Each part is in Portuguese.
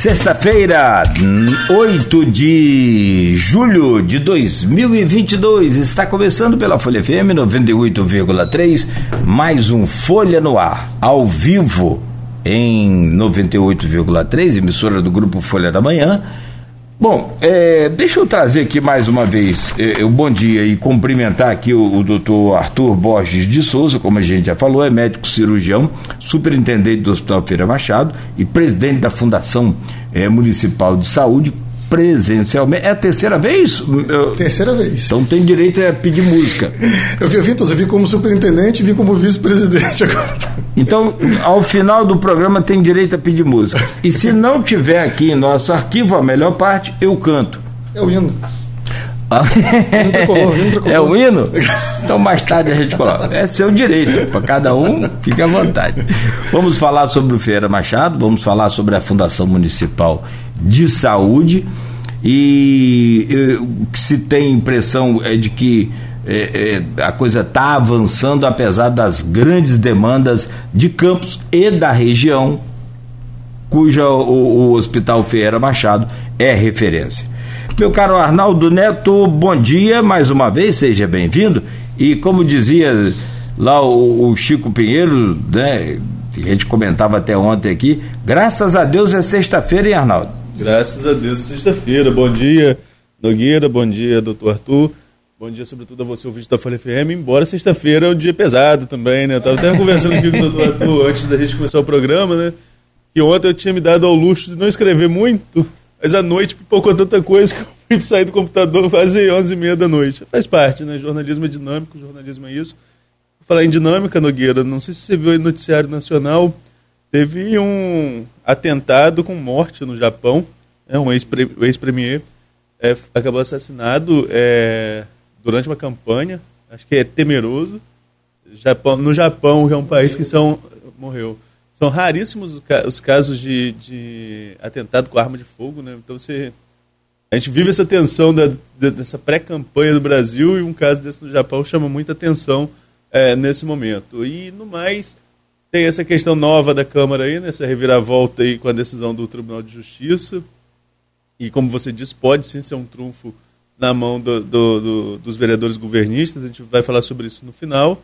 Sexta-feira, 8 de julho de 2022, está começando pela Folha FM 98,3, mais um Folha no Ar, ao vivo em 98,3, emissora do Grupo Folha da Manhã. Bom, deixa eu trazer aqui mais uma vez o bom dia e cumprimentar aqui o doutor Arthur Borges de Souza, como a gente já falou, é médico cirurgião, superintendente do Hospital Feira Machado e presidente da Fundação Municipal de Saúde, presencialmente. É a terceira vez? Terceira vez. Então tem direito a pedir música. Eu vim como superintendente e vim como vice-presidente agora. Então, ao final do programa tem direito a pedir música. E se não tiver aqui em nosso arquivo, a melhor parte, eu canto. É o hino. É o hino? Então mais tarde a gente coloca. É seu direito, para cada um, fique à vontade. Vamos falar sobre o Feira Machado, vamos falar sobre a Fundação Municipal de Saúde, e o que se tem impressão é de que a coisa está avançando, apesar das grandes demandas de Campos e da região, cuja o Hospital Feira Machado é referência. Meu caro Arnaldo Neto, bom dia mais uma vez, seja bem-vindo. E como dizia lá o Chico Pinheiro, né, que a gente comentava até ontem aqui, graças a Deus é sexta-feira, hein, Arnaldo? Graças a Deus é sexta-feira. Bom dia, Nogueira, bom dia, doutor Arthur. Bom dia, sobretudo, a você, ouvinte da Folha FM, embora sexta-feira é um dia pesado também, né? Eu estava até conversando aqui com o doutor Arthur antes da gente começar o programa, né? Que ontem eu tinha me dado ao luxo de não escrever muito, mas à noite pipocou tanta coisa que eu fui sair do computador quase 11h30 da noite. Faz parte, né? Jornalismo é dinâmico, jornalismo é isso. Vou falar em dinâmica, Nogueira, não sei se você viu aí no noticiário nacional, teve um atentado com morte no Japão, um ex-premier acabou assassinado durante uma campanha, acho que é temeroso. No Japão, que é um país que morreu. São raríssimos os casos de atentado com arma de fogo, né? Então a gente vive essa tensão dessa pré-campanha do Brasil, e um caso desse no Japão chama muita atenção nesse momento. E no mais, tem essa questão nova da Câmara aí, nessa reviravolta aí com a decisão do Tribunal de Justiça, e como você disse, pode sim ser um trunfo na mão dos vereadores governistas. A gente vai falar sobre isso no final.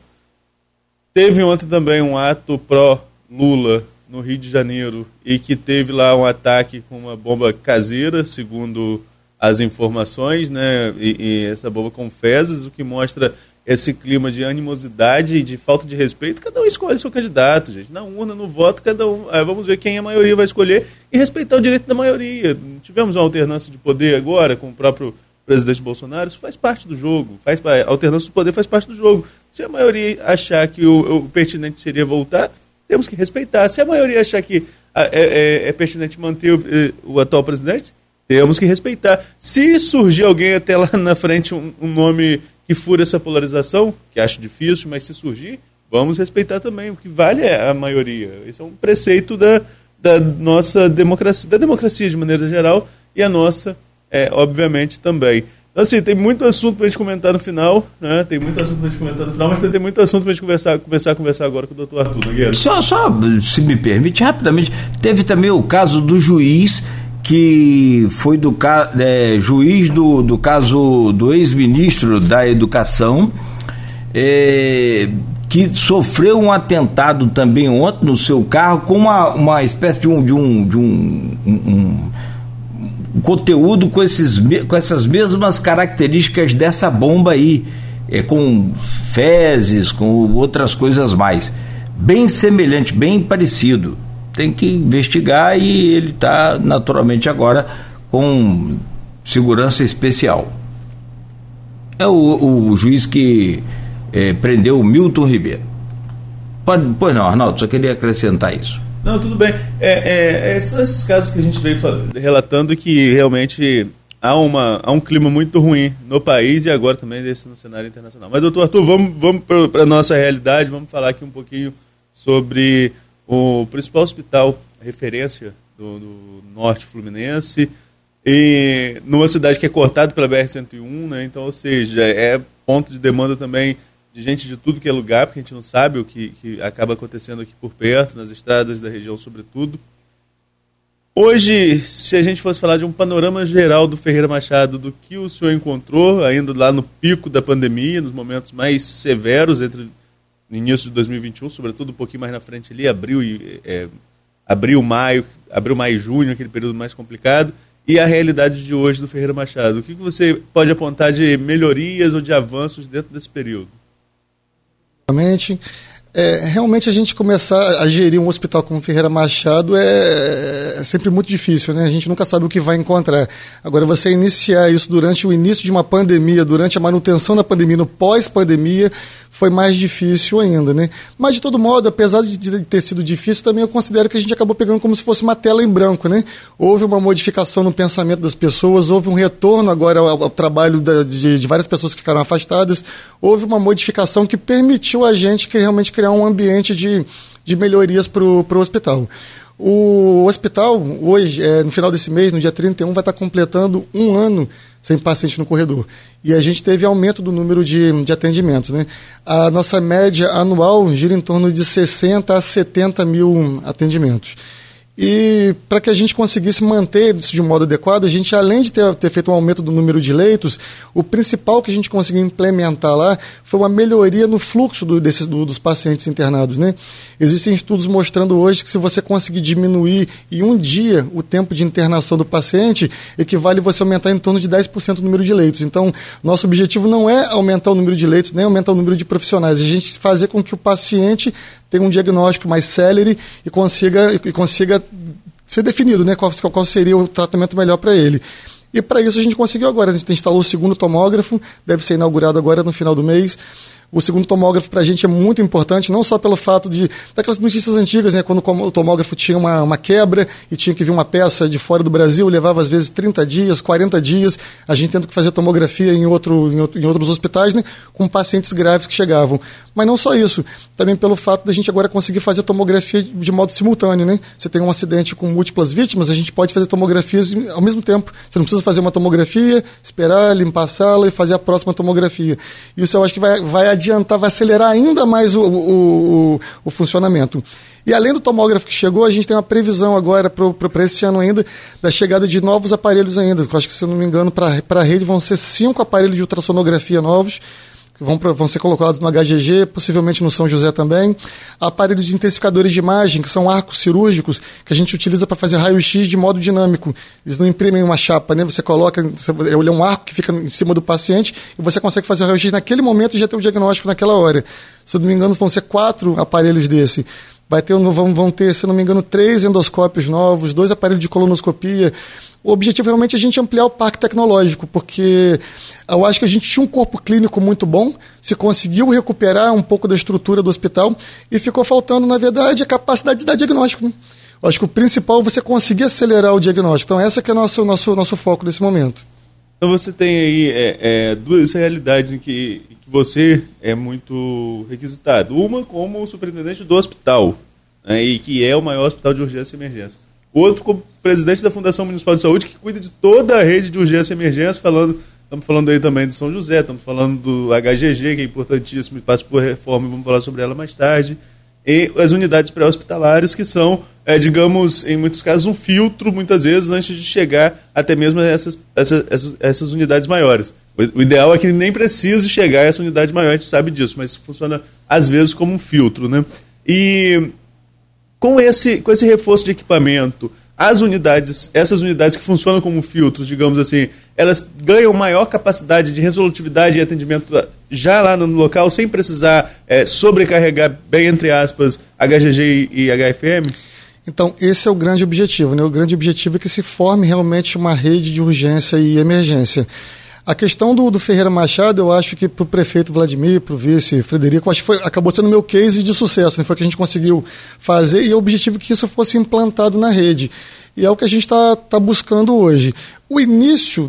Teve ontem também um ato pró-Lula no Rio de Janeiro, e que teve lá um ataque com uma bomba caseira, segundo as informações, né? E essa bomba com fezes, o que mostra esse clima de animosidade e de falta de respeito. Cada um escolhe seu candidato, gente. Na urna, no voto, cada um. Vamos ver quem a maioria vai escolher e respeitar o direito da maioria. Tivemos uma alternância de poder agora com o próprio presidente Bolsonaro. Isso faz parte do jogo. A alternância de poder faz parte do jogo. Se a maioria achar que o pertinente seria voltar, temos que respeitar. Se a maioria achar que é pertinente manter o atual presidente, temos que respeitar. Se surgir alguém até lá na frente, um nome que fura essa polarização, que acho difícil, mas se surgir, vamos respeitar também. O que vale é a maioria. Esse é um preceito da nossa democracia, da democracia de maneira geral, e a nossa, obviamente, também. Então, assim, tem muito assunto para a gente comentar no final, né? Tem muito assunto para a gente comentar no final, mas tem muito assunto para a gente começar a conversar agora com o doutor Arthur Nogueira. Só, se me permite, rapidamente, teve também o caso do juiz, que foi juiz do caso do ex-ministro da Educação, que sofreu um atentado também ontem no seu carro com uma espécie de um conteúdo com essas mesmas características dessa bomba aí, com fezes, com outras coisas mais. Bem semelhante, bem parecido. Tem que investigar, e ele está naturalmente agora com segurança especial. É o juiz que prendeu o Milton Ribeiro. Pois não, Arnaldo, só queria acrescentar isso. Não, tudo bem. São esses casos que a gente veio relatando, que realmente há um clima muito ruim no país, e agora também no cenário internacional. Mas, doutor Arthur, vamos para a nossa realidade, vamos falar aqui um pouquinho sobre o principal hospital referência do norte fluminense, e numa cidade que é cortada pela BR-101, né? Então, ou seja, é ponto de demanda também de gente de tudo que é lugar, porque a gente não sabe o que acaba acontecendo aqui por perto, nas estradas da região sobretudo. Hoje, se a gente fosse falar de um panorama geral do Ferreira Machado, do que o senhor encontrou, ainda lá no pico da pandemia, nos momentos mais severos, no início de 2021, sobretudo um pouquinho mais na frente ali, abril, maio e junho, aquele período mais complicado, e a realidade de hoje do Ferreira Machado. O que você pode apontar de melhorias ou de avanços dentro desse período? Realmente a gente começar a gerir um hospital como Ferreira Machado é sempre muito difícil, né? A gente nunca sabe o que vai encontrar. Agora, você iniciar isso durante o início de uma pandemia, durante a manutenção da pandemia, no pós-pandemia, foi mais difícil ainda, né? Mas, de todo modo, apesar de ter sido difícil, também eu considero que a gente acabou pegando como se fosse uma tela em branco, né? Houve uma modificação no pensamento das pessoas, houve um retorno agora ao trabalho de várias pessoas que ficaram afastadas, houve uma modificação que permitiu a gente realmente criar um ambiente de melhorias para o hospital. O hospital, hoje, no final desse mês, no dia 31, vai estar completando 1 ano sem paciente no corredor. E a gente teve aumento do número de atendimentos, né? A nossa média anual gira em torno de 60 a 70 mil atendimentos. E para que a gente conseguisse manter isso de um modo adequado, a gente, além de ter feito um aumento do número de leitos, o principal que a gente conseguiu implementar lá foi uma melhoria no fluxo dos pacientes internados, né? Existem estudos mostrando hoje que se você conseguir diminuir em um dia o tempo de internação do paciente, equivale você aumentar em torno de 10% o número de leitos. Então, nosso objetivo não é aumentar o número de leitos, nem aumentar o número de profissionais, a gente fazer com que o paciente tenha um diagnóstico mais célere e consiga ser definido, né, qual seria o tratamento melhor para ele. E para isso a gente conseguiu agora. A gente instalou o segundo tomógrafo, deve ser inaugurado agora no final do mês. O segundo tomógrafo para a gente é muito importante, não só pelo fato daquelas notícias antigas, né, quando o tomógrafo tinha uma quebra e tinha que vir uma peça de fora do Brasil, levava às vezes 30 dias, 40 dias, a gente tendo que fazer tomografia em outros hospitais, né, com pacientes graves que chegavam. Mas não só isso, também pelo fato da gente agora conseguir fazer tomografia de modo simultâneo, né? Você tem um acidente com múltiplas vítimas, a gente pode fazer tomografias ao mesmo tempo. Você não precisa fazer uma tomografia, esperar, limpar a sala e fazer a próxima tomografia. Isso eu acho que vai adiantar, vai acelerar ainda mais o funcionamento. E além do tomógrafo que chegou, a gente tem uma previsão agora para esse ano ainda da chegada de novos aparelhos ainda. Eu acho que, se eu não me engano, para a rede vão ser 5 aparelhos de ultrassonografia novos, que vão ser colocados no HGG, possivelmente no São José também. Aparelhos de intensificadores de imagem, que são arcos cirúrgicos, que a gente utiliza para fazer raio-x de modo dinâmico. Eles não imprimem uma chapa, né? Você coloca, é um arco que fica em cima do paciente e você consegue fazer o raio-x naquele momento e já ter o diagnóstico naquela hora. Se eu não me engano, vão ser 4 aparelhos desse. Vão ter, se eu não me engano, 3 endoscópios novos, 2 aparelhos de colonoscopia. O objetivo realmente é a gente ampliar o parque tecnológico, porque eu acho que a gente tinha um corpo clínico muito bom, se conseguiu recuperar um pouco da estrutura do hospital e ficou faltando, na verdade, a capacidade de dar diagnóstico, né? Eu acho que o principal é você conseguir acelerar o diagnóstico. Então, esse que é o nosso foco nesse momento. Então, você tem aí 2 realidades em que você é muito requisitado. Uma como superintendente do hospital, né, e que é o maior hospital de urgência e emergência. Outro como presidente da Fundação Municipal de Saúde, que cuida de toda a rede de urgência e emergência, estamos falando aí também do São José, estamos falando do HGG, que é importantíssimo, passa por reforma e vamos falar sobre ela mais tarde, e as unidades pré-hospitalares, que são, digamos, em muitos casos, um filtro, muitas vezes, antes de chegar até mesmo a essas unidades maiores. O ideal é que nem precise chegar a essa unidade maior, a gente sabe disso, mas funciona, às vezes, como um filtro, né? E com esse reforço de equipamento, essas unidades que funcionam como filtros, digamos assim, elas ganham maior capacidade de resolutividade e atendimento já lá no local, sem precisar sobrecarregar, bem entre aspas, HGG e HFM? Então, esse é o grande objetivo, né? O grande objetivo é que se forme realmente uma rede de urgência e emergência. A questão do Ferreira Machado, eu acho que para o prefeito Vladimir, para o vice Frederico, acho que acabou sendo meu case de sucesso, né? Foi o que a gente conseguiu fazer e o objetivo é que isso fosse implantado na rede. E é o que a gente está buscando hoje. O início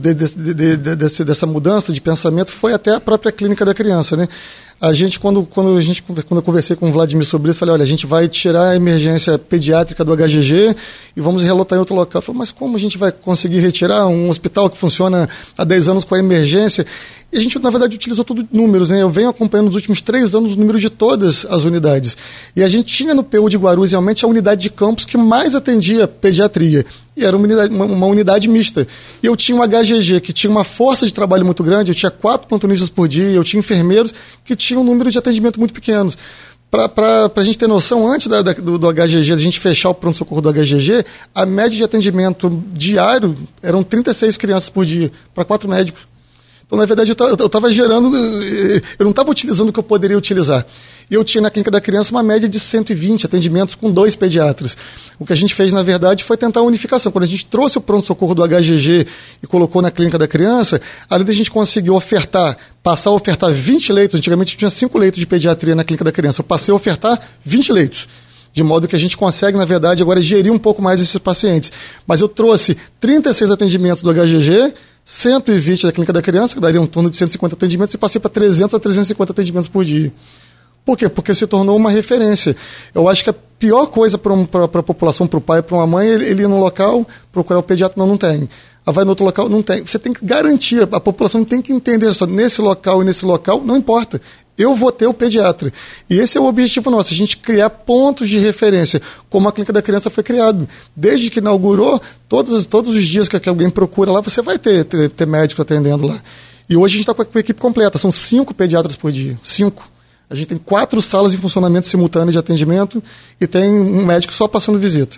dessa mudança de pensamento foi até a própria clínica da criança, né? A gente, quando eu conversei com o Vladimir sobre isso, falei, olha, a gente vai tirar a emergência pediátrica do HGG e vamos relotar em outro local. Eu falei, mas como a gente vai conseguir retirar um hospital que funciona há 10 anos com a emergência? E a gente, na verdade, utilizou tudo números, né? Eu venho acompanhando nos últimos 3 anos o número de todas as unidades. E a gente tinha no PU de Guarulhos realmente a unidade de campus que mais atendia pediatria. e era uma unidade mista. E eu tinha um HGG que tinha uma força de trabalho muito grande, eu tinha 4 plantonistas por dia, eu tinha enfermeiros que tinham um número de atendimento muito pequenos. Para a gente ter noção, antes do HGG, a gente fechar o pronto-socorro do HGG, a média de atendimento diário eram 36 crianças por dia, para 4 médicos. Então, na verdade, eu estava gerando, eu não estava utilizando o que eu poderia utilizar. E eu tinha na clínica da criança uma média de 120 atendimentos com 2 pediatras. O que a gente fez, na verdade, foi tentar a unificação. Quando a gente trouxe o pronto-socorro do HGG e colocou na clínica da criança, além da gente conseguir passar a ofertar 20 leitos, antigamente tinha 5 leitos de pediatria na clínica da criança, eu passei a ofertar 20 leitos. De modo que a gente consegue, na verdade, agora gerir um pouco mais esses pacientes. Mas eu trouxe 36 atendimentos do HGG, 120 da clínica da criança, que daria um torno de 150 atendimentos, e passei para 300 a 350 atendimentos por dia. Por quê? Porque se tornou uma referência. Eu acho que a pior coisa para a população, para o pai, para uma mãe, ele ir no local, procurar o pediatra, não tem. Vai no outro local, não tem. Você tem que garantir, a população tem que entender só nesse local e nesse local, não importa. Eu vou ter o pediatra. E esse é o objetivo nosso, a gente criar pontos de referência, como a clínica da criança foi criada. Desde que inaugurou, todos os dias que alguém procura lá, você vai ter médico atendendo lá. E hoje a gente está com a equipe completa, são 5 pediatras por dia, 5. A gente tem 4 salas em funcionamento simultâneo de atendimento e tem um médico só passando visita.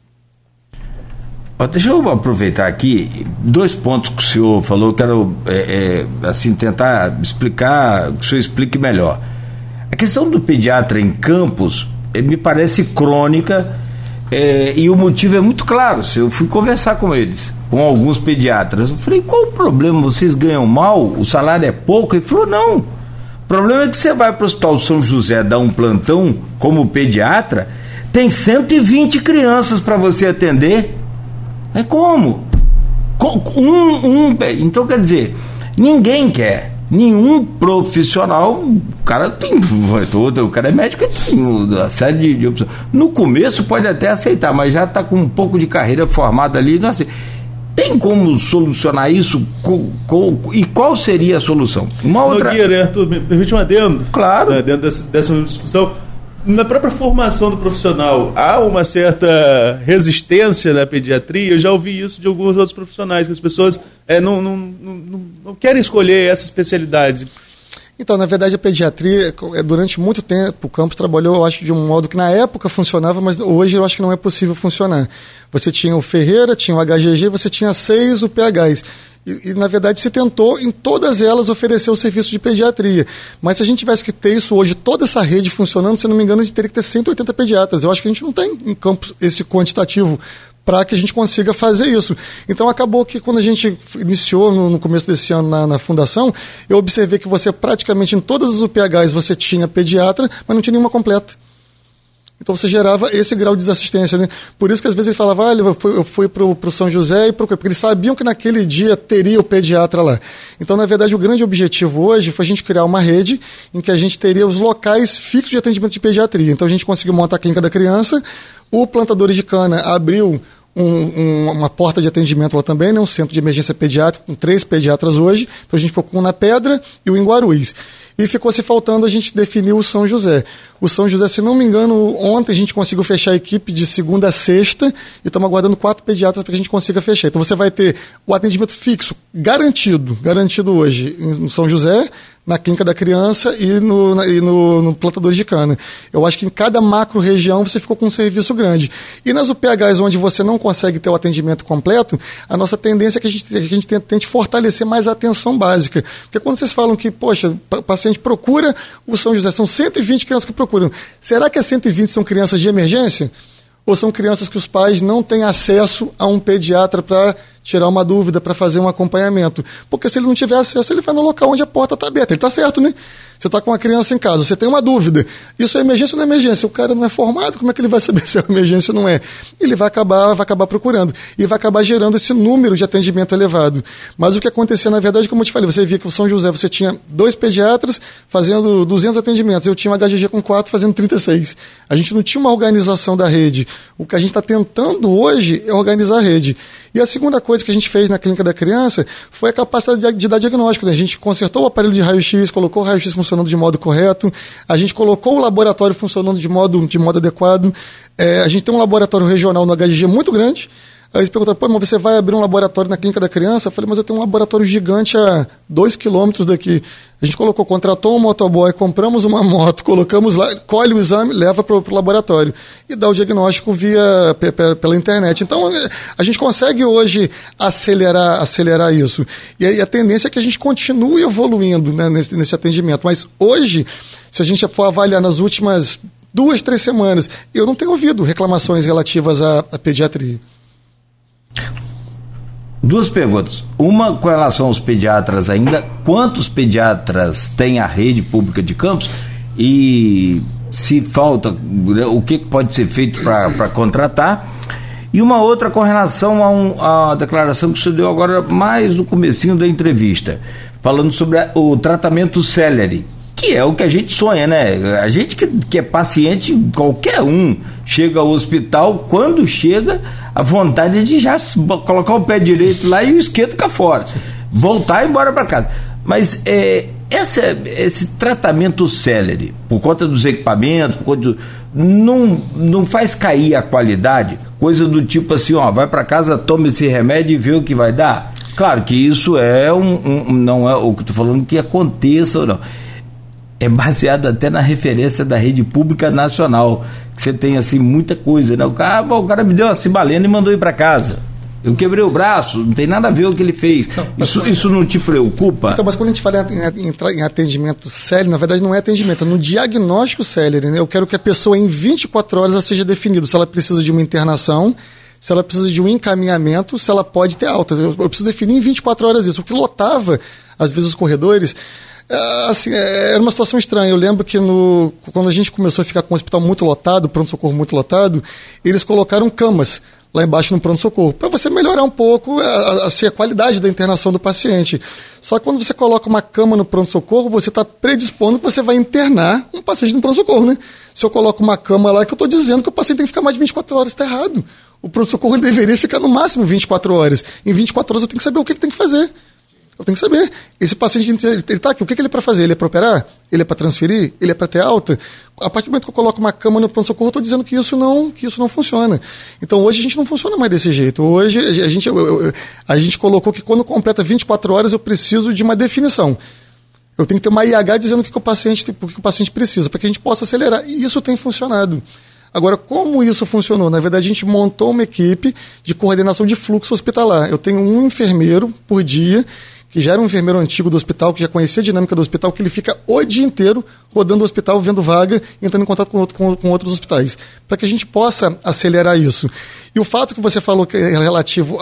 Deixa eu aproveitar aqui 2 pontos que o senhor falou, eu quero assim, tentar explicar, que o senhor explique melhor. A questão do pediatra em Campos me parece crônica, e o motivo é muito claro. Eu fui conversar com eles, com alguns pediatras, eu falei, qual o problema, vocês ganham mal, o salário é pouco? Ele falou, não, o problema é que você vai para o Hospital São José dar um plantão como pediatra, tem 120 crianças para você atender. É como? Então, quer dizer, ninguém quer, nenhum profissional, o cara é médico e tem uma série de opções. No começo pode até aceitar, mas já está com um pouco de carreira formada ali, não sei. Tem como solucionar isso? E qual seria a solução? Uma outra... Nogueira, Arthur, me permite um adendo? Claro. Dentro dessa discussão. Na própria formação do profissional, há uma certa resistência na pediatria. Eu já ouvi isso de alguns outros profissionais, que as pessoas não querem escolher essa especialidade. Então, na verdade, a pediatria, durante muito tempo, o Campos trabalhou, eu acho, de um modo que na época funcionava, mas hoje eu acho que não é possível funcionar. Você tinha o Ferreira, tinha o HGG, você tinha 6 UPHs. E, na verdade, se tentou, em todas elas, oferecer o serviço de pediatria. Mas se a gente tivesse que ter isso hoje, toda essa rede funcionando, se não me engano, a gente teria que ter 180 pediatras. Eu acho que a gente não tem em Campos esse quantitativo para que a gente consiga fazer isso. Então, acabou que quando a gente iniciou no começo desse ano na fundação, eu observei que você praticamente em todas as UPHs você tinha pediatra, mas não tinha nenhuma completa. Então você gerava esse grau de desassistência, né? Por isso que às vezes ele falava, eu fui para o São José e procurei, porque eles sabiam que naquele dia teria o pediatra lá. Então, na verdade, o grande objetivo hoje foi a gente criar uma rede em que a gente teria os locais fixos de atendimento de pediatria. Então a gente conseguiu montar a clínica da criança, o Plantadores de Cana abriu uma porta de atendimento lá também, né? Um centro de emergência pediátrica com 3 pediatras hoje. Então a gente ficou um na Pedra e um em Guarulhos. E ficou se faltando a gente definir o São José. O São José, se não me engano, ontem a gente conseguiu fechar a equipe de segunda a sexta e estamos aguardando 4 pediatras para que a gente consiga fechar. Então você vai ter o atendimento fixo, garantido hoje no São José, na clínica da criança e no Plantadores de Cana. Eu acho que em cada macro região você ficou com um serviço grande. E nas UPHs onde você não consegue ter o atendimento completo, a nossa tendência é que a gente tente fortalecer mais a atenção básica. Porque quando vocês falam que, poxa, o paciente procura o São José, são 120 crianças que procuram. Será que as 120 são crianças de emergência? Ou são crianças que os pais não têm acesso a um pediatra para tirar uma dúvida, para fazer um acompanhamento? Porque se ele não tiver acesso, ele vai no local onde a porta está aberta. Ele está certo, né? Você está com uma criança em casa, você tem uma dúvida. Isso é emergência ou não é emergência? O cara não é formado, como é que ele vai saber se é emergência ou não é? Ele vai acabar procurando. E vai acabar gerando esse número de atendimento elevado. Mas o que acontecia, na verdade, como eu te falei, você via que o São José, você tinha 2 pediatras fazendo 200 atendimentos. Eu tinha uma HGG com 4 fazendo 36. A gente não tinha uma organização da rede. O que a gente está tentando hoje é organizar a rede. E a segunda coisa que a gente fez na clínica da criança foi a capacidade de dar diagnóstico, né? A gente consertou o aparelho de raio-x, colocou o raio-x funcionando de modo correto, a gente colocou o laboratório funcionando de modo adequado. A gente tem um laboratório regional no HGG muito grande. Aí eles perguntaram, pô, mas você vai abrir um laboratório na clínica da criança? Eu falei, mas eu tenho um laboratório gigante a 2 quilômetros daqui. A gente contratou um motoboy, compramos uma moto, colocamos lá, colhe o exame, leva para o laboratório e dá o diagnóstico pela internet. Então, a gente consegue hoje acelerar isso. E aí a tendência é que a gente continue evoluindo, né, nesse atendimento. Mas hoje, se a gente for avaliar nas últimas 2, 3 semanas, eu não tenho ouvido reclamações relativas à pediatria. 2 perguntas. Uma com relação aos pediatras ainda. Quantos pediatras tem a rede pública de Campos? E se falta, o que pode ser feito para contratar? E uma outra com relação à declaração que o senhor deu agora mais no comecinho da entrevista, falando sobre o tratamento célere, que é o que a gente sonha, né? A gente que é paciente, qualquer um chega ao hospital, quando chega, a vontade é de já colocar o pé direito lá e o esquerdo cá fora, voltar e ir embora para casa. Mas esse tratamento célere, por conta dos equipamentos, não faz cair a qualidade? Coisa do tipo assim, ó, vai para casa, toma esse remédio e vê o que vai dar? Claro que isso não é o que eu estou falando que aconteça ou não. É baseado até na referência da rede pública nacional, que você tem assim muita coisa, né? O cara me deu uma cibalena e mandou ir para casa. Eu quebrei o braço, não tem nada a ver o que ele fez. Isso não te preocupa? Então, mas quando a gente fala em atendimento célere, na verdade não é atendimento, é no diagnóstico célere, né? Eu quero que a pessoa em 24 horas seja definido se ela precisa de uma internação, se ela precisa de um encaminhamento, se ela pode ter alta. Eu preciso definir em 24 horas isso. O que lotava, às vezes, os corredores... era uma situação estranha. Eu lembro que quando a gente começou a ficar com o hospital muito lotado, pronto-socorro muito lotado, eles colocaram camas lá embaixo no pronto-socorro, para você melhorar um pouco a qualidade da internação do paciente. Só que quando você coloca uma cama no pronto-socorro, você está predispondo que você vai internar um paciente no pronto-socorro, né? Se eu coloco uma cama lá, que eu estou dizendo que o paciente tem que ficar mais de 24 horas, está errado. O pronto-socorro deveria ficar no máximo 24 horas. Em 24 horas eu tenho que saber o que ele tem que fazer. Eu tenho que saber. Esse paciente, ele está aqui, o que ele é para fazer? Ele é para operar? Ele é para transferir? Ele é para ter alta? A partir do momento que eu coloco uma cama no pronto-socorro, eu estou dizendo que isso não funciona. Então, hoje a gente não funciona mais desse jeito. Hoje a gente colocou que quando completa 24 horas, eu preciso de uma definição. Eu tenho que ter uma IH dizendo o que o paciente precisa, para que a gente possa acelerar. E isso tem funcionado. Agora, como isso funcionou? Na verdade, a gente montou uma equipe de coordenação de fluxo hospitalar. Eu tenho um enfermeiro por dia, que já era um enfermeiro antigo do hospital, que já conhecia a dinâmica do hospital, que ele fica o dia inteiro rodando o hospital, vendo vaga, entrando em contato com outros hospitais, para que a gente possa acelerar isso. E o fato que você falou que é relativo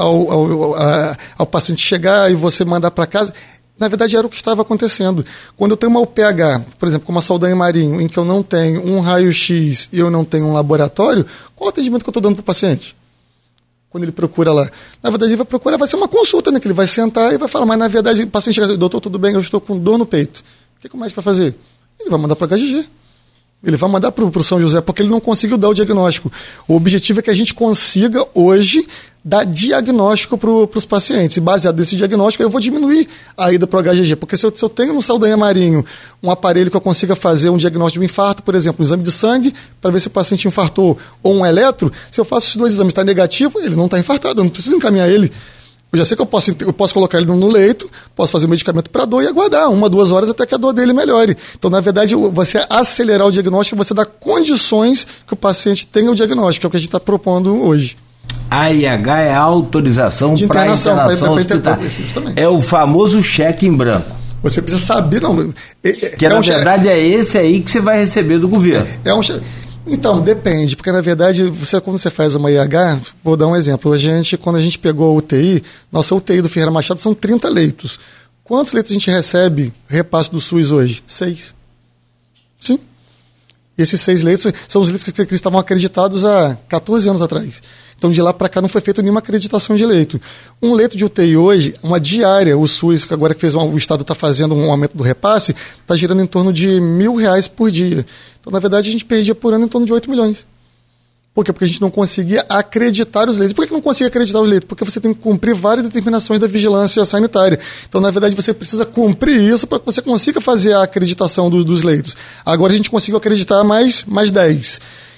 ao paciente chegar e você mandar para casa, na verdade era o que estava acontecendo. Quando eu tenho uma UPH, por exemplo, como a Saldanha Marinho, em que eu não tenho um raio-x e eu não tenho um laboratório, qual o atendimento que eu estou dando para o paciente? Quando ele procura lá. Na verdade, ele vai procurar, vai ser uma consulta, né? Que ele vai sentar e vai falar, mas na verdade, o paciente chega, doutor, tudo bem, eu estou com dor no peito. O que mais para fazer? Ele vai mandar para o HGG. Ele vai mandar para o São José, porque ele não conseguiu dar o diagnóstico. O objetivo é que a gente consiga, hoje, dar diagnóstico para os pacientes. E baseado nesse diagnóstico, eu vou diminuir a ida para o HGG. Porque se eu tenho no Saldanha Marinho um aparelho que eu consiga fazer um diagnóstico de um infarto, por exemplo, um exame de sangue, para ver se o paciente infartou, ou um eletro, se eu faço esses 2 exames e está negativo, ele não está infartado, eu não preciso encaminhar ele. Eu já sei que eu posso colocar ele no leito, posso fazer um medicamento para dor e aguardar 1, 2 horas até que a dor dele melhore. Então, na verdade, você acelerar o diagnóstico, você dá condições que o paciente tenha o diagnóstico, que é o que a gente está propondo hoje. AIH é a autorização para internação hospitalar. É o famoso cheque em branco. Você precisa saber, não. Que na verdade é esse aí que você vai receber do governo. Então, depende, porque na verdade, quando você faz uma IH, vou dar um exemplo. Quando a gente pegou a UTI, nossa UTI do Ferreira Machado são 30 leitos. Quantos leitos a gente recebe repasse do SUS hoje? 6. Sim. E esses 6 leitos são os leitos que estavam acreditados há 14 anos atrás. Então, de lá para cá não foi feita nenhuma acreditação de leito. Um leito de UTI hoje, uma diária, o SUS, agora que o Estado está fazendo um aumento do repasse, está girando em torno de R$1.000 por dia. Então, na verdade, a gente perdia por ano em torno de 8 milhões. Por quê? Porque a gente não conseguia acreditar os leitos. Por que não conseguia acreditar os leitos? Porque você tem que cumprir várias determinações da vigilância sanitária. Então, na verdade, você precisa cumprir isso para que você consiga fazer a acreditação dos leitos. Agora a gente conseguiu acreditar mais 10.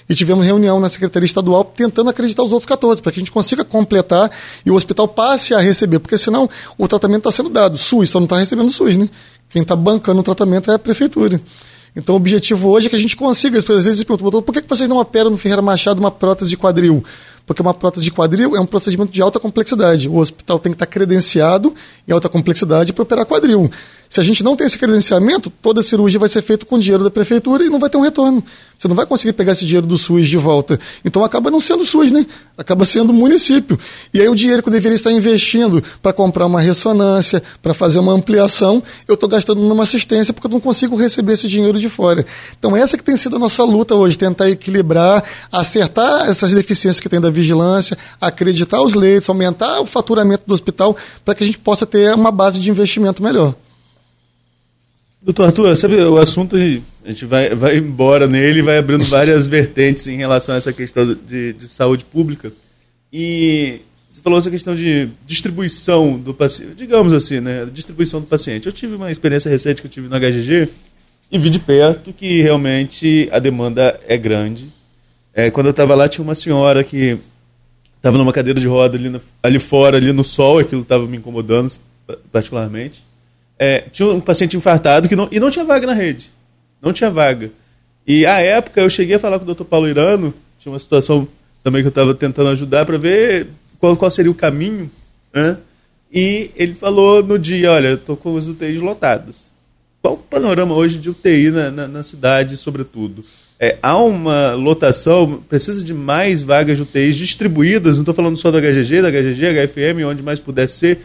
E tivemos reunião na Secretaria Estadual tentando acreditar os outros 14, para que a gente consiga completar e o hospital passe a receber, porque senão o tratamento está sendo dado. SUS só não está recebendo o SUS, né? Quem está bancando o tratamento é a Prefeitura. Então o objetivo hoje é que a gente consiga, às vezes perguntam, por que vocês não operam no Ferreira Machado uma prótese de quadril? Porque uma prótese de quadril é um procedimento de alta complexidade. O hospital tem que estar credenciado em alta complexidade para operar quadril. Se a gente não tem esse credenciamento, toda a cirurgia vai ser feita com dinheiro da Prefeitura e não vai ter um retorno. Você não vai conseguir pegar esse dinheiro do SUS de volta. Então acaba não sendo o SUS, né? Acaba sendo o município. E aí o dinheiro que eu deveria estar investindo para comprar uma ressonância, para fazer uma ampliação, eu estou gastando numa assistência porque eu não consigo receber esse dinheiro de fora. Então essa que tem sido a nossa luta hoje, tentar equilibrar, acertar essas deficiências que tem da vigilância, acreditar os leitos, aumentar o faturamento do hospital para que a gente possa ter uma base de investimento melhor. Doutor Arthur, sabe, o assunto, a gente vai embora nele e vai abrindo várias vertentes em relação a essa questão de saúde pública. E você falou essa questão de distribuição do paciente, digamos assim, né? Distribuição do paciente. Eu tive uma experiência recente que eu tive no HGG e vi de perto que realmente a demanda é grande. Quando eu estava lá, tinha uma senhora que estava numa cadeira de roda ali fora, ali no sol, aquilo estava me incomodando particularmente. Tinha um paciente infartado e não tinha vaga na rede. Não tinha vaga. E, à época, eu cheguei a falar com o Dr. Paulo Irano, tinha uma situação também que eu estava tentando ajudar para ver qual seria o caminho, né? E ele falou no dia, olha, eu estou com as UTIs lotadas. Qual o panorama hoje de UTI na cidade, sobretudo? Há uma lotação, precisa de mais vagas de UTIs distribuídas, não estou falando só da HGG, HFM, onde mais puder ser.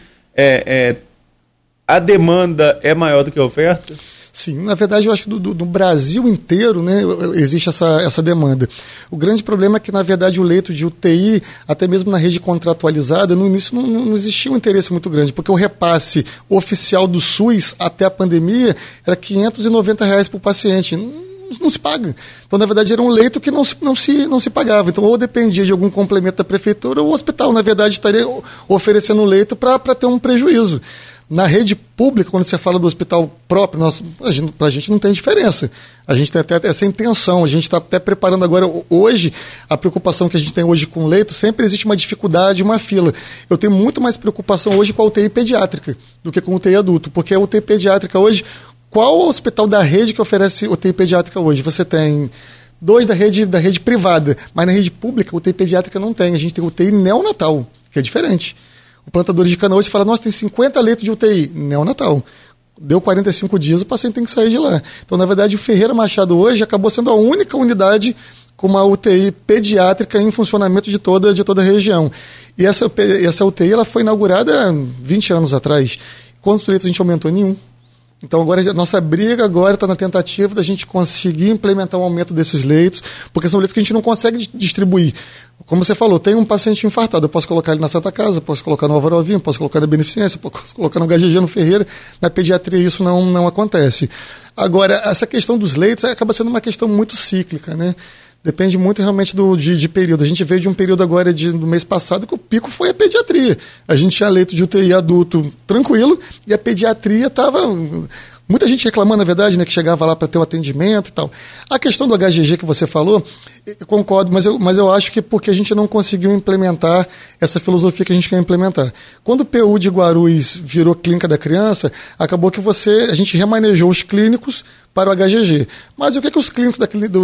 A demanda é maior do que a oferta? Sim, na verdade eu acho que do Brasil inteiro, né, existe essa demanda. O grande problema é que, na verdade, o leito de UTI, até mesmo na rede contratualizada, no início não existia um interesse muito grande, porque o repasse oficial do SUS até a pandemia era R$590 por paciente. Não se paga. Então, na verdade, era um leito que não se pagava. Então, ou dependia de algum complemento da prefeitura, ou o hospital, na verdade, estaria oferecendo um leito para ter um prejuízo. Na rede pública, quando você fala do hospital próprio, para a gente não tem diferença. A gente tem até essa intenção, a gente está até preparando agora, hoje, a preocupação que a gente tem hoje com o leito, sempre existe uma dificuldade, uma fila. Eu tenho muito mais preocupação hoje com a UTI pediátrica do que com a UTI adulto, porque a UTI pediátrica hoje, qual o hospital da rede que oferece UTI pediátrica hoje? Você tem 2 da rede privada, mas na rede pública, UTI pediátrica não tem. A gente tem UTI neonatal, que é diferente. O plantador de cana hoje fala, nossa, tem 50 leitos de UTI. Neonatal. Deu 45 dias, o paciente tem que sair de lá. Então, na verdade, o Ferreira Machado hoje acabou sendo a única unidade com uma UTI pediátrica em funcionamento de toda a região. E essa UTI ela foi inaugurada há 20 anos atrás. Quantos leitos a gente aumentou? Nenhum. Então, agora, a nossa briga agora está na tentativa da gente conseguir implementar um aumento desses leitos, porque são leitos que a gente não consegue distribuir. Como você falou, tem um paciente infartado, eu posso colocar ele na Santa Casa, posso colocar no Álvaro Alvim, posso colocar na Beneficência, posso colocar no HGG, no Ferreira. Na pediatria isso não acontece. Agora, essa questão dos leitos acaba sendo uma questão muito cíclica, né? Depende muito realmente de período. A gente veio de um período agora do mês passado que o pico foi a pediatria. A gente tinha leito de UTI adulto tranquilo e a pediatria estava... Muita gente reclamando, na verdade, né, que chegava lá para ter o atendimento e tal. A questão do HGG que você falou, eu concordo, mas eu acho que porque a gente não conseguiu implementar essa filosofia que a gente quer implementar. Quando o PU de Guarulhos virou clínica da criança, acabou que a gente remanejou os clínicos para o HGG. Mas o que os clínicos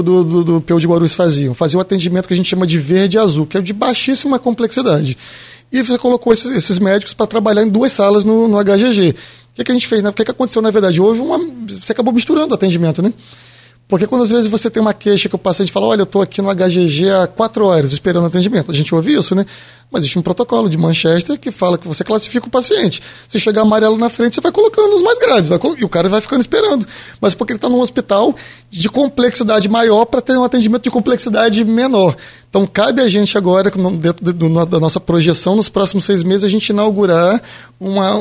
do PU de Guarulhos faziam? Faziam o atendimento que a gente chama de verde e azul, que é de baixíssima complexidade. E você colocou esses médicos para trabalhar em 2 salas no HGG. O que a gente fez? O que aconteceu, na verdade? Você acabou misturando o atendimento, né? Porque quando às vezes você tem uma queixa que o paciente fala, olha, eu estou aqui no HGG há 4 horas esperando atendimento. A gente ouve isso, né? Mas existe um protocolo de Manchester que fala que você classifica o paciente. Se chegar amarelo na frente, você vai colocando os mais graves. E o cara vai ficando esperando. Mas porque ele está num hospital de complexidade maior para ter um atendimento de complexidade menor. Então, cabe a gente agora, dentro da nossa projeção, nos próximos 6 meses, a gente inaugurar uma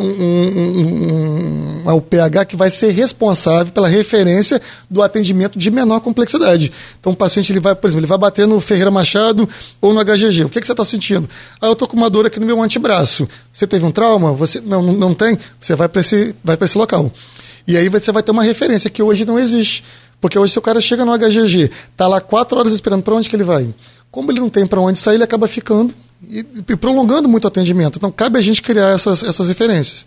UPH que vai ser responsável pela referência do atendimento de menor complexidade. Então, o paciente, ele vai bater no Ferreira Machado ou no HGG. O que você está sentindo? Eu estou com uma dor aqui no meu antebraço. Você teve um trauma? Você não tem? Você vai para esse local. E aí você vai ter uma referência que hoje não existe. Porque hoje se o cara chega no HGG, está lá 4 horas esperando, para onde que ele vai? Como ele não tem para onde sair, ele acaba ficando e prolongando muito o atendimento. Então, cabe a gente criar essas referências.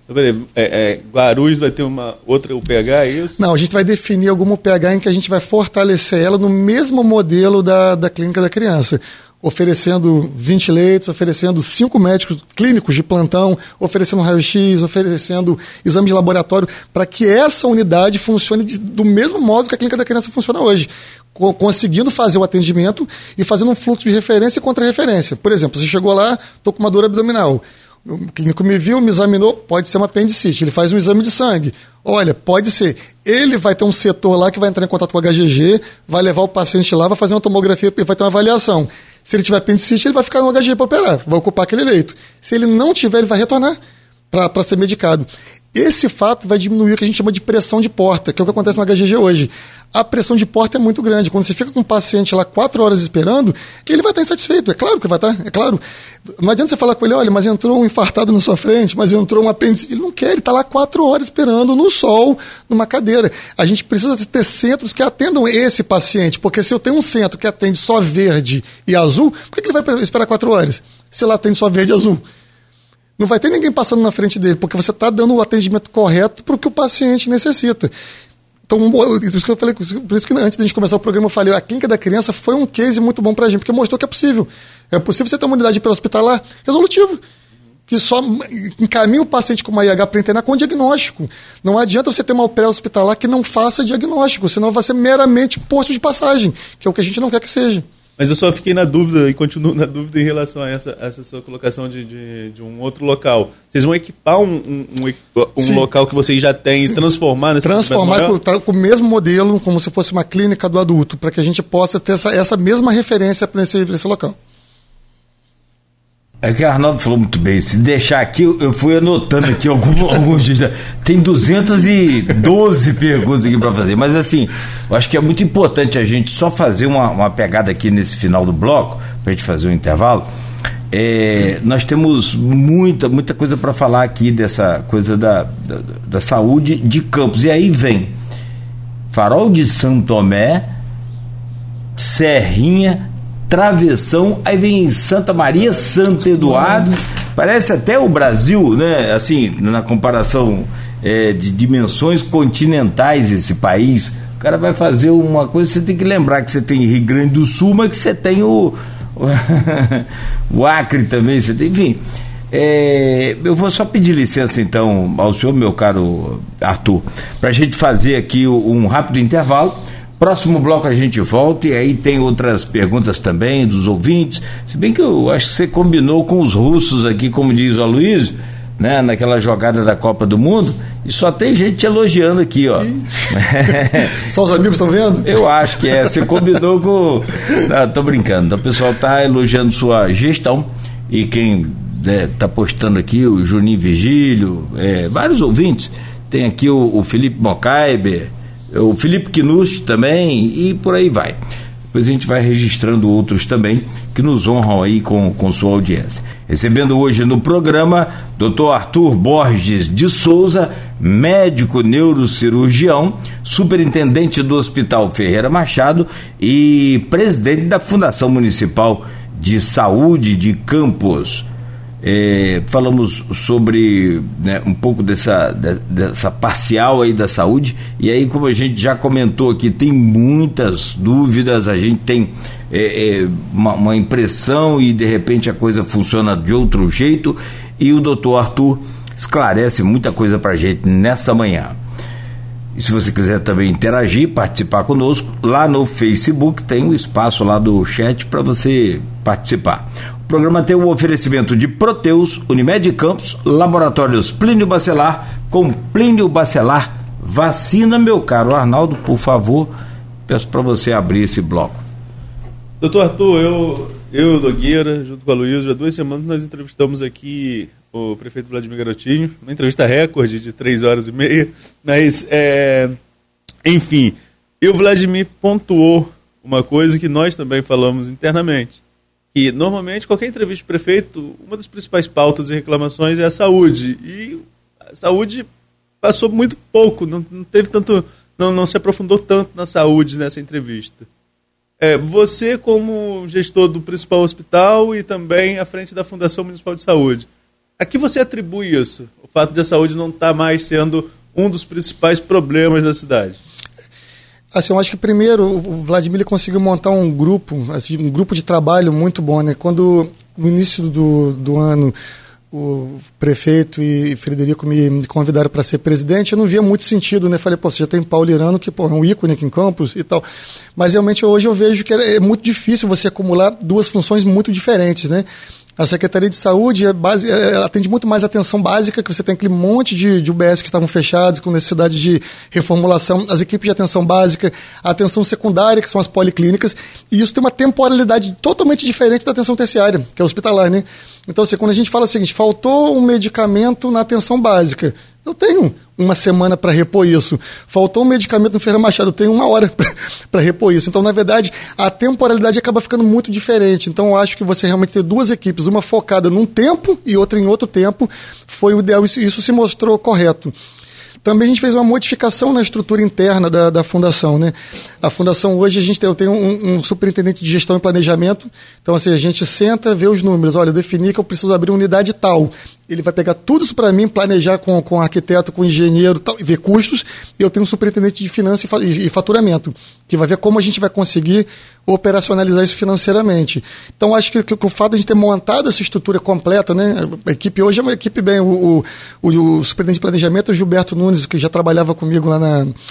Guarulhos vai ter uma outra UPH, é isso? Não, a gente vai definir alguma UPH em que a gente vai fortalecer ela no mesmo modelo da clínica da criança, oferecendo 20 leitos, oferecendo 5 médicos clínicos de plantão, oferecendo raio-x, oferecendo exame de laboratório, para que essa unidade funcione do mesmo modo que a clínica da criança funciona hoje, conseguindo fazer o atendimento e fazendo um fluxo de referência e contra-referência. Por exemplo, você chegou lá, estou com uma dor abdominal, o clínico me viu, me examinou, pode ser uma apendicite, ele faz um exame de sangue. Olha, pode ser. Ele vai ter um setor lá que vai entrar em contato com o HGG, vai levar o paciente lá, vai fazer uma tomografia e vai ter uma avaliação. Se ele tiver apendicite, ele vai ficar no HGG para operar, vai ocupar aquele leito. Se ele não tiver, ele vai retornar para ser medicado. Esse fato vai diminuir o que a gente chama de pressão de porta, que é o que acontece no HGG hoje. A pressão de porta é muito grande. Quando você fica com um paciente lá 4 horas esperando, ele vai estar insatisfeito. É claro que vai estar, é claro. Não adianta você falar com ele, olha, mas entrou um infartado na sua frente, mas entrou um apêndice. Ele não quer, ele está lá 4 horas esperando no sol, numa cadeira. A gente precisa ter centros que atendam esse paciente, porque se eu tenho um centro que atende só verde e azul, por que ele vai esperar 4 horas? Se lá atende só verde e azul? Não vai ter ninguém passando na frente dele, porque você está dando o atendimento correto para o que o paciente necessita. Então, isso que eu falei, por isso que antes da gente começar o programa eu falei, a clínica da criança foi um case muito bom para a gente, porque mostrou que é possível. É possível você ter uma unidade pré-hospitalar resolutiva, que só encaminha o paciente com uma IH para internar com diagnóstico. Não adianta você ter uma pré-hospitalar que não faça diagnóstico, senão vai ser meramente posto de passagem, que é o que a gente não quer que seja. Mas eu só fiquei na dúvida e continuo na dúvida em relação a essa sua colocação de um outro local. Vocês vão equipar um local que vocês já têm e transformar nesse com o mesmo modelo, como se fosse uma clínica do adulto, para que a gente possa ter essa mesma referência para esse local. É que o Arnaldo falou muito bem. Se deixar aqui, eu fui anotando aqui alguns dias. Tem 212 perguntas aqui para fazer. Mas assim, eu acho que é muito importante a gente só fazer uma pegada aqui nesse final do bloco, para a gente fazer um intervalo. Nós temos muita coisa para falar aqui dessa coisa da saúde de Campos. E aí vem Farol de São Tomé, Serrinha, Travessão, aí vem Santa Maria, Santo Eduardo, parece até o Brasil, né? Assim, na comparação de dimensões continentais esse país. O cara vai fazer uma coisa, você tem que lembrar que você tem Rio Grande do Sul, mas que você tem o Acre também, você tem, enfim. Eu vou só pedir licença então ao senhor, meu caro Arthur, para a gente fazer aqui um rápido intervalo. Próximo bloco a gente volta e aí tem outras perguntas também dos ouvintes, se bem que eu acho que você combinou com os russos aqui, como diz o Aloysio, né, naquela jogada da Copa do Mundo, e só tem gente te elogiando aqui, ó. Só os amigos estão vendo? Eu acho que você combinou com... Não, tô brincando, então, o pessoal tá elogiando sua gestão, e quem tá postando aqui, o Juninho Vigílio, vários ouvintes, tem aqui o Felipe Mocaiber, o Felipe Quinucci também, e por aí vai. Depois a gente vai registrando outros também que nos honram aí com sua audiência. Recebendo hoje no programa Dr. Arthur Borges de Souza, médico neurocirurgião, superintendente do Hospital Ferreira Machado e presidente da Fundação Municipal de Saúde de Campos. Falamos sobre, né, um pouco dessa parcial aí da saúde, e aí, como a gente já comentou aqui, tem muitas dúvidas, a gente tem uma impressão e de repente a coisa funciona de outro jeito, e o doutor Arthur esclarece muita coisa pra gente nessa manhã. E se você quiser também interagir, participar conosco, lá no Facebook tem um espaço lá do chat para você participar. O programa tem o oferecimento de Proteus, Unimed Campos, Laboratórios Plínio Bacelar, com Plínio Bacelar Vacina. Meu caro Arnaldo, por favor, peço para você abrir esse bloco. Doutor Arthur, eu e o Nogueira, junto com a Luísa, já 2 semanas nós entrevistamos aqui o prefeito Vladimir Garotinho, uma entrevista recorde de 3 horas e meia, mas, enfim, e o Vladimir pontuou uma coisa que nós também falamos internamente, que normalmente qualquer entrevista de prefeito, uma das principais pautas e reclamações é a saúde, e a saúde passou muito pouco, não teve tanto não se aprofundou tanto na saúde nessa entrevista. Você, como gestor do principal hospital e também à frente da Fundação Municipal de Saúde, a que você atribui isso? O fato de a saúde não estar mais sendo um dos principais problemas da cidade? Assim, eu acho que primeiro o Vladimir conseguiu montar um grupo de trabalho muito bom, né? Quando no início do ano o prefeito e Frederico me convidaram para ser presidente, eu não via muito sentido, né? Falei, você já tem Paulo Irano, que é um ícone aqui em Campos e tal. Mas realmente hoje eu vejo que é muito difícil você acumular duas funções muito diferentes, né? A Secretaria de Saúde atende muito mais a atenção básica, que você tem aquele monte de UBS que estavam fechados, com necessidade de reformulação, as equipes de atenção básica, a atenção secundária, que são as policlínicas, e isso tem uma temporalidade totalmente diferente da atenção terciária, que é hospitalar, né? Então, assim, quando a gente fala o seguinte, faltou um medicamento na atenção básica, eu tenho uma semana para repor isso. Faltou um medicamento no Ferreira Machado, eu tenho 1 hora para repor isso. Então, na verdade, a temporalidade acaba ficando muito diferente. Então, eu acho que você realmente ter duas equipes, uma focada num tempo e outra em outro tempo, foi o ideal. Isso se mostrou correto. Também a gente fez uma modificação na estrutura interna da Fundação, né? A Fundação hoje, eu tenho um superintendente de gestão e planejamento, então assim, a gente senta, vê os números, olha, eu defini que eu preciso abrir uma unidade tal, ele vai pegar tudo isso para mim, planejar com arquiteto, com engenheiro, tal, e ver custos, e eu tenho um superintendente de finanças e faturamento, que vai ver como a gente vai conseguir operacionalizar isso financeiramente. Então, acho que o fato de a gente ter montado essa estrutura completa, né? A equipe hoje é uma equipe bem... O superintendente de planejamento, o Gilberto Nunes, que já trabalhava comigo lá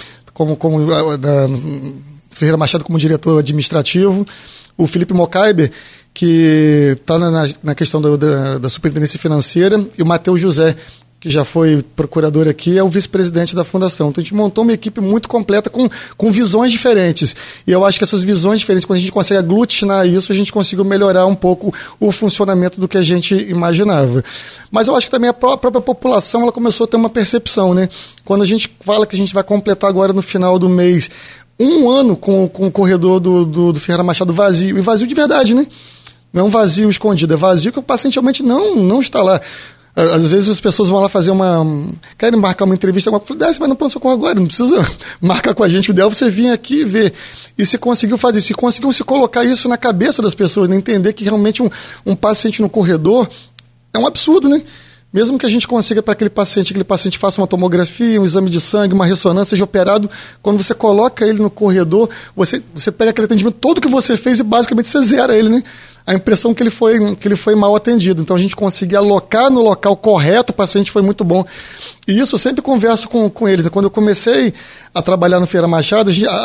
da Ferreira Machado como diretor administrativo, o Felipe Mocaiber, que está na questão da superintendência financeira, e o Matheus José, que já foi procurador aqui, é o vice-presidente da Fundação. Então, a gente montou uma equipe muito completa com visões diferentes. E eu acho que essas visões diferentes, quando a gente consegue aglutinar isso, a gente conseguiu melhorar um pouco o funcionamento do que a gente imaginava. Mas eu acho que também a própria população ela começou a ter uma percepção, né? Quando a gente fala que a gente vai completar agora no final do mês 1 ano com o corredor do Ferreira Machado vazio, e vazio de verdade, né? Não é um vazio escondido, é vazio que o paciente realmente não está lá. Às vezes as pessoas vão lá fazer querem marcar uma entrevista, eu falo, desce, mas não pronto-socorro agora, não precisa marcar com a gente, o ideal é você vir aqui e ver. E se conseguiu fazer isso, se conseguiu se colocar isso na cabeça das pessoas, né? Entender que realmente um paciente no corredor é um absurdo, né? Mesmo que a gente consiga para aquele paciente faça uma tomografia, um exame de sangue, uma ressonância, seja operado, quando você coloca ele no corredor, você pega aquele atendimento todo que você fez e basicamente você zera ele, né? A impressão que ele foi mal atendido. Então, a gente conseguir alocar no local correto o paciente foi muito bom. E isso eu sempre converso com eles. Quando eu comecei a trabalhar no Ferreira Machado,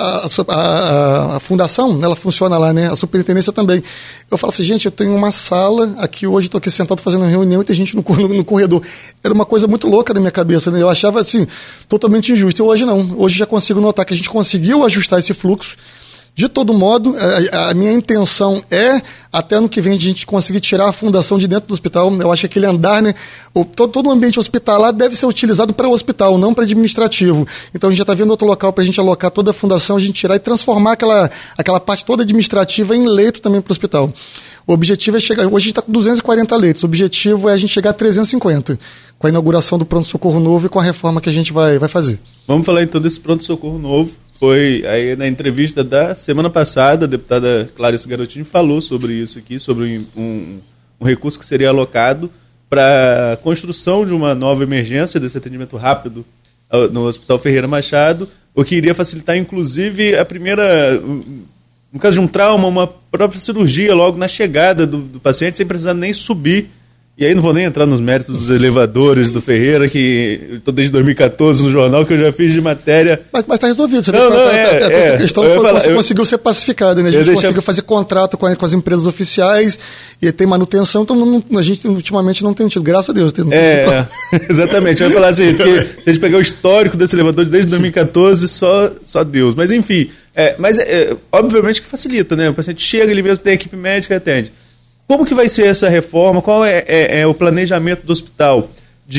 a fundação, ela funciona lá, né? A superintendência também. Eu falo assim, gente, eu tenho uma sala aqui hoje, estou aqui sentado fazendo uma reunião e tem gente no corredor. Era uma coisa muito louca na minha cabeça, né? Eu achava, assim, totalmente injusto. E hoje não. Hoje já consigo notar que a gente conseguiu ajustar esse fluxo. De todo modo, a minha intenção é, até ano que vem, a gente conseguir tirar a fundação de dentro do hospital. Eu acho que aquele andar, né, todo o ambiente hospitalar deve ser utilizado para o hospital, não para administrativo. Então, a gente já está vendo outro local para a gente alocar toda a fundação, a gente tirar e transformar aquela parte toda administrativa em leito também para o hospital. O objetivo é chegar... Hoje a gente está com 240 leitos. O objetivo é a gente chegar a 350, com a inauguração do pronto-socorro novo e com a reforma que a gente vai fazer. Vamos falar então desse pronto-socorro novo. Foi aí na entrevista da semana passada, a deputada Clarice Garotinho falou sobre isso aqui, sobre um recurso que seria alocado para a construção de uma nova emergência desse atendimento rápido no Hospital Ferreira Machado, o que iria facilitar, inclusive, a primeira, no caso de um trauma, uma própria cirurgia logo na chegada do paciente, sem precisar nem subir. E aí não vou nem entrar nos méritos dos elevadores do Ferreira, que eu estou desde 2014 no jornal, que eu já fiz de matéria. Mas está resolvido. Essa questão conseguiu ser pacificada, né? A gente conseguiu fazer contrato com as empresas oficiais e tem manutenção, então a gente ultimamente não tem tido, graças a Deus. Exatamente. Eu ia falar assim, porque se a gente pegar o histórico desse elevador desde 2014, só Deus. Mas enfim, obviamente que facilita, né? O paciente chega, ele mesmo tem equipe médica e atende. Como que vai ser essa reforma? Qual é o planejamento do hospital?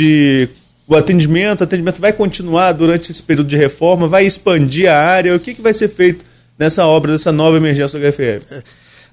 O atendimento vai continuar durante esse período de reforma? Vai expandir a área? O que vai ser feito nessa obra, dessa nova emergência do HFF?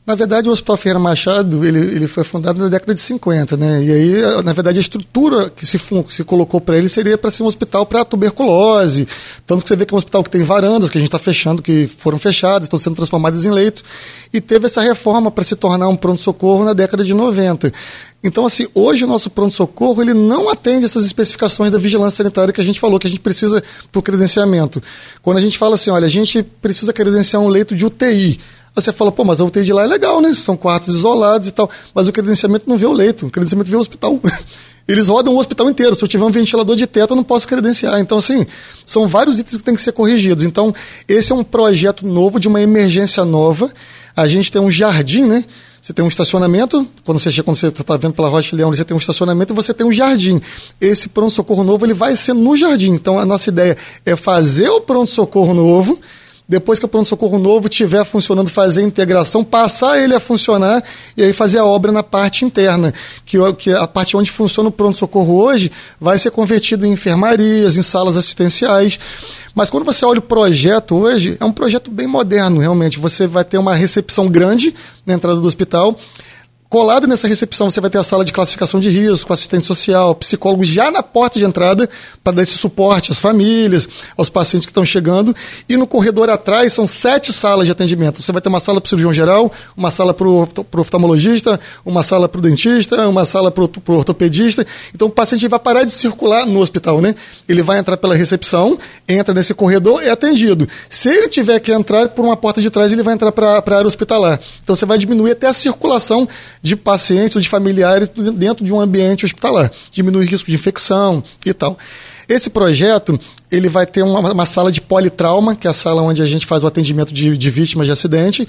Na verdade, o Hospital Ferreira Machado, ele foi fundado na década de 50, né? E aí, na verdade, a estrutura que se colocou para ele seria para ser um hospital para tuberculose. Tanto que você vê que é um hospital que tem varandas, que a gente está fechando, que foram fechadas, estão sendo transformadas em leito. E teve essa reforma para se tornar um pronto-socorro na década de 90. Então, assim, hoje o nosso pronto-socorro, ele não atende essas especificações da vigilância sanitária que a gente falou, que a gente precisa para o credenciamento. Quando a gente fala assim, olha, a gente precisa credenciar um leito de UTI. Você fala, pô, mas a UTI de lá é legal, né? São quartos isolados e tal. Mas o credenciamento não vê o leito, o credenciamento vê o hospital. Eles rodam o hospital inteiro. Se eu tiver um ventilador de teto, eu não posso credenciar. Então, assim, são vários itens que têm que ser corrigidos. Então, esse é um projeto novo, de uma emergência nova. A gente tem um jardim, né? Você tem um estacionamento, quando você está vendo pela Rocha Leão, você tem um estacionamento e você tem um jardim. Esse pronto-socorro novo, ele vai ser no jardim. Então, a nossa ideia é fazer o pronto-socorro novo. Depois que o pronto-socorro novo estiver funcionando, fazer a integração, passar ele a funcionar e aí fazer a obra na parte interna, que a parte onde funciona o pronto-socorro hoje vai ser convertido em enfermarias, em salas assistenciais. Mas quando você olha o projeto hoje, é um projeto bem moderno, realmente. Você vai ter uma recepção grande na entrada do hospital. Colado nessa recepção, você vai ter a sala de classificação de risco, assistente social, psicólogo já na porta de entrada para dar esse suporte às famílias, aos pacientes que estão chegando. E no corredor atrás são 7 salas de atendimento. Você vai ter uma sala para o cirurgião geral, uma sala para o oftalmologista, uma sala para o dentista, uma sala para o ortopedista. Então o paciente vai parar de circular no hospital, né? Ele vai entrar pela recepção, entra nesse corredor e é atendido. Se ele tiver que entrar por uma porta de trás, ele vai entrar para a área hospitalar. Então você vai diminuir até a circulação de pacientes ou de familiares dentro de um ambiente hospitalar, diminui o risco de infecção e tal. Esse projeto, ele vai ter uma sala de politrauma, que é a sala onde a gente faz o atendimento de vítimas de acidente.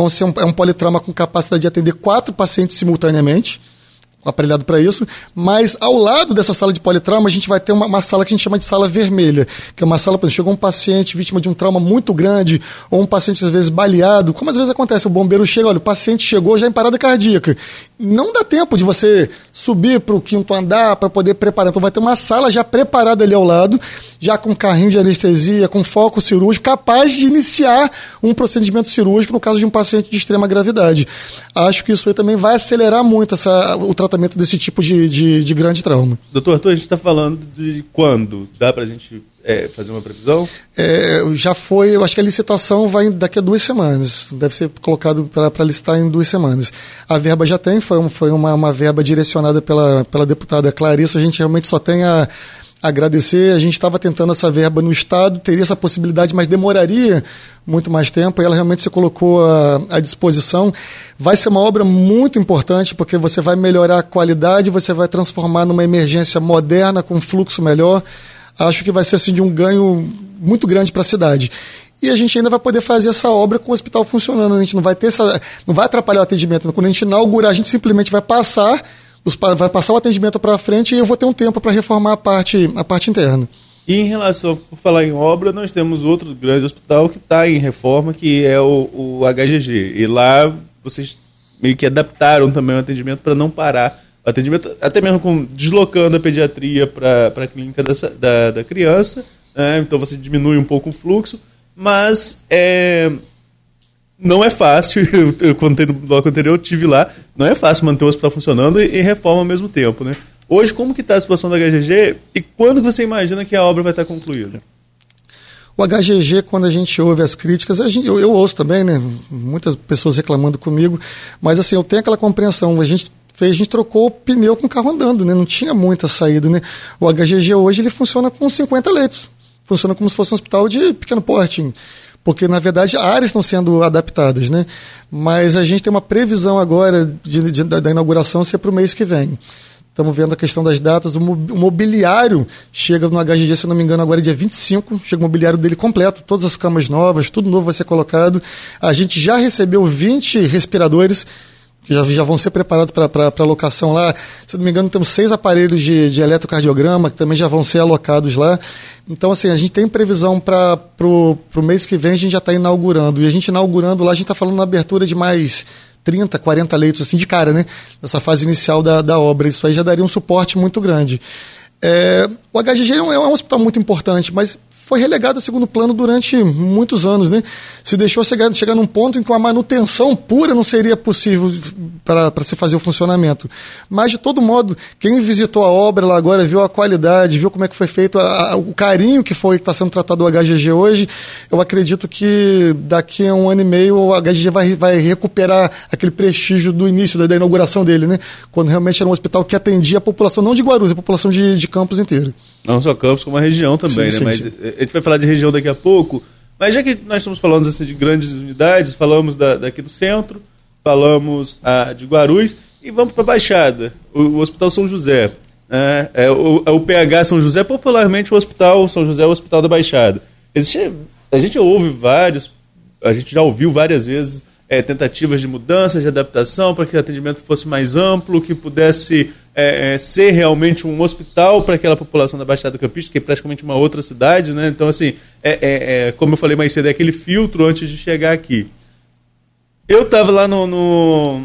É um politrauma com capacidade de atender 4 pacientes simultaneamente, aparelhado para isso, mas ao lado dessa sala de politrauma a gente vai ter uma sala que a gente chama de sala vermelha, que é uma sala, por exemplo, chegou um paciente vítima de um trauma muito grande, ou um paciente às vezes baleado, como às vezes acontece, o bombeiro chega, olha, o paciente chegou já em parada cardíaca, não dá tempo de você subir para o 5º andar para poder preparar, então vai ter uma sala já preparada ali ao lado, já com carrinho de anestesia, com foco cirúrgico, capaz de iniciar um procedimento cirúrgico no caso de um paciente de extrema gravidade. Acho que isso aí também vai acelerar muito o tratamento desse tipo de grande trauma. Doutor Arthur, a gente está falando de quando? Dá para a gente fazer uma previsão? Já foi, eu acho que a licitação vai daqui a 2 semanas. Deve ser colocado para licitar em 2 semanas. A verba já tem, foi uma verba direcionada pela deputada Clarissa. A gente realmente só tem a agradecer. A gente estava tentando essa verba no Estado, teria essa possibilidade, mas demoraria muito mais tempo, e ela realmente se colocou à disposição. Vai ser uma obra muito importante, porque você vai melhorar a qualidade, você vai transformar numa emergência moderna, com fluxo melhor. Acho que vai ser assim, de um ganho muito grande para a cidade. E a gente ainda vai poder fazer essa obra com o hospital funcionando. A gente não vai atrapalhar o atendimento. Quando a gente inaugurar, a gente simplesmente vai passar o atendimento para frente, e eu vou ter um tempo para reformar a parte interna. E em relação, por falar em obra, nós temos outro grande hospital que está em reforma, que é o HGG. E lá vocês meio que adaptaram também o atendimento para não parar o atendimento, até mesmo deslocando a pediatria para a clínica da criança, né? Então você diminui um pouco o fluxo, mas não é fácil. Eu contei no bloco anterior, eu estive lá, não é fácil manter o hospital funcionando e reforma ao mesmo tempo, né? Hoje, como que está a situação da HGG e quando você imagina que a obra vai estar concluída? O HGG, quando a gente ouve as críticas, eu ouço também, né? Muitas pessoas reclamando comigo, mas assim, eu tenho aquela compreensão. A gente trocou o pneu com o carro andando, né? Não tinha muita saída, né? O HGG hoje ele funciona com 50 leitos, funciona como se fosse um hospital de pequeno porte, porque, na verdade, áreas estão sendo adaptadas, né? Mas a gente tem uma previsão agora da inauguração ser para o mês que vem. Estamos vendo a questão das datas. O mobiliário chega no HGG, se não me engano, agora é dia 25. Chega o mobiliário dele completo, todas as camas novas, tudo novo vai ser colocado. A gente já recebeu 20 respiradores, que já vão ser preparados para locação lá. Se não me engano, temos 6 aparelhos de eletrocardiograma, que também já vão ser alocados lá. Então, assim, a gente tem previsão para o mês que vem, a gente já está inaugurando. E a gente inaugurando lá, a gente está falando na abertura de mais 30, 40 leitos, assim, de cara, né? Nessa fase inicial da obra. Isso aí já daria um suporte muito grande. O HGG é um hospital muito importante, mas foi relegado a segundo plano durante muitos anos, né? Se deixou chegar num ponto em que uma manutenção pura não seria possível para se fazer o funcionamento. Mas, de todo modo, quem visitou a obra lá agora, viu a qualidade, viu como é que foi feito, o carinho que está sendo tratado o HGG hoje, eu acredito que daqui a 1 ano e meio o HGG vai recuperar aquele prestígio do início, da inauguração dele, né? Quando realmente era um hospital que atendia a população, não de Guarulhos, a população de Campos inteiro. Não só Campos, como a região também, sim, né? Sim. Mas a gente vai falar de região daqui a pouco, mas já que nós estamos falando assim, de grandes unidades, falamos daqui do centro, falamos de Guarulhos, e vamos para a Baixada, o Hospital São José. O PH São José, popularmente o Hospital São José é o Hospital da Baixada. A gente já ouviu várias vezes tentativas de mudança, de adaptação, para que o atendimento fosse mais amplo, que pudesse ser realmente um hospital para aquela população da Baixada Campista, que é praticamente uma outra cidade, né? Então, assim, como eu falei mais cedo, é aquele filtro antes de chegar aqui. Eu estava lá no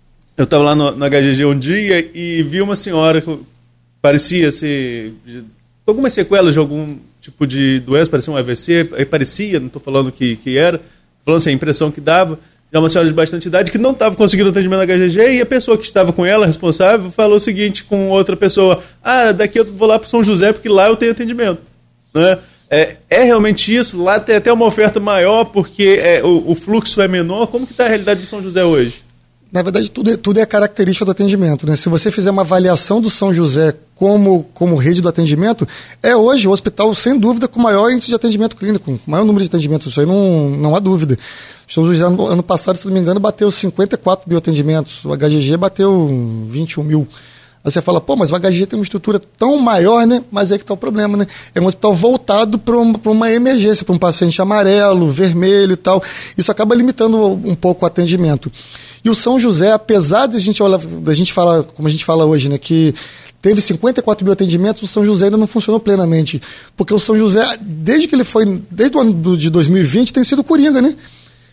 HGG um dia e vi uma senhora que parecia ser com algumas sequelas de algum tipo de doença, parecia um AVC, parecia, não estou falando que era, falando assim, a impressão que dava, já uma senhora de bastante idade que não estava conseguindo atendimento na HGG, e a pessoa que estava com ela, responsável, falou o seguinte com outra pessoa: daqui eu vou lá para São José porque lá eu tenho atendimento, né? É realmente isso? Lá tem até uma oferta maior porque o fluxo é menor. Como que está a realidade do São José hoje? Na verdade, tudo é característica do atendimento, né? Se você fizer uma avaliação do São José como rede do atendimento, é hoje o hospital, sem dúvida, com o maior índice de atendimento clínico, com o maior número de atendimentos, isso aí não há dúvida. O São José, ano passado, se não me engano, bateu 54 mil atendimentos, o HGG bateu 21 mil. Aí você fala, mas o HGG tem uma estrutura tão maior, né? Mas é que está o problema, né? É um hospital voltado para uma emergência, para um paciente amarelo, vermelho e tal. Isso acaba limitando um pouco o atendimento. E o São José, apesar de a gente falar, como a gente fala hoje, né, que teve 54 mil atendimentos, o São José ainda não funcionou plenamente. Porque o São José, desde o ano de 2020, tem sido coringa, né?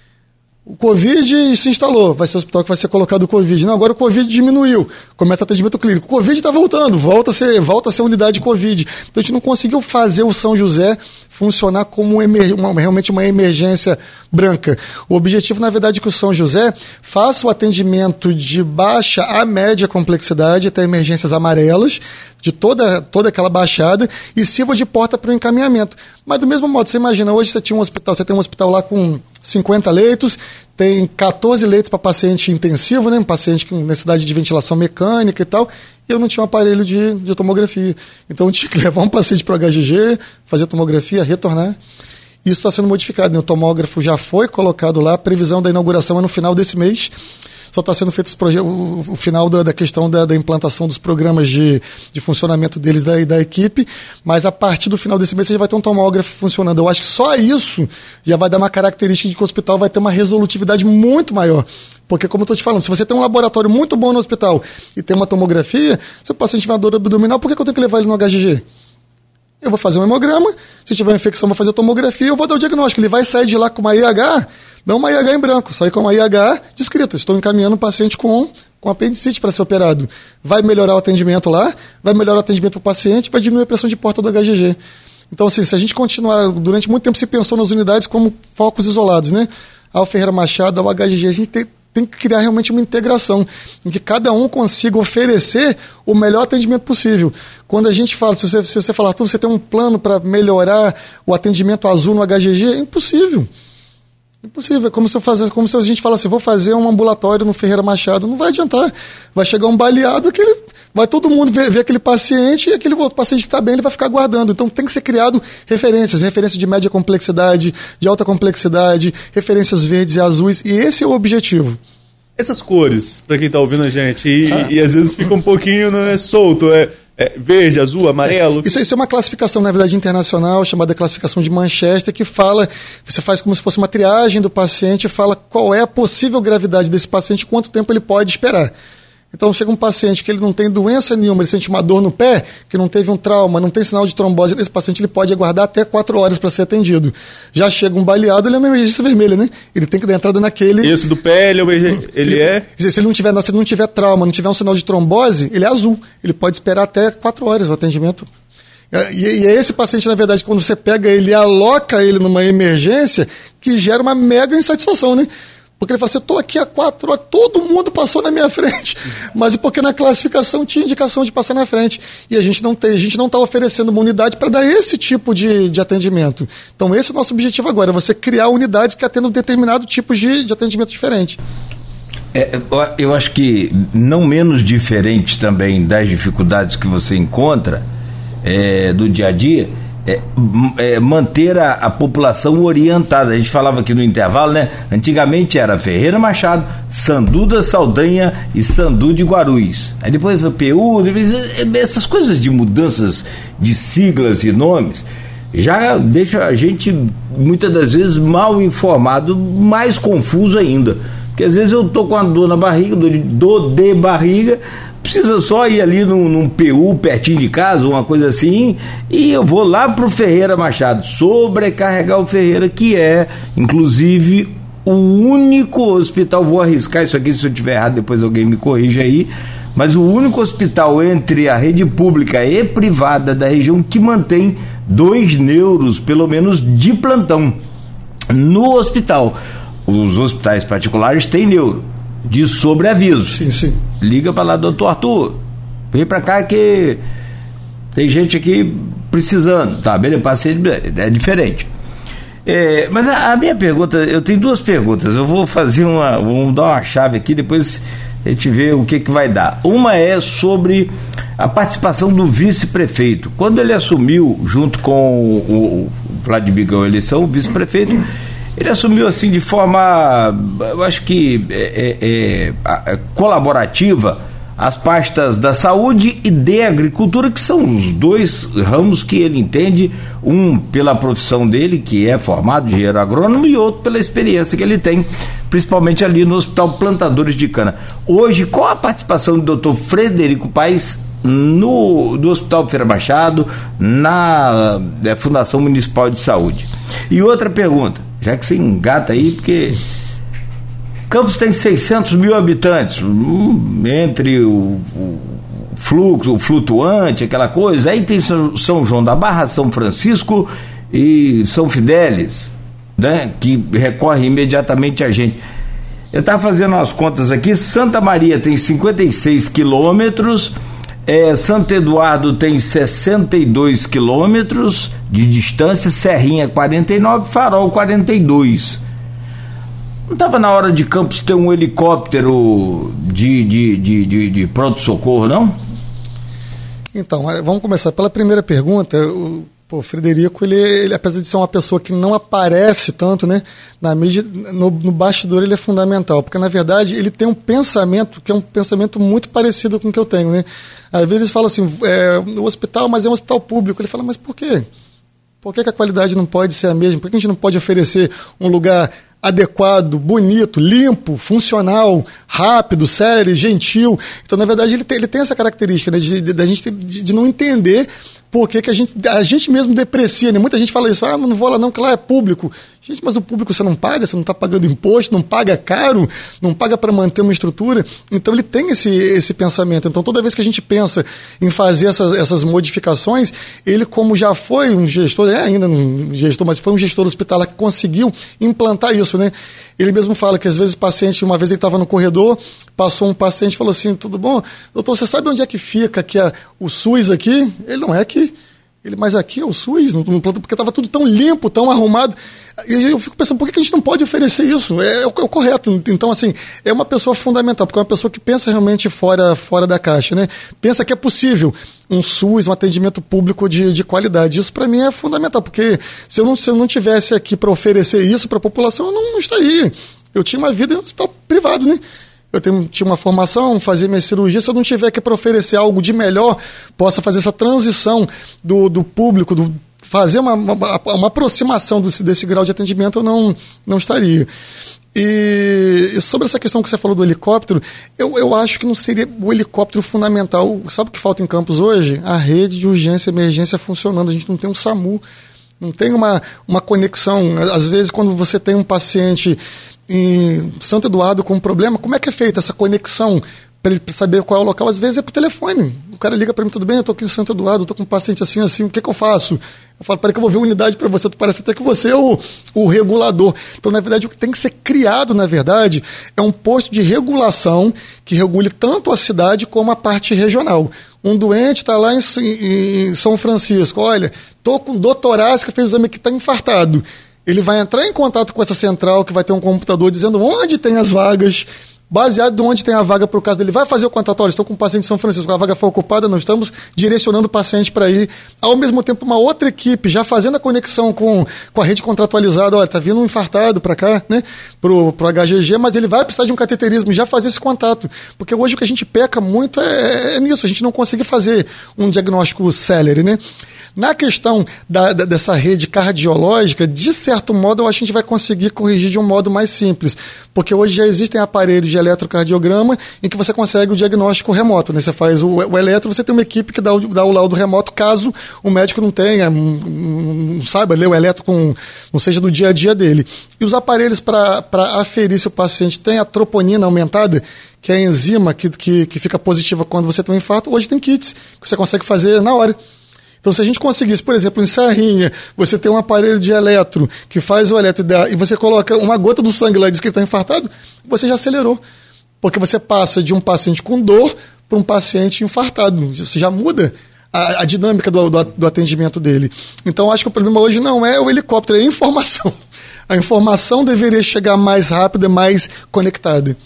O Covid se instalou, vai ser o hospital que vai ser colocado o Covid. Não, agora o Covid diminuiu, começa o atendimento clínico. O Covid está voltando, volta a ser unidade Covid. Então a gente não conseguiu fazer o São José funcionar como realmente uma emergência branca. O objetivo, na verdade, é que o São José faça o atendimento de baixa a média complexidade, até emergências amarelas, de toda aquela baixada, e sirva de porta para o encaminhamento. Mas do mesmo modo, você imagina, hoje você tem um hospital lá com 50 leitos, tem 14 leitos para paciente intensivo, né, um paciente com necessidade de ventilação mecânica e tal, e eu não tinha um aparelho de tomografia. Então eu tinha que levar um paciente para o HGG, fazer tomografia, retornar. Isso está sendo modificado, né? O tomógrafo já foi colocado lá, a previsão da inauguração é no final desse mês. Só está sendo feito o final da questão da implantação dos programas de funcionamento deles da equipe, mas a partir do final desse mês você já vai ter um tomógrafo funcionando. Eu acho que só isso já vai dar uma característica de que o hospital vai ter uma resolutividade muito maior. Porque, como eu estou te falando, se você tem um laboratório muito bom no hospital e tem uma tomografia, se o paciente tiver uma dor abdominal, por que eu tenho que levar ele no HGG? Eu vou fazer um hemograma, se tiver uma infecção, vou fazer a tomografia, eu vou dar o diagnóstico. Ele vai sair de lá com uma IH, não uma IH em branco, sair com uma IH descrita. Estou encaminhando o paciente com apendicite para ser operado. Vai melhorar o atendimento lá, vai melhorar o atendimento para o paciente, vai diminuir a pressão de porta do HGG. Então, assim, se a gente continuar, durante muito tempo se pensou nas unidades como focos isolados, né? Ao Ferreira Machado, ao HGG, a gente tem que criar realmente uma integração, em que cada um consiga oferecer o melhor atendimento possível. Quando a gente fala, se você falar, Arthur, você tem um plano para melhorar o atendimento azul no HGG, é impossível. Impossível. É como se a gente fala assim, vou fazer um ambulatório no Ferreira Machado, não vai adiantar. Vai chegar um baleado, vai todo mundo ver aquele paciente, e aquele outro paciente que está bem, ele vai ficar aguardando. Então tem que ser criado referências de média complexidade, de alta complexidade, referências verdes e azuis, e esse é o objetivo. Essas cores, para quem está ouvindo a gente, e às vezes fica um pouquinho solto, verde, azul, amarelo. Isso é uma classificação, na verdade, internacional, chamada classificação de Manchester, que fala, você faz como se fosse uma triagem do paciente e fala qual é a possível gravidade desse paciente e quanto tempo ele pode esperar. Então chega um paciente que ele não tem doença nenhuma, ele sente uma dor no pé, que não teve um trauma, não tem sinal de trombose, esse paciente ele pode aguardar até 4 horas para ser atendido. Já chega um baleado, ele é uma emergência vermelha, né? Ele tem que dar entrada naquele... Esse do pé, ele é... Se ele não tiver trauma, não tiver um sinal de trombose, ele é azul. Ele pode esperar até 4 horas o atendimento. E é esse paciente, na verdade, quando você pega ele e aloca ele numa emergência, que gera uma mega insatisfação, né? Porque ele fala assim, eu estou aqui há 4 horas, todo mundo passou na minha frente. Mas porque na classificação tinha indicação de passar na frente. E a gente não está oferecendo uma unidade para dar esse tipo de atendimento. Então esse é o nosso objetivo agora, você criar unidades que atendam determinado tipo de atendimento diferente. Eu acho que não menos diferente também das dificuldades que você encontra do dia a dia, manter a população orientada. A gente falava aqui no intervalo, né? Antigamente era Ferreira Machado, Sandu da Saldanha e Sandu de Guarulhos. Aí depois o PU, essas coisas de mudanças de siglas e nomes já deixa a gente muitas das vezes mal informado, mais confuso ainda. Porque às vezes eu tô com a dor na barriga, dor de barriga, precisa só ir ali num PU pertinho de casa, uma coisa assim, e eu vou lá pro Ferreira Machado, sobrecarregar o Ferreira, que é, inclusive, o único hospital, vou arriscar isso aqui, se eu estiver errado, depois alguém me corrige aí, mas o único hospital entre a rede pública e privada da região que mantém 2 neuros, pelo menos, de plantão no hospital. Os hospitais particulares têm neuro, de sobreaviso. Sim. Liga para lá, doutor Arthur, vem para cá que tem gente aqui precisando. Tá, beleza, paciente é diferente. Mas a minha pergunta, eu tenho 2 perguntas. Eu vou fazer vamos dar uma chave aqui, depois a gente vê o que vai dar. Uma é sobre a participação do vice-prefeito. Quando ele assumiu, junto com o Vladimir ganhou a eleição, o vice-prefeito, ele assumiu assim de forma, eu acho que colaborativa, as pastas da saúde e de agricultura, que são os 2 ramos que ele entende, um pela profissão dele, que é formado de engenheiro agrônomo, e outro pela experiência que ele tem, principalmente ali no Hospital Plantadores de Cana. Hoje, qual a participação do Dr. Frederico Paes do Hospital Ferreira Machado, na Fundação Municipal de Saúde? E outra pergunta, já que você engata aí, porque Campos tem 600 mil habitantes, entre o fluxo, o flutuante, aquela coisa, aí tem São João da Barra, São Francisco e São Fidélis, né, que recorre imediatamente a gente. Eu estava fazendo umas contas aqui, Santa Maria tem 56 quilômetros, Santo Eduardo tem 62 quilômetros de distância, Serrinha 49, Farol 42. Não estava na hora de Campos ter um helicóptero de pronto-socorro, não? Então, vamos começar pela primeira pergunta. O Frederico, ele, apesar de ser uma pessoa que não aparece tanto, né, na mídia, no bastidor ele é fundamental, porque na verdade ele tem um pensamento que é um pensamento muito parecido com o que eu tenho, né? Às vezes ele fala assim, no hospital, mas é um hospital público. Ele fala, mas por quê? Por que a qualidade não pode ser a mesma? Por que a gente não pode oferecer um lugar adequado, bonito, limpo, funcional, rápido, sério, gentil? Então, na verdade, ele tem essa característica, né, de não entender por que a gente mesmo deprecia, né? Muita gente fala isso, não vou lá não, que lá é público. Gente, mas o público você não paga, você não está pagando imposto, não paga caro, não paga para manter uma estrutura. Então ele tem esse pensamento. Então toda vez que a gente pensa em fazer essas modificações, ele, como já foi um gestor, ainda um gestor, mas foi um gestor hospitalar que conseguiu implantar isso, né? Ele mesmo fala que às vezes o paciente, uma vez ele estava no corredor, passou um paciente e falou assim, tudo bom? Doutor, você sabe onde é que fica aqui o SUS aqui? Ele, não é aqui. Mas aqui é o SUS, no plantão, porque estava tudo tão limpo, tão arrumado. E eu fico pensando, por que a gente não pode oferecer isso? É o correto. Então, assim, é uma pessoa fundamental, porque é uma pessoa que pensa realmente fora da caixa, né? Pensa que é possível um SUS, um atendimento público de qualidade. Isso, para mim, é fundamental, porque se eu não tivesse aqui para oferecer isso para a população, eu não estaria. Eu tinha uma vida em um hospital privado, né? Eu tinha uma formação, fazia minha cirurgia. Se eu não tiver aqui para oferecer algo de melhor, possa fazer essa transição do público, fazer uma aproximação desse grau de atendimento, eu não estaria. E sobre essa questão que você falou do helicóptero, eu acho que não seria o helicóptero fundamental. Sabe o que falta em Campos hoje? A rede de urgência e emergência funcionando. A gente não tem um SAMU, não tem uma conexão. Às vezes, quando você tem um paciente em Santo Eduardo com um problema, como é que é feita essa conexão para ele saber qual é o local, às vezes é por telefone. O cara liga para mim, tudo bem, eu estou aqui em Santo Eduardo, estou com um paciente assim, o que eu faço? Eu falo, peraí que eu vou ver a unidade para você, parece até que você é o regulador. Então, na verdade, o que tem que ser criado, na verdade, é um posto de regulação que regule tanto a cidade como a parte regional. Um doente está lá em São Francisco, olha, estou com dor torácica, fez o exame que está infartado. Ele vai entrar em contato com essa central, que vai ter um computador dizendo onde tem as vagas, baseado em onde tem a vaga para o caso dele, vai fazer o contato, olha, estou com um paciente em São Francisco, a vaga foi ocupada, nós estamos direcionando o paciente para ir. Ao mesmo tempo, uma outra equipe já fazendo a conexão com a rede contratualizada, olha, está vindo um infartado para cá, né, pro HGG, mas ele vai precisar de um cateterismo, já fazer esse contato. Porque hoje o que a gente peca muito é nisso, a gente não consegue fazer um diagnóstico célere, né? Na questão dessa rede cardiológica, de certo modo, eu acho que a gente vai conseguir corrigir de um modo mais simples, porque hoje já existem aparelhos de eletrocardiograma em que você consegue o diagnóstico remoto, né? Você faz o eletro, você tem uma equipe que dá o laudo remoto, caso o médico não tenha, não saiba ler o eletro, não seja do dia a dia dele. E os aparelhos para aferir se o paciente tem a troponina aumentada, que é a enzima que fica positiva quando você tem um infarto, hoje tem kits que você consegue fazer na hora. Então, se a gente conseguisse, por exemplo, em Serrinha, você tem um aparelho de eletro que faz o eletro e você coloca uma gota do sangue lá e diz que ele está infartado, você já acelerou. Porque você passa de um paciente com dor para um paciente infartado. Você já muda a dinâmica do atendimento dele. Então, acho que o problema hoje não é o helicóptero, é a informação. A informação deveria chegar mais rápida, mais conectada.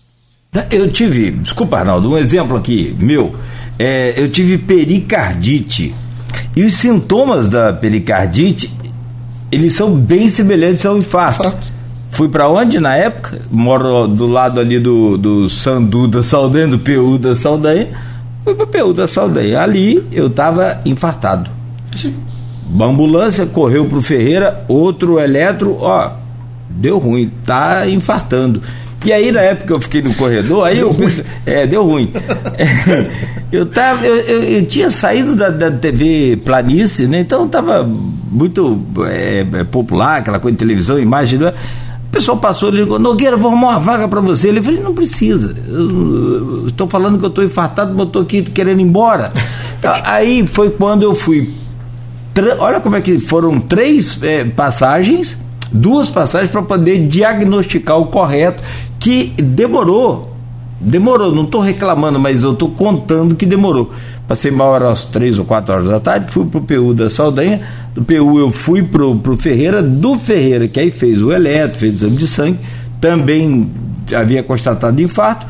Eu tive, desculpa, Arnaldo, um exemplo aqui, meu. Eu tive pericardite. E os sintomas da pericardite, eles são bem semelhantes ao infarto. Fui para onde na época? Moro do lado ali do Sandu da Saldanha, do PU da Saldanha. Fui para o PU da Saldanha. Ali eu estava infartado. Sim. Uma ambulância correu para o Ferreira, outro eletro, deu ruim, tá infartando. E aí, na época, eu fiquei no corredor, aí deu ruim. Eu tinha saído da TV Planície, né? Então estava muito popular, aquela coisa de televisão, imagem. Né? O pessoal passou e ligou, Nogueira, vou arrumar uma vaga para você. Ele falou, não precisa. Eu estou falando que eu estou infartado, mas eu estou aqui querendo ir embora. Então, aí foi quando eu fui. Olha como é que foram 3 passagens, 2 passagens para poder diagnosticar o correto, que demorou, não estou reclamando, mas eu estou contando que demorou. Passei mal, era às 3 ou 4 horas da tarde, fui pro PU da Saldanha, do PU eu fui pro Ferreira, do Ferreira, que aí fez o eletro, fez o exame de sangue, também havia constatado infarto,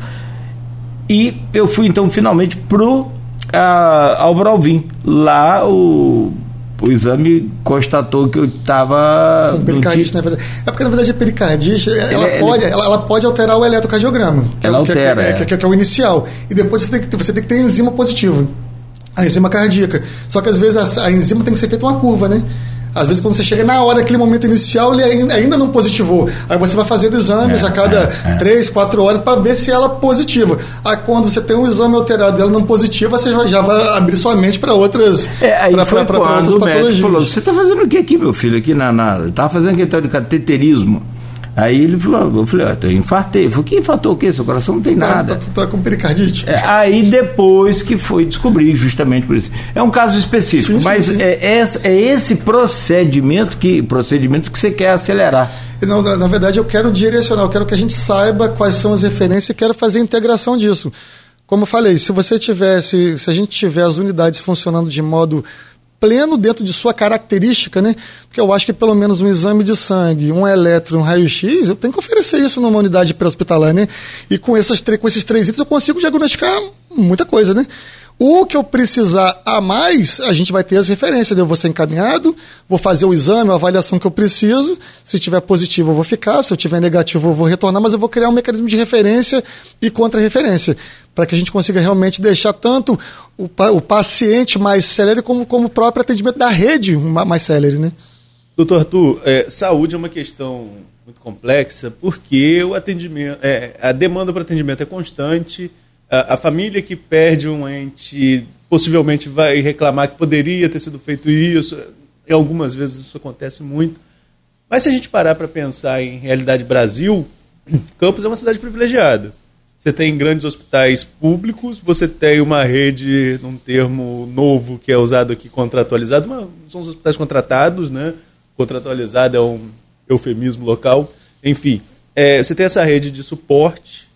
e eu fui então finalmente pro Álvaro Alvim. Lá o exame constatou que eu estava com pericardite, na verdade. É porque na verdade a pericardite ela pode alterar o eletrocardiograma, que é o inicial, e depois você tem que ter enzima positiva, a enzima cardíaca. Só que às vezes a enzima tem que ser feita uma curva, né? Às vezes, quando você chega na hora, aquele momento inicial, ele ainda não positivou. Aí você vai fazendo exames a cada 3, 4 horas para ver se ela é positiva. Aí quando você tem um exame alterado e ela não positiva, você já vai abrir sua mente para outras, outras patologias. Falou, você está fazendo o que aqui, meu filho? Aqui estava fazendo aquele tal de cateterismo. Aí ele falou, eu falei, eu infartei. Eu falei, que infartou o quê? Seu coração não tem nada. Tá com pericardite. Aí depois que foi descobrir, justamente por isso. É um caso específico, mas é esse procedimento que você quer acelerar. Não, na verdade, eu quero direcionar, eu quero que a gente saiba quais são as referências e quero fazer a integração disso. Como eu falei, se a gente tiver as unidades funcionando de modo pleno dentro de sua característica, né? Porque eu acho que pelo menos um exame de sangue, um eletro, um raio-x, eu tenho que oferecer isso numa unidade pré-hospitalar, né? E com esses 3 itens eu consigo diagnosticar muita coisa, né? O que eu precisar a mais, a gente vai ter as referências. Eu vou ser encaminhado, vou fazer o exame, a avaliação que eu preciso. Se tiver positivo, eu vou ficar. Se eu tiver negativo, eu vou retornar. Mas eu vou criar um mecanismo de referência e contra-referência, para que a gente consiga realmente deixar tanto o paciente mais célere como o próprio atendimento da rede mais célere, né? Doutor Arthur, saúde é uma questão muito complexa, porque o atendimento, a demanda para atendimento é constante. A família que perde um ente possivelmente vai reclamar que poderia ter sido feito isso, e algumas vezes isso acontece muito. Mas se a gente parar para pensar em realidade Brasil, Campos é uma cidade privilegiada. você tem grandes hospitais públicos, você tem uma rede, num termo novo que é usado aqui, contratualizado, mas são os hospitais contratados, né? Contratualizado é um eufemismo local. Enfim, você tem essa rede de suporte,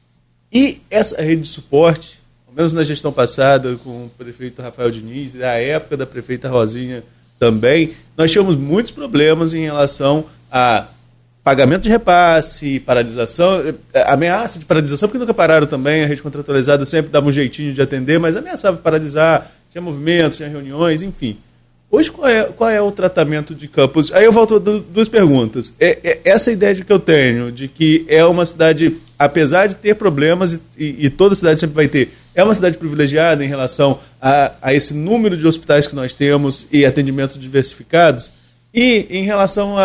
e essa rede de suporte, ao menos na gestão passada, com o prefeito Rafael Diniz, na época da prefeita Rosinha também, nós tínhamos muitos problemas em relação a pagamento de repasse, paralisação, ameaça de paralisação, porque nunca pararam também, a rede contratualizada sempre dava um jeitinho de atender, mas ameaçava paralisar, tinha movimentos, tinha reuniões, enfim. Hoje, qual é o tratamento de Campos? Aí eu volto a duas perguntas. Essa ideia que eu tenho, de que é uma cidade, apesar de ter problemas, e toda cidade sempre vai ter, é uma cidade privilegiada em relação a esse número de hospitais que nós temos e atendimentos diversificados, e em relação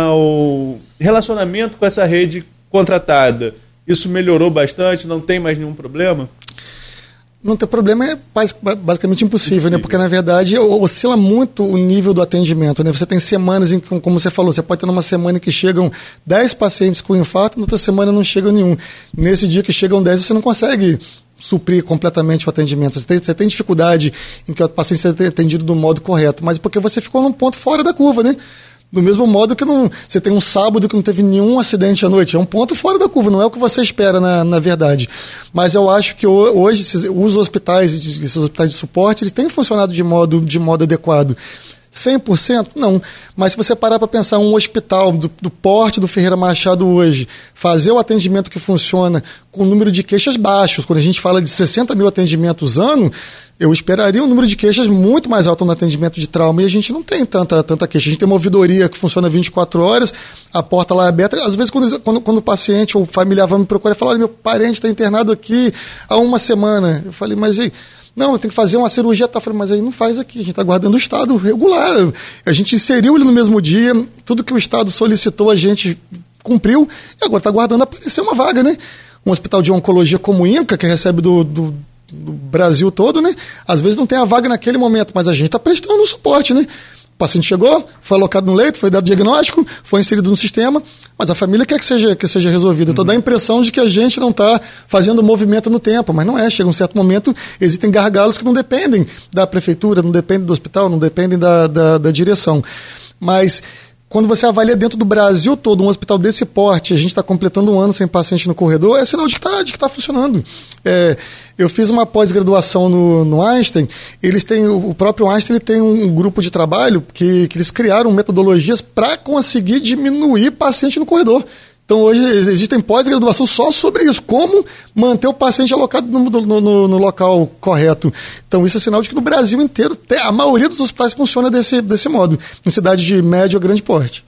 ao relacionamento com essa rede contratada, isso melhorou bastante? Não tem mais nenhum problema? Não ter problema é basicamente impossível, né? Porque, na verdade, oscila muito o nível do atendimento, né? Você tem semanas em que, como você falou, você pode ter numa semana que chegam 10 pacientes com infarto, na outra semana não chega nenhum. Nesse dia que chegam 10, você não consegue suprir completamente o atendimento. Você tem dificuldade em que o paciente seja atendido do modo correto, mas porque você ficou num ponto fora da curva, né? Do mesmo modo que você tem um sábado que não teve nenhum acidente à noite. É um ponto fora da curva, não é o que você espera, na verdade. Mas eu acho que hoje os hospitais, esses hospitais de suporte, eles têm funcionado de modo adequado. 100%? Não. Mas se você parar para pensar um hospital do porte do Ferreira Machado hoje, fazer o atendimento que funciona com o número de queixas baixos, quando a gente fala de 60 mil atendimentos ano, eu esperaria um número de queixas muito mais alto no atendimento de trauma, e a gente não tem tanta queixa. A gente tem uma ouvidoria que funciona 24 horas, a porta lá é aberta. Às vezes, quando o paciente ou o familiar vai me procurar e fala, olha, meu parente está internado aqui há uma semana. Eu falei, mas e não, eu tenho que fazer uma cirurgia. Eu falei, mas aí não faz aqui, a gente está guardando o estado regular. A gente inseriu ele no mesmo dia, tudo que o estado solicitou a gente cumpriu, e agora está guardando aparecer uma vaga, né? Um hospital de oncologia como o INCA, que recebe do Brasil todo, né? Às vezes não tem a vaga naquele momento, mas a gente está prestando suporte, né? O paciente chegou, foi alocado no leito, foi dado diagnóstico, foi inserido no sistema, mas a família quer que seja resolvido. Então dá a impressão de que a gente não está fazendo movimento no tempo, mas não é. Chega um certo momento, existem gargalos que não dependem da prefeitura, não dependem do hospital, não dependem da direção. Mas quando você avalia dentro do Brasil todo um hospital desse porte, a gente está completando um ano sem paciente no corredor, é sinal de que está funcionando. Eu fiz uma pós-graduação no Einstein, o próprio Einstein tem um grupo de trabalho que eles criaram metodologias para conseguir diminuir paciente no corredor. Então hoje existem pós-graduação só sobre isso, como manter o paciente alocado no local correto. Então isso é sinal de que no Brasil inteiro a maioria dos hospitais funciona desse modo, em cidades de médio a grande porte.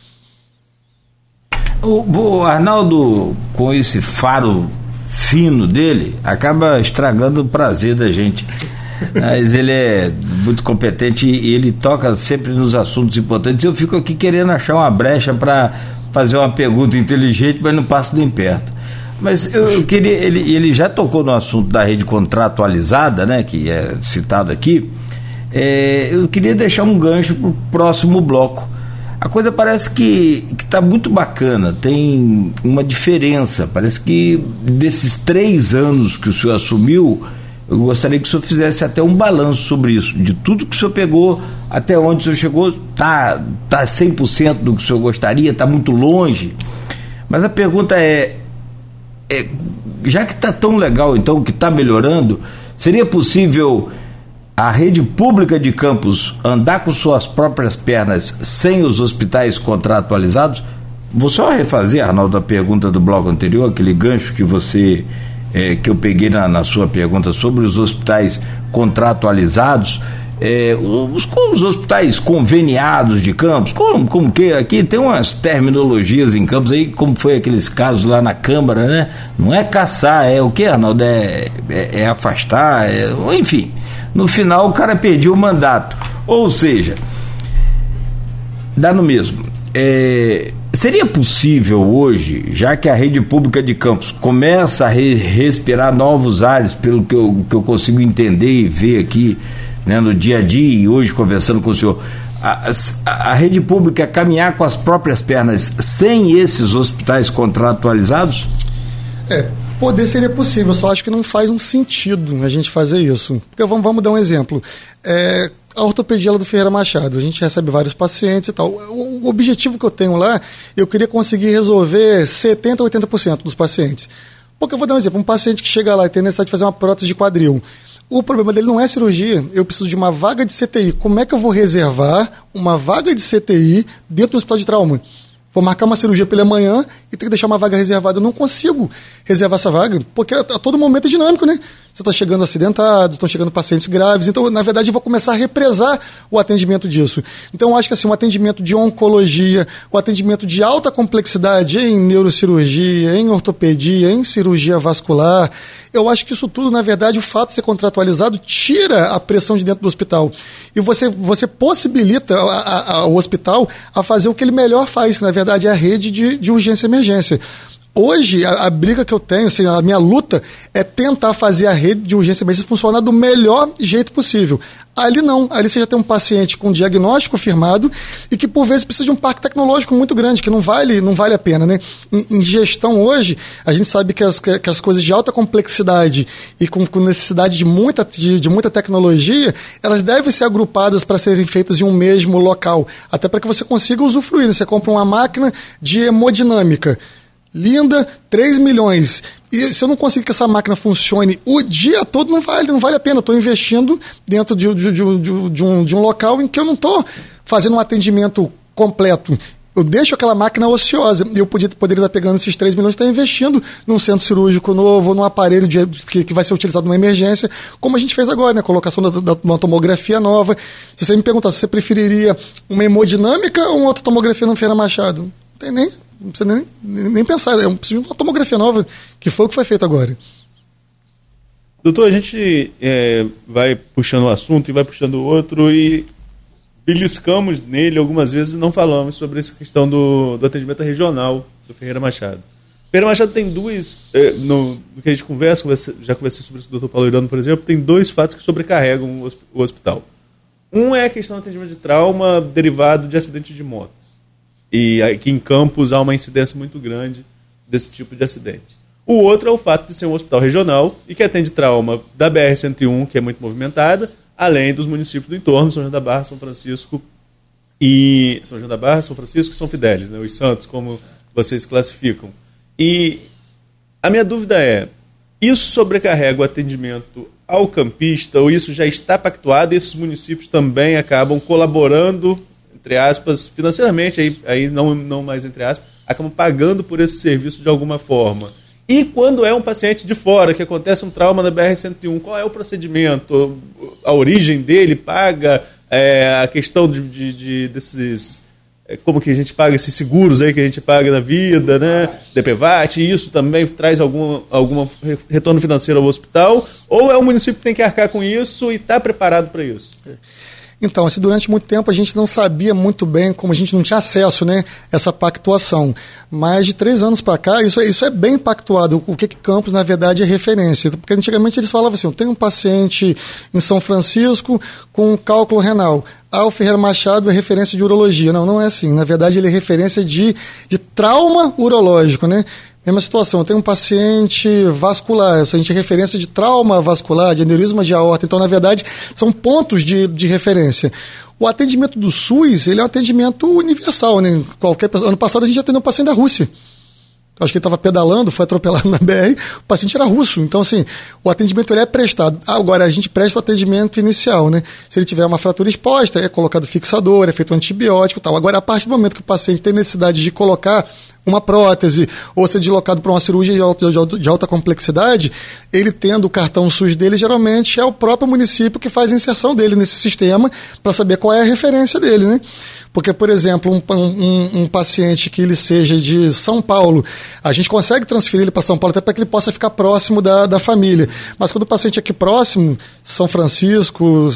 O Arnaldo, com esse faro fino dele, acaba estragando o prazer da gente. Mas ele é muito competente e ele toca sempre nos assuntos importantes. Eu fico aqui querendo achar uma brecha para fazer uma pergunta inteligente, mas não passo nem perto. Mas eu queria, ele já tocou no assunto da rede contratualizada, né, que é citado aqui. Eu queria deixar um gancho para o próximo bloco. A coisa parece que está muito bacana, tem uma diferença. Parece que desses 3 anos que o senhor assumiu, eu gostaria que o senhor fizesse até um balanço sobre isso, de tudo que o senhor pegou, até onde o senhor chegou. Está 100% do que o senhor gostaria, está muito longe. Mas a pergunta já que está tão legal, então, que está melhorando, seria possível a rede pública de Campos andar com suas próprias pernas sem os hospitais contratualizados? Vou só refazer, Arnaldo, a pergunta do bloco anterior, aquele gancho que que eu peguei na sua pergunta sobre os hospitais contratualizados, os hospitais conveniados de Campos, como que aqui tem umas terminologias em Campos aí, como foi aqueles casos lá na Câmara, né? Não é caçar, é o que, Arnaldo? É afastar, enfim, no final o cara perdeu o mandato, ou seja, dá no mesmo. Seria possível hoje, já que a rede pública de Campos começa a respirar novos ares, pelo que eu consigo entender e ver aqui, né, no dia a dia, e hoje conversando com o senhor, a rede pública caminhar com as próprias pernas sem esses hospitais contratualizados? Poder seria possível, só acho que não faz um sentido a gente fazer isso. Porque vamos dar um exemplo. A ortopedia lá do Ferreira Machado, a gente recebe vários pacientes e tal. O objetivo que eu tenho lá, eu queria conseguir resolver 70% a 80% dos pacientes. Porque eu vou dar um exemplo, um paciente que chega lá e tem necessidade de fazer uma prótese de quadril. O problema dele não é cirurgia, eu preciso de uma vaga de CTI. Como é que eu vou reservar uma vaga de CTI dentro do hospital de trauma? Vou marcar uma cirurgia para ele amanhã e ter que deixar uma vaga reservada. Eu não consigo reservar essa vaga, porque a todo momento é dinâmico, né? Você está chegando acidentados, estão chegando pacientes graves. Então, na verdade, eu vou começar a represar o atendimento disso. Então, eu acho que assim, um atendimento de oncologia, o atendimento de alta complexidade em neurocirurgia, em ortopedia, em cirurgia vascular, eu acho que isso tudo, na verdade, o fato de ser contratualizado tira a pressão de dentro do hospital. E você possibilita o hospital a fazer o que ele melhor faz, que na verdade é a rede de urgência e emergência. Hoje, a briga que eu tenho, assim, a minha luta é tentar fazer a rede de urgência e emergência funcionar do melhor jeito possível. Ali não, ali você já tem um paciente com diagnóstico firmado e que por vezes precisa de um parque tecnológico muito grande, que não vale a pena, né? Em gestão hoje, a gente sabe que as coisas de alta complexidade e com necessidade de muita tecnologia, elas devem ser agrupadas para serem feitas em um mesmo local, até para que você consiga usufruir, né? Você compra uma máquina de hemodinâmica, linda, 3 milhões. E se eu não conseguir que essa máquina funcione o dia todo, não vale a pena. Eu estou investindo dentro de um local em que eu não estou fazendo um atendimento completo. Eu deixo aquela máquina ociosa. E eu poderia estar pegando esses 3 milhões e estar investindo num centro cirúrgico novo, num aparelho que vai ser utilizado numa emergência, como a gente fez agora, né? Colocação de uma tomografia nova. Se você me perguntar se você preferiria uma hemodinâmica ou uma outra tomografia no Ferreira Machado, não precisa nem pensar, eu preciso de uma tomografia nova, que foi o que foi feito agora. Doutor, a gente vai puxando um assunto e vai puxando outro e beliscamos nele algumas vezes e não falamos sobre essa questão do atendimento regional do Ferreira Machado. Ferreira Machado tem duas, no que a gente já conversei sobre isso com o doutor Paulo Irano, por exemplo, tem 2 fatos que sobrecarregam o hospital. Um é a questão do atendimento de trauma derivado de acidente de moto. E aqui em Campos há uma incidência muito grande desse tipo de acidente. O outro é o fato de ser um hospital regional e que atende trauma da BR-101, que é muito movimentada, além dos municípios do entorno, São João da Barra, São Francisco e São Fidélis, né, os santos, como vocês classificam. E a minha dúvida é, isso sobrecarrega o atendimento ao campista ou isso já está pactuado e esses municípios também acabam colaborando, entre aspas, financeiramente, aí não mais entre aspas, acabam pagando por esse serviço de alguma forma. E quando é um paciente de fora, que acontece um trauma na BR-101, qual é o procedimento? A origem dele paga? A questão desses... como que a gente paga esses seguros aí que a gente paga na vida, né? DPVAT, e isso também traz algum retorno financeiro ao hospital? Ou é o município que tem que arcar com isso e está preparado para isso? Então, assim, durante muito tempo a gente não sabia muito bem, como a gente não tinha acesso, né, essa pactuação. Mas de 3 anos para cá, isso é bem pactuado. O que Campos, na verdade, é referência. Porque antigamente eles falavam assim, eu tenho um paciente em São Francisco com cálculo renal. O Ferreira Machado é referência de urologia. Não é assim. Na verdade, ele é referência de trauma urológico, né? Mesma situação, eu tenho um paciente vascular, a gente é referência de trauma vascular, de aneurisma de aorta, então, na verdade, são pontos de referência. O atendimento do SUS, ele é um atendimento universal, né? Ano passado a gente atendeu um paciente da Rússia. Acho que ele estava pedalando, foi atropelado na BR, o paciente era russo. Então, assim, o atendimento ele é prestado. Agora, a gente presta o atendimento inicial, né? Se ele tiver uma fratura exposta, é colocado fixador, é feito um antibiótico e tal. Agora, a partir do momento que o paciente tem necessidade de colocar uma prótese ou ser deslocado para uma cirurgia de alta complexidade, ele tendo o cartão SUS dele, geralmente é o próprio município que faz a inserção dele nesse sistema para saber qual é a referência dele, né? Porque, por exemplo, um paciente que ele seja de São Paulo, a gente consegue transferir ele para São Paulo até para que ele possa ficar próximo da família. Mas quando o paciente é aqui próximo, São Francisco,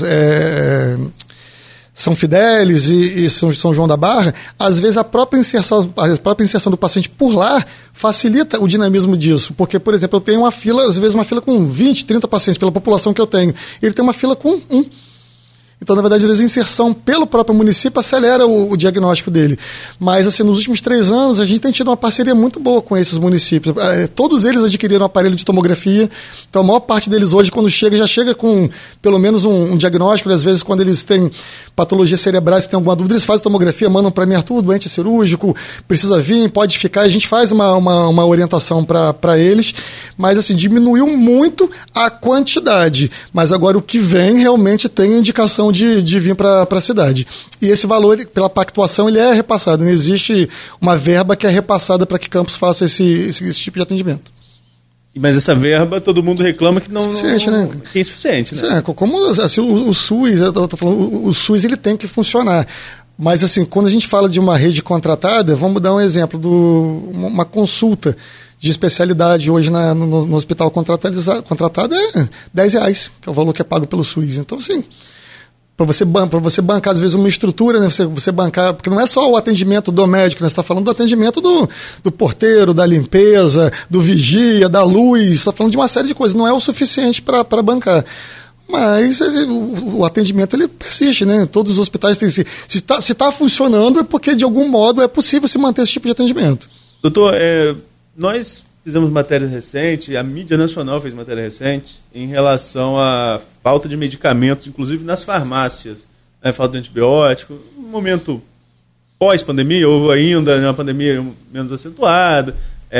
São Fidélis e São João da Barra, às vezes a própria inserção do paciente por lá facilita o dinamismo disso. Porque, por exemplo, eu tenho às vezes uma fila com 20, 30 pacientes pela população que eu tenho. Ele tem uma fila com 1. Então, na verdade, a inserção pelo próprio município acelera o diagnóstico dele. Mas, assim, nos últimos 3 anos, a gente tem tido uma parceria muito boa com esses municípios. Todos eles adquiriram um aparelho de tomografia. Então, a maior parte deles hoje, quando chega, já chega com pelo menos um diagnóstico. Às vezes, quando eles têm patologias cerebrais, se tem alguma dúvida, eles fazem tomografia, mandam para mim, Arthur, doente é cirúrgico, precisa vir, pode ficar. A gente faz uma orientação para eles. Mas, assim, diminuiu muito a quantidade. Mas agora o que vem realmente tem indicação de vir para a cidade. E esse valor, pela pactuação, ele é repassado. Não existe uma verba que é repassada para que Campos faça esse tipo de atendimento. Mas essa verba, todo mundo reclama que não né? Que é insuficiente, né? Como assim, o SUS, eu tô falando, o SUS ele tem que funcionar. Mas, assim, quando a gente fala de uma rede contratada, vamos dar um exemplo uma consulta de especialidade hoje no hospital contratado é R$10, que é o valor que é pago pelo SUS. Então, assim, para você bancar, às vezes, uma estrutura, né? Você bancar, porque não é só o atendimento do médico, né? Você está falando do atendimento do porteiro, da limpeza, do vigia, da luz, você está falando de uma série de coisas, não é o suficiente para bancar. Mas o atendimento ele persiste, né? Todos os hospitais têm. Se está funcionando, é porque, de algum modo, é possível se manter esse tipo de atendimento. Doutor, nós fizemos matéria recente, a mídia nacional fez matéria recente, em relação à falta de medicamentos, inclusive nas farmácias, né? Falta de antibiótico, um momento pós-pandemia, ou ainda uma pandemia menos acentuada,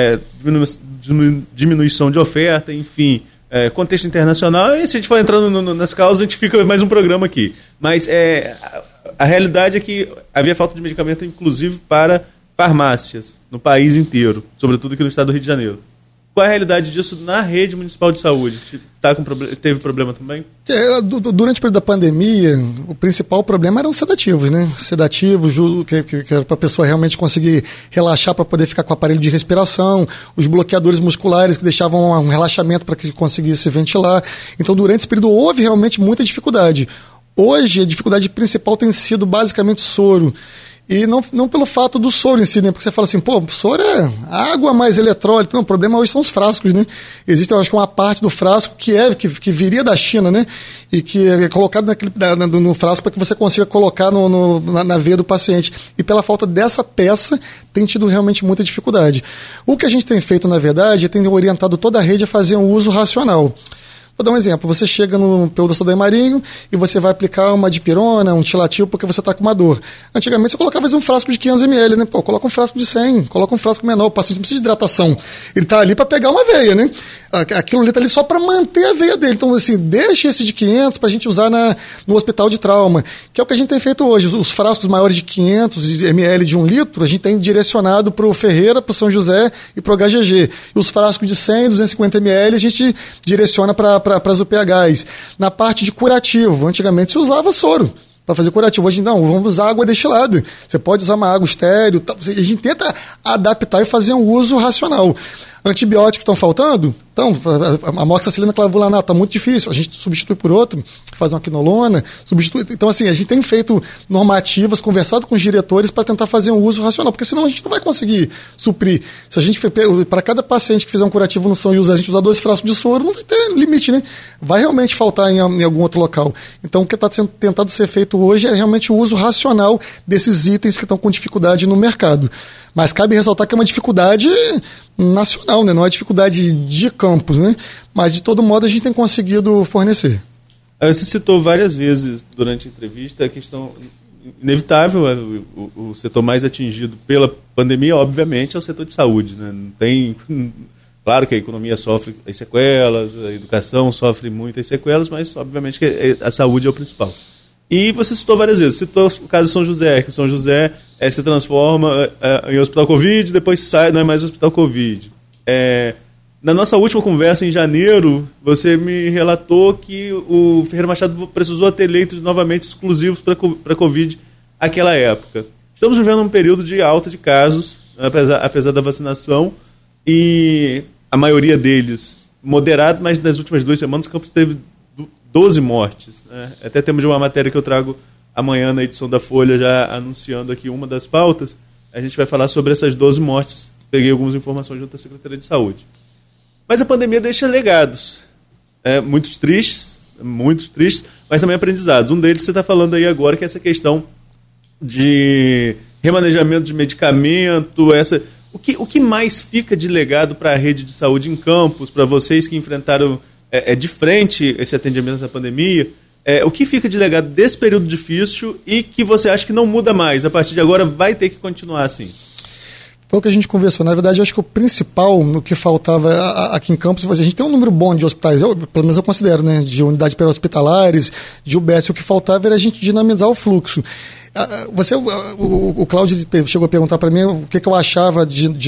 diminuição de oferta, enfim, contexto internacional, e se a gente for entrando nas causas, a gente fica mais um programa aqui. Mas a realidade é que havia falta de medicamento, inclusive, para farmácias no país inteiro, sobretudo aqui no estado do Rio de Janeiro. Qual é a realidade disso na rede municipal de saúde? Teve problema também? Durante o período da pandemia, o principal problema eram os sedativos, né? Sedativos, que era para a pessoa realmente conseguir relaxar para poder ficar com o aparelho de respiração, os bloqueadores musculares que deixavam um relaxamento para que conseguisse ventilar. Então, durante esse período, houve realmente muita dificuldade. Hoje, a dificuldade principal tem sido basicamente soro. E não pelo fato do soro em si, né? Porque você fala assim, soro é água mais eletrólito. Não, o problema hoje são os frascos, né? Existe, eu acho que uma parte do frasco que viria da China, né? E que é colocado no frasco para que você consiga colocar na veia do paciente. E pela falta dessa peça, tem tido realmente muita dificuldade. O que a gente tem feito, na verdade, é tem orientado toda a rede a fazer um uso racional. Vou dar um exemplo. Você chega no PU da Sodré Marinho e você vai aplicar uma dipirona, um tilatil, porque você está com uma dor. Antigamente você colocava um frasco de 500 ml, né? Coloca um frasco de 100, coloca um frasco menor. O paciente não precisa de hidratação. Ele está ali para pegar uma veia, né? Aquilo ali está ali só para manter a veia dele. Então, assim, deixa esse de 500 para a gente usar no hospital de trauma, que é o que a gente tem feito hoje. Os frascos maiores de 500 ml de 1 litro, a gente tem direcionado para o Ferreira, para o São José e para o HGG. E os frascos de 100, 250 ml, a gente direciona para as UPHs. Na parte de curativo, antigamente se usava soro para fazer curativo. Hoje não, vamos usar água destilada. Você pode usar uma água estéril. A gente tenta adaptar e fazer um uso racional. Antibióticos estão faltando? Então, a amoxicilina clavulanato está muito difícil. A gente substitui por outro, faz uma quinolona, substitui. Então, assim, a gente tem feito normativas, conversado com os diretores para tentar fazer um uso racional, porque senão a gente não vai conseguir suprir. Se a gente, para cada paciente que fizer um curativo no São José, a gente usar 2 frascos de soro, não vai ter limite, né? Vai realmente faltar em algum outro local. Então, o que está sendo tentado ser feito hoje é realmente o uso racional desses itens que estão com dificuldade no mercado. Mas cabe ressaltar que é uma dificuldade nacional, né? Não é dificuldade de Campos, né? Mas, de todo modo, a gente tem conseguido fornecer. Você citou várias vezes durante a entrevista a questão inevitável, o setor mais atingido pela pandemia, obviamente, é o setor de saúde, né? Não tem... Claro que a economia sofre as sequelas, a educação sofre muitas sequelas, mas, obviamente, que a saúde é o principal. E você citou várias vezes, citou o caso de São José, que o São José se transforma em hospital Covid, depois sai, não é mais hospital Covid. Na nossa última conversa, em janeiro, você me relatou que o Ferreira Machado precisou ter leitos novamente exclusivos para Covid naquela época. Estamos vivendo um período de alta de casos, apesar da vacinação, e a maioria deles moderado, mas nas últimas 2 semanas o Campos teve 12 mortes. Né? Até temos uma matéria que eu trago amanhã na edição da Folha, já anunciando aqui uma das pautas. A gente vai falar sobre essas 12 mortes. Peguei algumas informações junto à Secretaria de Saúde. Mas a pandemia deixa legados muito tristes, mas também aprendizados. Um deles você está falando aí agora, que é essa questão de remanejamento de medicamento, o que mais fica de legado para a rede de saúde em Campos, para vocês que enfrentaram de frente esse atendimento da pandemia? O que fica de legado desse período difícil e que você acha que não muda mais? A partir de agora vai ter que continuar assim? Foi o que a gente conversou. Na verdade, eu acho que o principal, no que faltava aqui em Campos, a gente tem um número bom de hospitais, pelo menos eu considero, né, de unidades perhospitalares, de UBS. O que faltava era a gente dinamizar o fluxo. O Cláudio chegou a perguntar para mim o que eu achava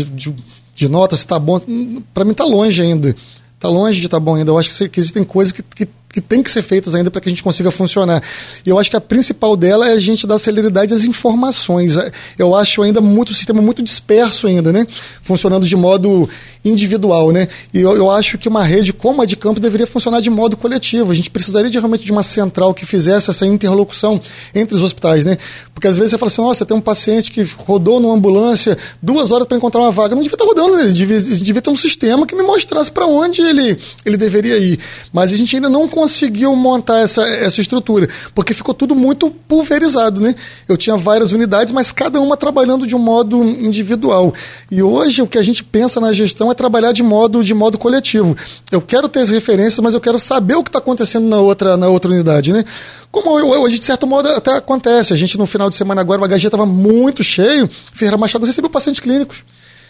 de nota, se está bom. Para mim está longe ainda. Está longe de estar bom ainda. Eu acho que existem coisas que tem que ser feitas ainda para que a gente consiga funcionar. E eu acho que a principal dela é a gente dar celeridade às informações. Eu acho ainda o sistema muito disperso ainda, né? Funcionando de modo individual, né? E eu acho que uma rede como a de Campos deveria funcionar de modo coletivo. A gente precisaria realmente de uma central que fizesse essa interlocução entre os hospitais, né? Porque às vezes você fala assim, nossa, tem um paciente que rodou numa ambulância 2 horas para encontrar uma vaga. Não devia estar rodando, né? Ele devia ter um sistema que me mostrasse para onde ele deveria ir. Mas a gente ainda não conseguiu montar essa estrutura, porque ficou tudo muito pulverizado, né? Eu tinha várias unidades, mas cada uma trabalhando de um modo individual. E hoje o que a gente pensa na gestão é trabalhar de modo coletivo. Eu quero ter as referências, mas eu quero saber o que está acontecendo na outra unidade, né? Como hoje, de certo modo, até acontece. A gente, no final de semana agora, o HG estava muito cheio, Ferreira Machado recebeu pacientes clínicos.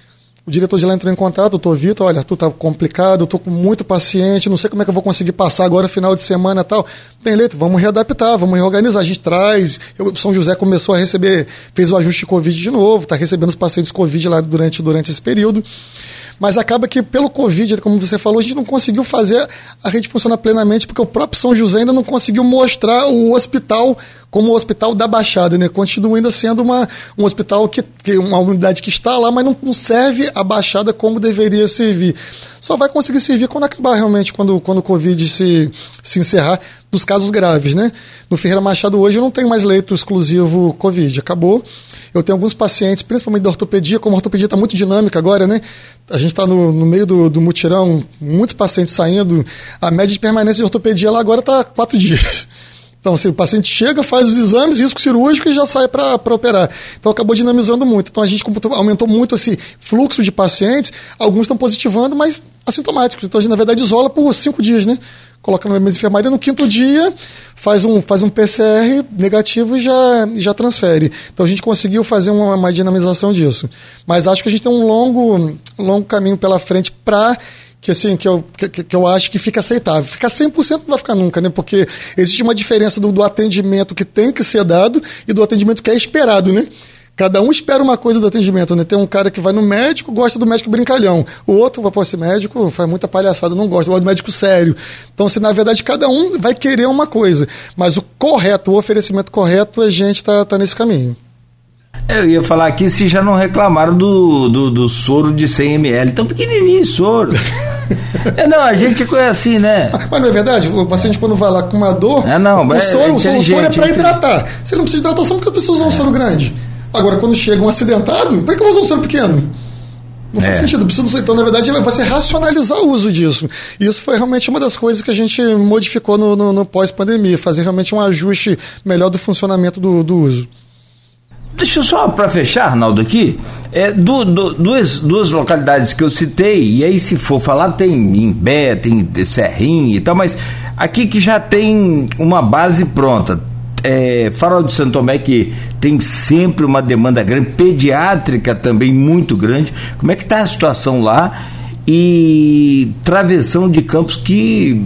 O diretor de lá entrou em contato, doutor Vitor, olha, Arthur, tá complicado, eu tô com muito paciente, não sei como é que eu vou conseguir passar agora final de semana e tal. Tem leito, vamos readaptar, vamos reorganizar. A gente traz, São José começou a receber, fez o ajuste de Covid de novo, está recebendo os pacientes Covid lá durante esse período. Mas acaba que pelo Covid, como você falou, a gente não conseguiu fazer a rede funcionar plenamente, porque o próprio São José ainda não conseguiu mostrar o hospital como o hospital da Baixada, né? Continua ainda sendo um hospital uma unidade que está lá, mas não serve a Baixada como deveria servir. Só vai conseguir servir quando acabar realmente, quando o Covid se encerrar, dos casos graves, né? No Ferreira Machado hoje eu não tenho mais leito exclusivo Covid, acabou. Eu tenho alguns pacientes, principalmente da ortopedia, como a ortopedia está muito dinâmica agora, né? A gente está no meio do mutirão, muitos pacientes saindo, a média de permanência de ortopedia lá agora está 4 dias. Então, assim, o paciente chega, faz os exames, risco cirúrgico e já sai para operar. Então, acabou dinamizando muito. Então, a gente aumentou muito esse fluxo de pacientes. Alguns estão positivando, mas assintomáticos. Então, a gente, na verdade, isola por 5 dias, né? Coloca na mesa de enfermaria, no 5º dia faz um PCR negativo e já transfere. Então, a gente conseguiu fazer uma dinamização disso. Mas acho que a gente tem um longo caminho pela frente para... que eu acho que fica aceitável. Ficar 100% não vai ficar nunca, né? Porque existe uma diferença do atendimento que tem que ser dado e do atendimento que é esperado, né? Cada um espera uma coisa do atendimento, né? Tem um cara que vai no médico, gosta do médico brincalhão. O outro vai, esse médico faz muita palhaçada, não gosta, gosta do médico sério. Então, na verdade, cada um vai querer uma coisa. Mas o oferecimento correto, a gente tá nesse caminho. Eu ia falar aqui se já não reclamaram do soro de 100 ml. Tão pequenininho soro. Não, a gente é assim, né? Mas não é verdade? O paciente quando vai lá com uma dor, o soro é para hidratar. Você não precisa de hidratação porque a pessoa usa um soro grande. Agora, quando chega um acidentado, por que eu vou usar um soro pequeno? Não faz sentido. Então, na verdade, vai ser racionalizar o uso disso. E isso foi realmente uma das coisas que a gente modificou no pós-pandemia, fazer realmente um ajuste melhor do funcionamento do uso. Deixa eu só, para fechar, Arnaldo, aqui, duas localidades que eu citei, e aí se for falar tem Imbé, tem Serrinha e tal, mas aqui que já tem uma base pronta, Farol de Santo Tomé, que tem sempre uma demanda grande, pediátrica também muito grande. Como é que está a situação lá? E Travessão de Campos, que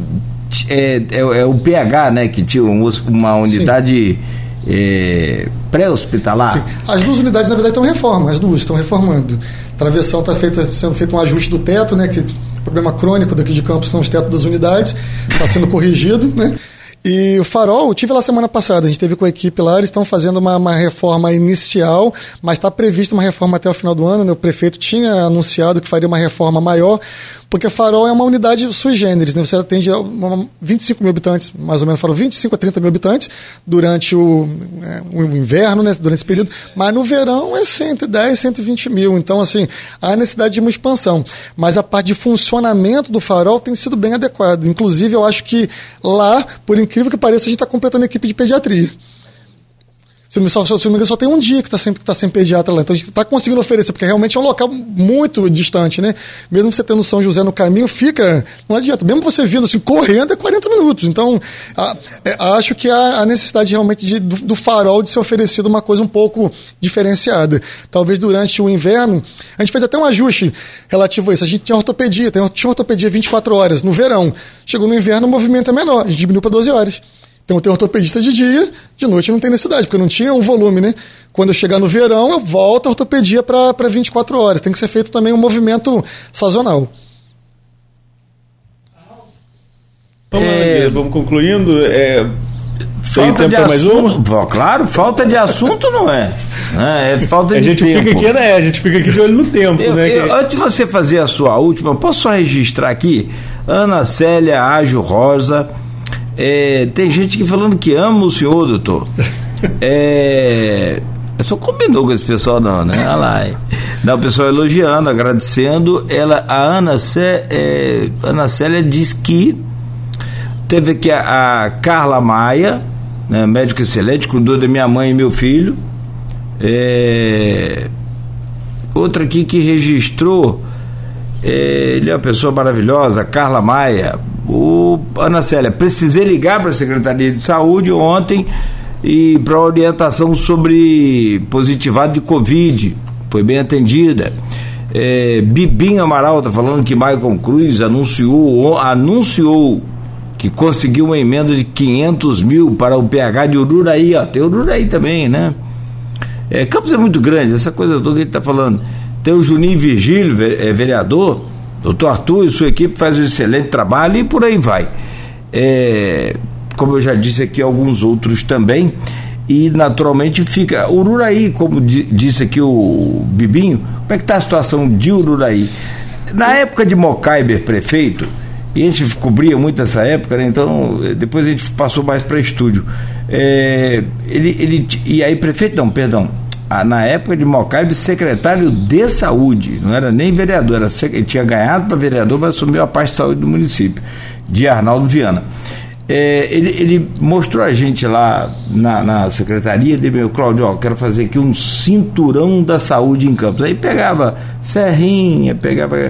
é o PH, né, que tinha uma unidade... pré-hospitalar. Sim. As 2 unidades, na verdade, estão em reforma. As 2 estão reformando. Travessão está sendo feito um ajuste do teto, né? Que problema crônico daqui de Campos são os tetos das unidades, está sendo corrigido, né? E o Farol, eu tive lá semana passada, a gente teve com a equipe lá, eles estão fazendo uma reforma inicial, mas está prevista uma reforma até o final do ano, né? O prefeito tinha anunciado que faria uma reforma maior, Porque Farol é uma unidade sui generis, né? Você atende 25 mil habitantes, mais ou menos, Farol, 25 a 30 mil habitantes durante o inverno, né? Durante esse período, mas no verão é 110, 120 mil. Então, assim, há necessidade de uma expansão. Mas a parte de funcionamento do Farol tem sido bem adequada. Inclusive, eu acho que lá, por incrível que pareça, a gente está completando a equipe de pediatria. Se não me engano, só tem um dia que está sem pediatra lá. Então a gente está conseguindo oferecer, porque realmente é um local muito distante, né? Mesmo você tendo São José no caminho, não adianta. Mesmo você vindo assim, correndo, é 40 minutos. Então, acho que há a necessidade realmente do Farol de ser oferecido uma coisa um pouco diferenciada. Talvez durante o inverno, a gente fez até um ajuste relativo a isso. A gente tinha ortopedia, tinha ortopedia 24 horas no verão. Chegou no inverno, o movimento é menor. A gente diminuiu para 12 horas. Então, eu tenho ortopedista de dia, de noite não tem necessidade, porque não tinha um volume, né? Quando eu chegar no verão, eu volto a ortopedia para 24 horas. Tem que ser feito também um movimento sazonal. Vamos concluindo. Tem tempo para mais uma? Claro, falta de assunto não é. É falta de tempo. A gente fica aqui de olho no tempo. Antes de você fazer a sua última, posso só registrar aqui? Ana Célia Ágio Rosa. Tem gente que falando que ama o senhor, doutor. Só combinou com esse pessoal não, né? Olha lá. Não, o pessoal elogiando, agradecendo. A Ana Célia diz que teve aqui a Carla Maia, né, médico excelente, cuidou da minha mãe e meu filho. Outra aqui que registrou, ele é uma pessoa maravilhosa, Carla Maia. Ana Célia, precisei ligar para a Secretaria de Saúde ontem e para orientação sobre positivado de Covid, foi bem atendida. Bibinho Amaral está falando que Maicon Cruz anunciou que conseguiu uma emenda de 500 mil para o PH de Ururaí. Tem Ururaí também, né? Campos é muito grande, essa coisa toda que ele está falando. Tem o Juninho Virgílio, vereador. Doutor Arthur e sua equipe fazem um excelente trabalho e por aí vai. Como eu já disse aqui, alguns outros também. E naturalmente fica. Ururaí, como disse aqui o Bibinho, como é que está a situação de Ururaí? Na época de Mocaiber prefeito, e a gente cobria muito essa época, né? Então depois a gente passou mais para estúdio. E aí, prefeito, não, perdão. Na época de Mocaibe, secretário de saúde, não era nem vereador, ele tinha ganhado para vereador, mas assumiu a parte de saúde do município, de Arnaldo Viana. Ele mostrou a gente lá na secretaria, meu Cláudio, quero fazer aqui um cinturão da saúde em Campos. Aí pegava Serrinha, pegava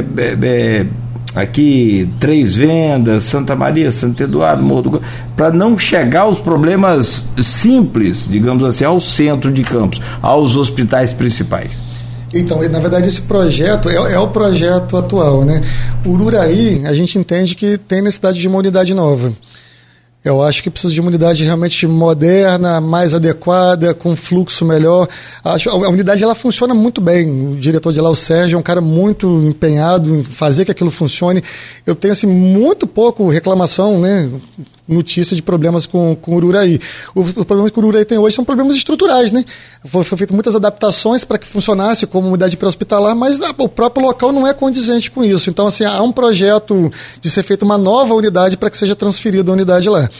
aqui Três Vendas, Santa Maria, Santo Eduardo, Morro do... para não chegar aos problemas simples, digamos assim, ao centro de Campos, aos hospitais principais. Então, na verdade, esse projeto é o projeto atual, né? Ururaí, a gente entende que tem necessidade de uma unidade nova. Eu acho que precisa de uma unidade realmente moderna, mais adequada, com fluxo melhor. A unidade ela funciona muito bem. O diretor de lá, o Sérgio, é um cara muito empenhado em fazer que aquilo funcione. Eu tenho assim, muito pouco reclamação, né? Notícia de problemas com o Ururaí. Os problemas que o Ururaí tem hoje são problemas estruturais, né? Foi feito muitas adaptações para que funcionasse como unidade pré-hospitalar, mas o próprio local não é condizente com isso. Então, assim, há um projeto de ser feita uma nova unidade para que seja transferida a unidade lá.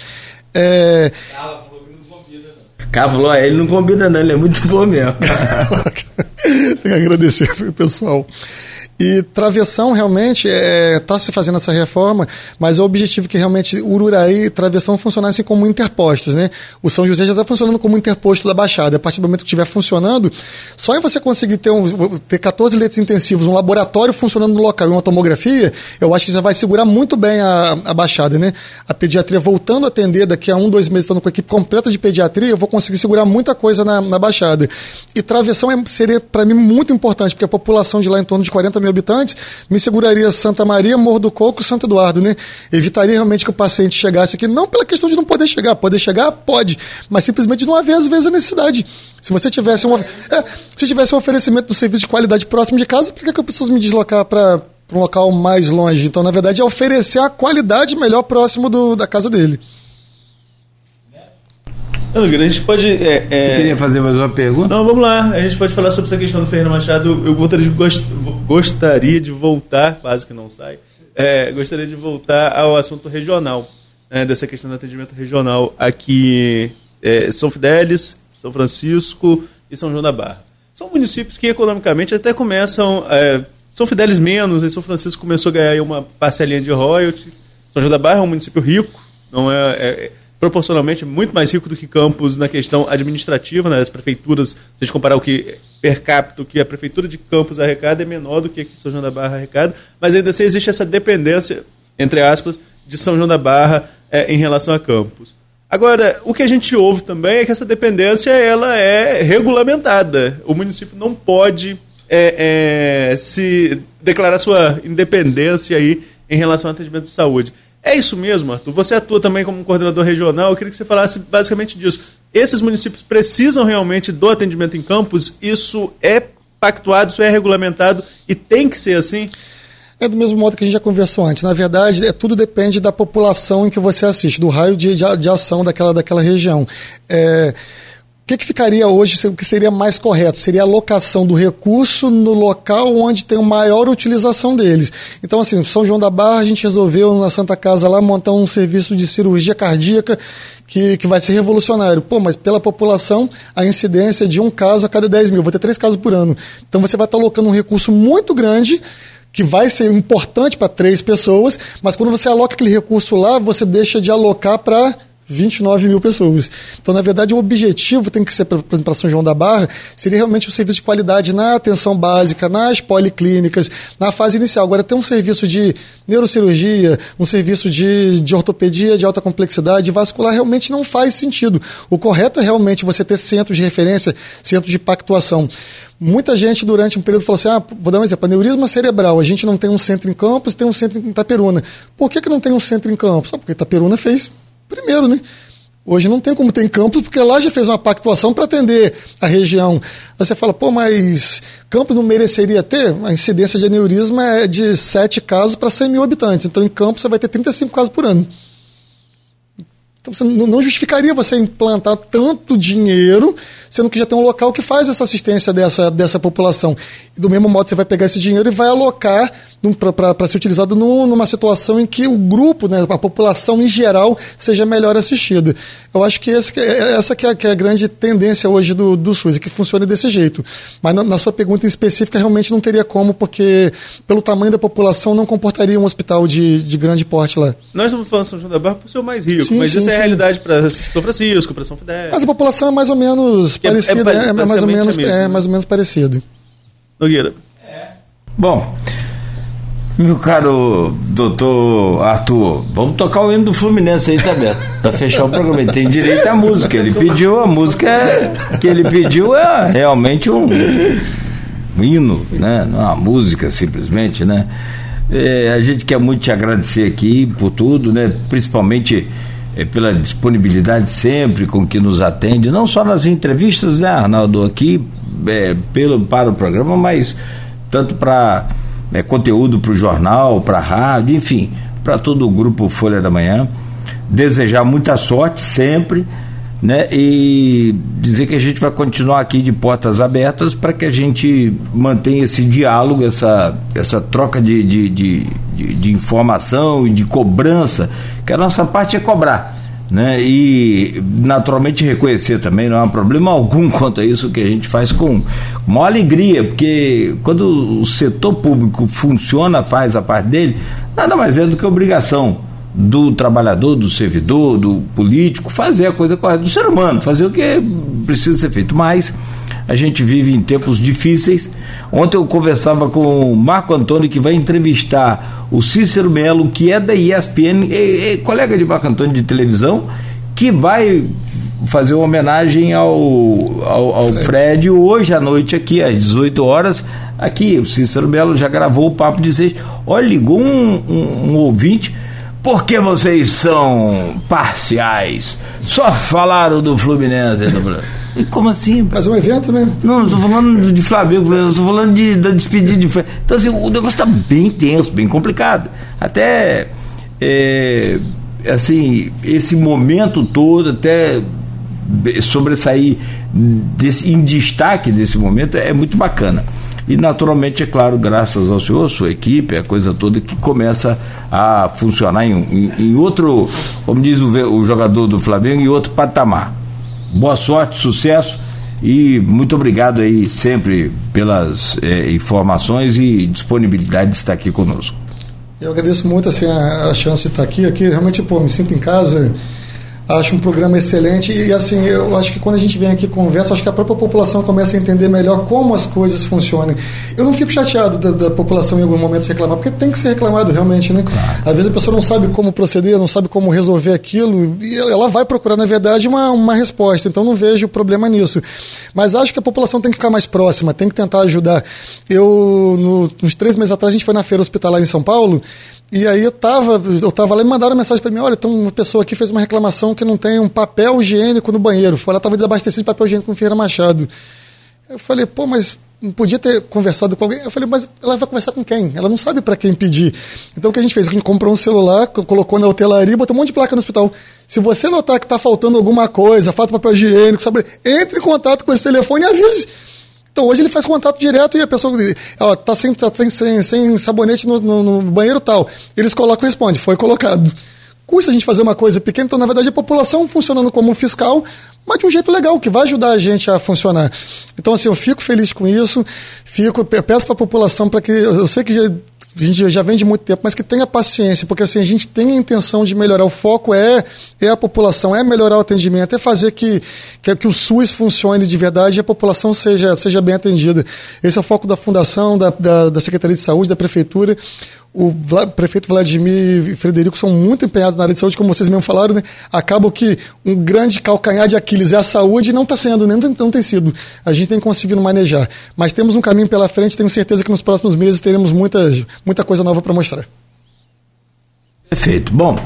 Carla falou, ele não combina não, ele é muito bom mesmo. Tenho que agradecer pro pessoal. E Travessão realmente está se fazendo essa reforma, mas o objetivo é que realmente Ururaí e Travessão funcionassem como interpostos, né? O São José já está funcionando como interposto da Baixada. A partir do momento que estiver funcionando, só em você conseguir ter 14 leitos intensivos, um laboratório funcionando no local e uma tomografia, eu acho que já vai segurar muito bem a Baixada, né? A pediatria voltando a atender daqui a 1-2 meses, estando com a equipe completa de pediatria, eu vou conseguir segurar muita coisa na Baixada. E Travessão seria, para mim, muito importante, porque a população de lá, em torno de 40 mil habitantes, me seguraria Santa Maria, Morro do Coco e Santo Eduardo, né? Evitaria realmente que o paciente chegasse aqui, não pela questão de não poder chegar, pode, mas simplesmente não haver, às vezes, a necessidade. Se você tivesse um oferecimento do serviço de qualidade próximo de casa, por que eu preciso me deslocar para um local mais longe? Então, na verdade, é oferecer a qualidade melhor próximo da casa dele. A gente pode... Você queria fazer mais uma pergunta? Não, vamos lá. A gente pode falar sobre essa questão do Ferreira Machado. Eu gostaria de voltar, quase que não sai, gostaria de voltar ao assunto regional, dessa questão do atendimento regional aqui, São Fidélis, São Francisco e São João da Barra. São municípios que economicamente até começam, São Fidélis menos, e São Francisco começou a ganhar uma parcelinha de royalties. São João da Barra é um município rico, não proporcionalmente muito mais rico do que Campos na questão administrativa, né? As prefeituras, se a gente comparar o que per capita, o que a prefeitura de Campos arrecada é menor do que aqui São João da Barra arrecada, mas ainda assim existe essa dependência, entre aspas, de São João da Barra em relação a Campos. Agora, o que a gente ouve também é que essa dependência ela é regulamentada. O município não pode se declarar sua independência aí em relação ao atendimento de saúde. É isso mesmo, Arthur? Você atua também como coordenador regional, eu queria que você falasse basicamente disso. Esses municípios precisam realmente do atendimento em Campos? Isso é pactuado, isso é regulamentado e tem que ser assim? É do mesmo modo que a gente já conversou antes. Na verdade, tudo depende da população em que você assiste, do raio de ação daquela região. O que ficaria hoje, o que seria mais correto? Seria a alocação do recurso no local onde tem maior utilização deles. Então, assim, São João da Barra, a gente resolveu na Santa Casa lá montar um serviço de cirurgia cardíaca que vai ser revolucionário. Mas pela população, a incidência é de um caso a cada 10 mil. Vou ter 3 casos por ano. Então, você vai estar alocando um recurso muito grande que vai ser importante para 3 pessoas, mas quando você aloca aquele recurso lá, você deixa de alocar para 29 mil pessoas. Então, na verdade, o objetivo tem que ser, por exemplo, para São João da Barra, seria realmente um serviço de qualidade na atenção básica, nas policlínicas, na fase inicial. Agora, ter um serviço de neurocirurgia, um serviço de ortopedia de alta complexidade, vascular, realmente não faz sentido. O correto é realmente você ter centros de referência, centros de pactuação. Muita gente, durante um período, falou assim, vou dar um exemplo, aneurisma cerebral, a gente não tem um centro em Campos, tem um centro em Itaperuna. Por que não tem um centro em Campos? Porque Itaperuna fez primeiro, né? Hoje não tem como ter em Campos, porque lá já fez uma pactuação para atender a região. Você fala, mas Campos não mereceria ter? A incidência de aneurisma é de 7 casos para 100 mil habitantes. Então, em Campos, você vai ter 35 casos por ano. Então, você não justificaria você implantar tanto dinheiro, sendo que já tem um local que faz essa assistência dessa população. E do mesmo modo, você vai pegar esse dinheiro e vai alocar para ser utilizado numa situação em que o grupo, né, a população em geral, seja melhor assistida. Eu acho que essa que é a grande tendência hoje do SUS, e que funcione desse jeito. Mas na sua pergunta em específica, realmente não teria como, porque pelo tamanho da população não comportaria um hospital de grande porte lá. Nós estamos falando de São João da Barra por ser o mais rico, mas isso é a realidade para São Francisco, para São Fidélis. Mas a população é mais ou menos parecida, é mais ou menos parecido. Nogueira. Bom, meu caro doutor Arthur, vamos tocar o hino do Fluminense aí também, para fechar o programa. Ele tem direito à música. Ele pediu a música que ele pediu é realmente um hino, né? Não é uma música simplesmente, né? A gente quer muito te agradecer aqui por tudo, né? Principalmente pela disponibilidade sempre com que nos atende, não só nas entrevistas, né, Arnaldo, aqui para o programa, mas tanto para conteúdo para o jornal, para a rádio, enfim, para todo o grupo Folha da Manhã. Desejar muita sorte sempre, né, e dizer que a gente vai continuar aqui de portas abertas para que a gente mantenha esse diálogo, essa troca de informação e de cobrança, que a nossa parte é cobrar, né, e naturalmente reconhecer também, não há problema algum quanto a isso, que a gente faz com maior alegria, porque quando o setor público funciona, faz a parte dele, nada mais é do que obrigação do trabalhador, do servidor, do político, fazer a coisa correta, do ser humano, fazer o que precisa ser feito. Mas a gente vive em tempos difíceis. Ontem eu conversava com o Marco Antônio, que vai entrevistar o Cícero Melo, que é da ESPN, colega de Marco Antônio de televisão, que vai fazer uma homenagem ao Fred hoje à noite aqui às 18 horas. Aqui o Cícero Melo já gravou o papo de 6. Olha, ligou um ouvinte: por que vocês são parciais? Só falaram do Fluminense. Como assim? Mas é um evento, né? Não estou falando de Flamengo, estou falando da despedida de Fred. Então, assim, o negócio está bem tenso, bem complicado. Até assim, esse momento todo, até sobressair em destaque desse momento, é muito bacana. e naturalmente, é claro, graças ao senhor, sua equipe, a coisa toda que começa a funcionar em outro, como diz o jogador do Flamengo, em outro patamar. Boa sorte, sucesso e muito obrigado aí sempre pelas informações e disponibilidade de estar aqui conosco. Eu agradeço muito assim, a chance de estar aqui realmente me sinto em casa. Acho um programa excelente e assim, eu acho que quando a gente vem aqui e conversa, acho que a própria população começa a entender melhor como as coisas funcionam. Eu não fico chateado da população em algum momento se reclamar, porque tem que ser reclamado realmente, né? Claro. Às vezes a pessoa não sabe como proceder, não sabe como resolver aquilo e ela vai procurar, na verdade, uma resposta. Então não vejo problema nisso. Mas acho que a população tem que ficar mais próxima, tem que tentar ajudar. Uns 3 meses atrás, a gente foi na feira hospitalar em São Paulo. E aí eu tava lá e mandaram uma mensagem para mim, olha, então uma pessoa aqui fez uma reclamação que não tem um papel higiênico no banheiro. Ela estava desabastecida de papel higiênico no Ferreira Machado. Eu falei, mas não podia ter conversado com alguém? Eu falei, mas ela vai conversar com quem? Ela não sabe para quem pedir. Então o que a gente fez? A gente comprou um celular, colocou na hotelaria, botou um monte de placa no hospital. Se você notar que está faltando alguma coisa, falta papel higiênico, entre em contato com esse telefone e avise. Então hoje ele faz contato direto e a pessoa está sem sabonete no banheiro tal. Eles colocam e respondem, foi colocado. Custa a gente fazer uma coisa pequena, então na verdade a população funcionando como um fiscal, mas de um jeito legal, que vai ajudar a gente a funcionar. Então assim, eu fico feliz com isso, peço para a população para que, eu sei que a gente já vem de muito tempo, mas que tenha paciência, porque assim, a gente tem a intenção de melhorar. O foco é a população, é melhorar o atendimento, é fazer que o SUS funcione de verdade e a população seja bem atendida. Esse é o foco da Fundação, da Secretaria de Saúde, da Prefeitura. O prefeito Vladimir e Frederico são muito empenhados na área de saúde, como vocês mesmo falaram, né? Acaba que um grande calcanhar de Aquiles é a saúde e não está sendo, não tem sido. A gente tem conseguido manejar. Mas temos um caminho pela frente, tenho certeza que nos próximos meses teremos muita coisa nova para mostrar. Perfeito. Bom,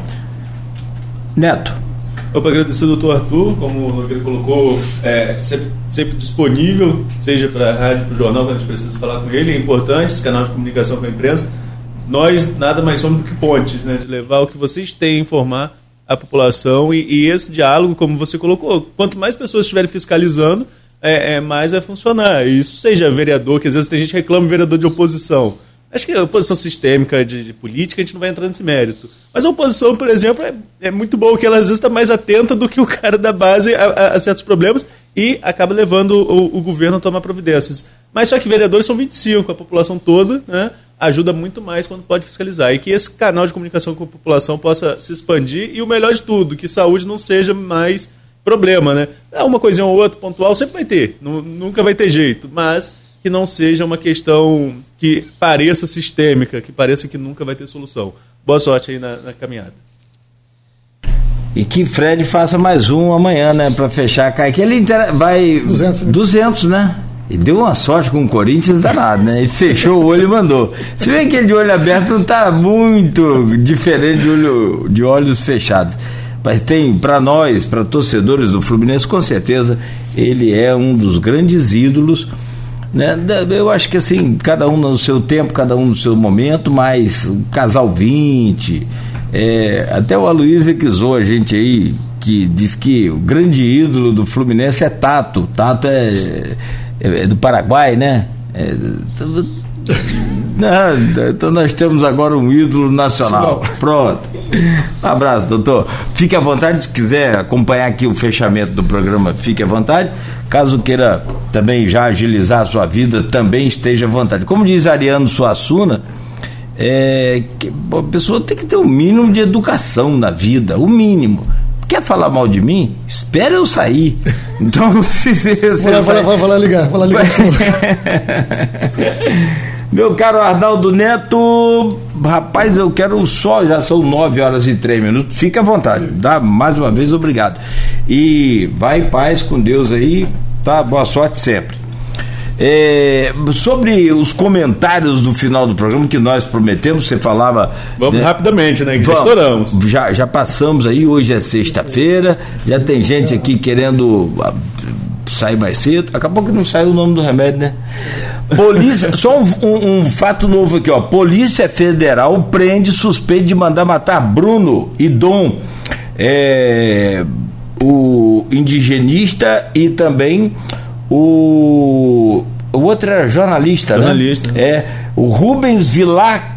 Neto. Eu para agradecer ao doutor Arthur, como ele colocou, sempre disponível, seja para a rádio, para o jornal, quando a gente precisa falar com ele, é importante esse canal de comunicação com a imprensa. Nós nada mais somos do que pontes, né, de levar o que vocês têm a informar a população e esse diálogo, como você colocou, quanto mais pessoas estiverem fiscalizando, mais vai funcionar. Isso seja vereador, que às vezes tem gente que reclama vereador de oposição. Acho que a oposição sistêmica de política, a gente não vai entrar nesse mérito. Mas a oposição, por exemplo, é muito boa, que ela às vezes está mais atenta do que o cara da base a certos problemas e acaba levando o governo a tomar providências. Mas só que vereadores são 25, a população toda, né, ajuda muito mais quando pode fiscalizar. E que esse canal de comunicação com a população possa se expandir e o melhor de tudo, que saúde não seja mais problema, né? Uma coisinha ou outra pontual sempre vai ter, nunca vai ter jeito, mas que não seja uma questão que pareça sistêmica, que pareça que nunca vai ter solução. Boa sorte aí na caminhada. E que Fred faça mais um amanhã, né, para fechar. Que ele vai 200, né? E deu uma sorte com o Corinthians danado, né? E fechou o olho e mandou. Se bem que ele de olho aberto não está muito diferente de olhos fechados. Mas tem, para nós, para torcedores do Fluminense, com certeza, ele é um dos grandes ídolos, né? Eu acho que assim, cada um no seu tempo, cada um no seu momento, mas o Casal 20, até o Aloysio que zoou a gente aí, que diz que o grande ídolo do Fluminense é Tato. Tato é do Paraguai, né? Então nós temos agora um ídolo nacional. Pronto. Um abraço, doutor. Fique à vontade, se quiser acompanhar aqui o fechamento do programa, fique à vontade. Caso queira também já agilizar a sua vida, também esteja à vontade. Como diz Ariano Suassuna, que a pessoa tem que ter um mínimo de educação na vida, o mínimo. Quer falar mal de mim? Espera eu sair. Então, se você vou lá ligar. Meu caro Arnaldo Neto, rapaz, eu quero já são 9h03. Fique à vontade, dá mais uma vez, obrigado. E vai em paz com Deus aí, tá? Boa sorte sempre. Sobre os comentários do final do programa que nós prometemos, você falava. Vamos rapidamente, né? Que estouramos. Já passamos aí, hoje é sexta-feira, já tem gente aqui querendo sair mais cedo. Acabou que não saiu o nome do remédio, né? Polícia, só um fato novo aqui, ó. Polícia Federal prende suspeito de mandar matar Bruno e Dom, o indigenista, e também o O outro era jornalista, né? O Rubens Vilar